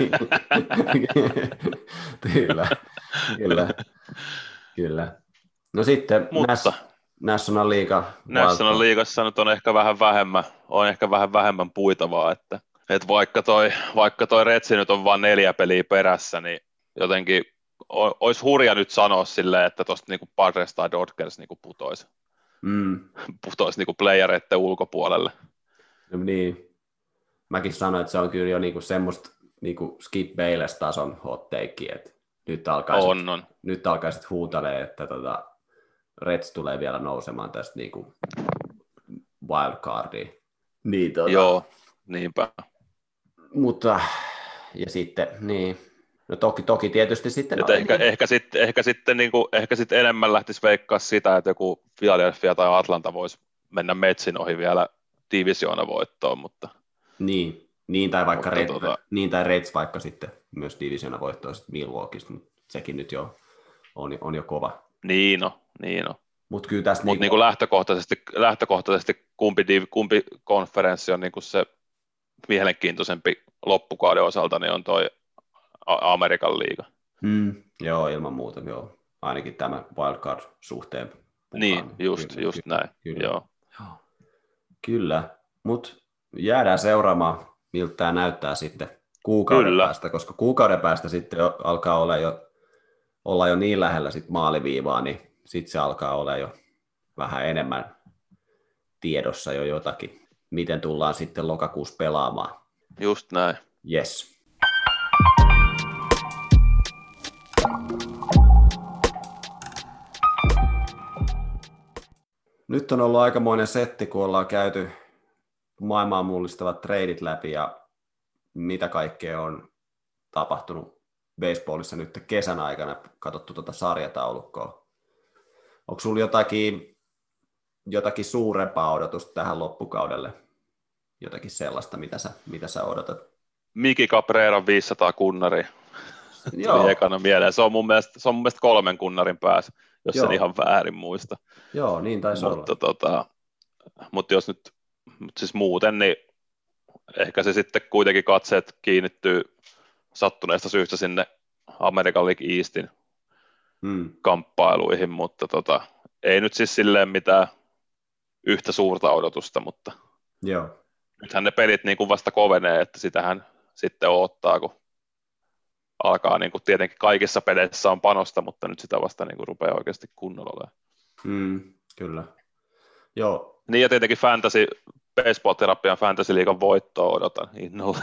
kyllä, kyllä, kyllä. No sitten Mutta, Nas- National League. National Leaguessa nyt on ehkä vähän vähemmän, on ehkä vähän vähemmän puitavaa, että, että vaikka toi, vaikka toi Retsi nyt on vain neljä peliä perässä, niin jotenkin olisi hurja nyt sanoa silleen, että tuosta niinku Padres tai Dodgers niinku putoisi. Mm. putoisi niinku playereiden ulkopuolelle. No niin. Mäkin sanoin, että se on kyllä jo niinku semmoista niinku Skip Bayless-tason hot take, että nyt alkaisit, on, on. nyt alkaisit huutalee, että tota Reds tulee vielä nousemaan tästä niinku wildcardiin. Niin, tota, Joo, niinpä. Mutta, ja sitten, niin, no toki, toki tietysti sitten... No, ehkä, ehkä sitten, ehkä sitten, niin kuin, ehkä sitten enemmän lähtisi veikkaa sitä, että joku Philadelphia tai Atlanta voisi mennä Metsin ohi vielä divisioonavoittoon, mutta... Niin, niin tai vaikka Red, tuota... niin tai Reds vaikka sitten myös divisioonavoittoon Milwaukeesta, mutta sekin nyt jo on, on jo kova. Niin no, niin no. Mutta kyllä tästä... Mut niinku... Niinku lähtökohtaisesti, lähtökohtaisesti kumpi, kumpi konferenssi on niinku se mielenkiintoisempi loppukauden osalta, niin on toi Amerikan liiga. Mm, joo, ilman muuta, joo. Ainakin tämä wildcard-suhteen mukaan. Niin, just, kyllä, just kyllä, näin, kyllä. joo. Kyllä, mutta jäädään seuraamaan, miltä tämä näyttää sitten kuukauden kyllä. päästä, koska kuukauden päästä sitten jo, alkaa olla jo, olla jo niin lähellä sit maaliviivaa, niin sitten se alkaa olla jo vähän enemmän tiedossa jo jotakin, miten tullaan sitten lokakuussa pelaamaan. Just näin. Yes. Nyt on ollut aikamoinen setti, kun ollaan käyty maailmaa mullistavat treidit läpi ja mitä kaikkea on tapahtunut baseballissa nyt kesän aikana, katsottu tuota sarjataulukkoa. Onko sinulla jotakin, jotakin suurempaa odotusta tähän loppukaudelle? Jotakin sellaista, mitä sä, mitä sä odotat? Miki Cabrera viisisataa kunnaria. Joo. Ekana mieleen. Se on mun mielestä, se on mun mielestä kolmen kunnarin päässä, jos Joo. en ihan väärin muista. Joo, niin taisi mutta, olla. Tota, mutta jos nyt, mutta siis muuten, niin ehkä se sitten kuitenkin katseet kiinnittyy sattuneesta syystä sinne American League Eastin hmm. kamppailuihin, mutta tota, ei nyt siis silleen mitään yhtä suurta odotusta, mutta Joo. nythän ne pelit niin kuin vasta kovenee, että sitähän sitten odottaa, kun alkaa niin kuin tietenkin kaikissa peleissä on panosta, mutta nyt sitä vasta niin kuin rupeaa oikeasti kunnolla olemaan. Mm, kyllä. Joo. Niin ja tietenkin fantasy, baseball-terapian fantasy-liigan voittoa odotan innolla.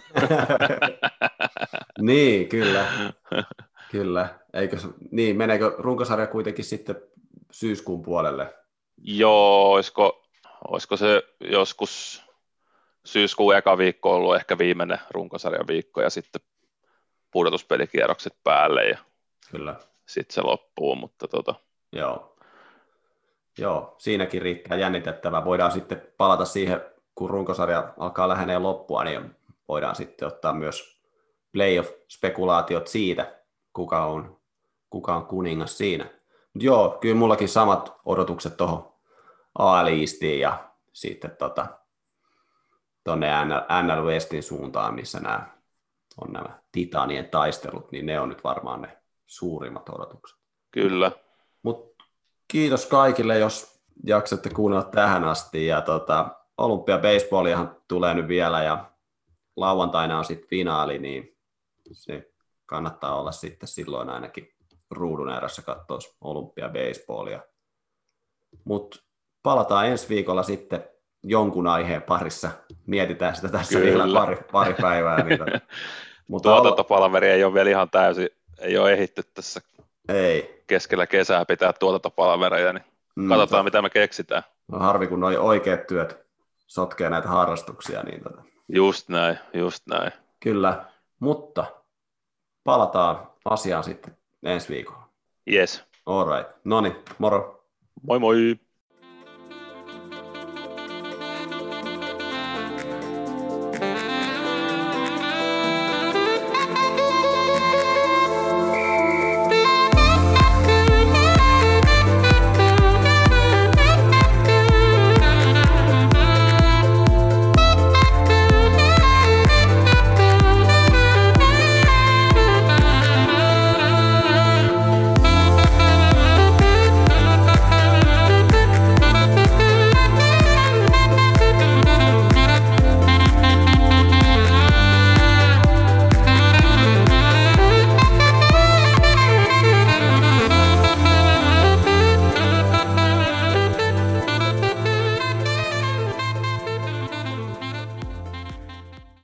Niin, kyllä. Kyllä. Eikö, niin, meneekö runkosarja kuitenkin sitten syyskuun puolelle? Joo, olisiko, olisiko se joskus syyskuun eka viikko ollut ehkä viimeinen runkosarjan viikko ja sitten pudotuspelikierrokset päälle ja Kyllä. sitten se loppuu, mutta tota. Joo. Joo, siinäkin riittää jännitettävää. Voidaan sitten palata siihen, kun runkosarja alkaa lähenee loppua, niin voidaan sitten ottaa myös playoff-spekulaatiot siitä, kuka on, kuka on kuningas siinä. Mut joo, kyllä mullakin samat odotukset tuohon A L Eastiin ja sitten tota, tuonne N L Westin suuntaan, missä nämä on nämä titanien taistelut, niin ne on nyt varmaan ne suurimmat odotukset. Kyllä. Mut kiitos kaikille, jos jaksatte kuunnella tähän asti. Ja tota, Olympia-baseballiahan tulee nyt vielä ja lauantaina on sitten finaali, niin se kannattaa olla sitten silloin ainakin ruudun ääressä katsoa Olympia-baseballia. Mutta palataan ensi viikolla sitten jonkun aiheen parissa. Mietitään sitä tässä Kyllä. vielä pari, pari päivää. Niin tota. Mutta tuotantopalaveri ei ole vielä ihan täysin, ei ole ehitty tässä ei. keskellä kesää pitää tuotantopalavereja, niin mm, katsotaan to... mitä me keksitään. No harvi, kun nuo oikeat työt sotkee näitä harrastuksia. Niin tota. Just näin, just näin. Kyllä, mutta palataan asiaan sitten ensi viikolla. Yes. All right. Noniin, moro. Moi moi.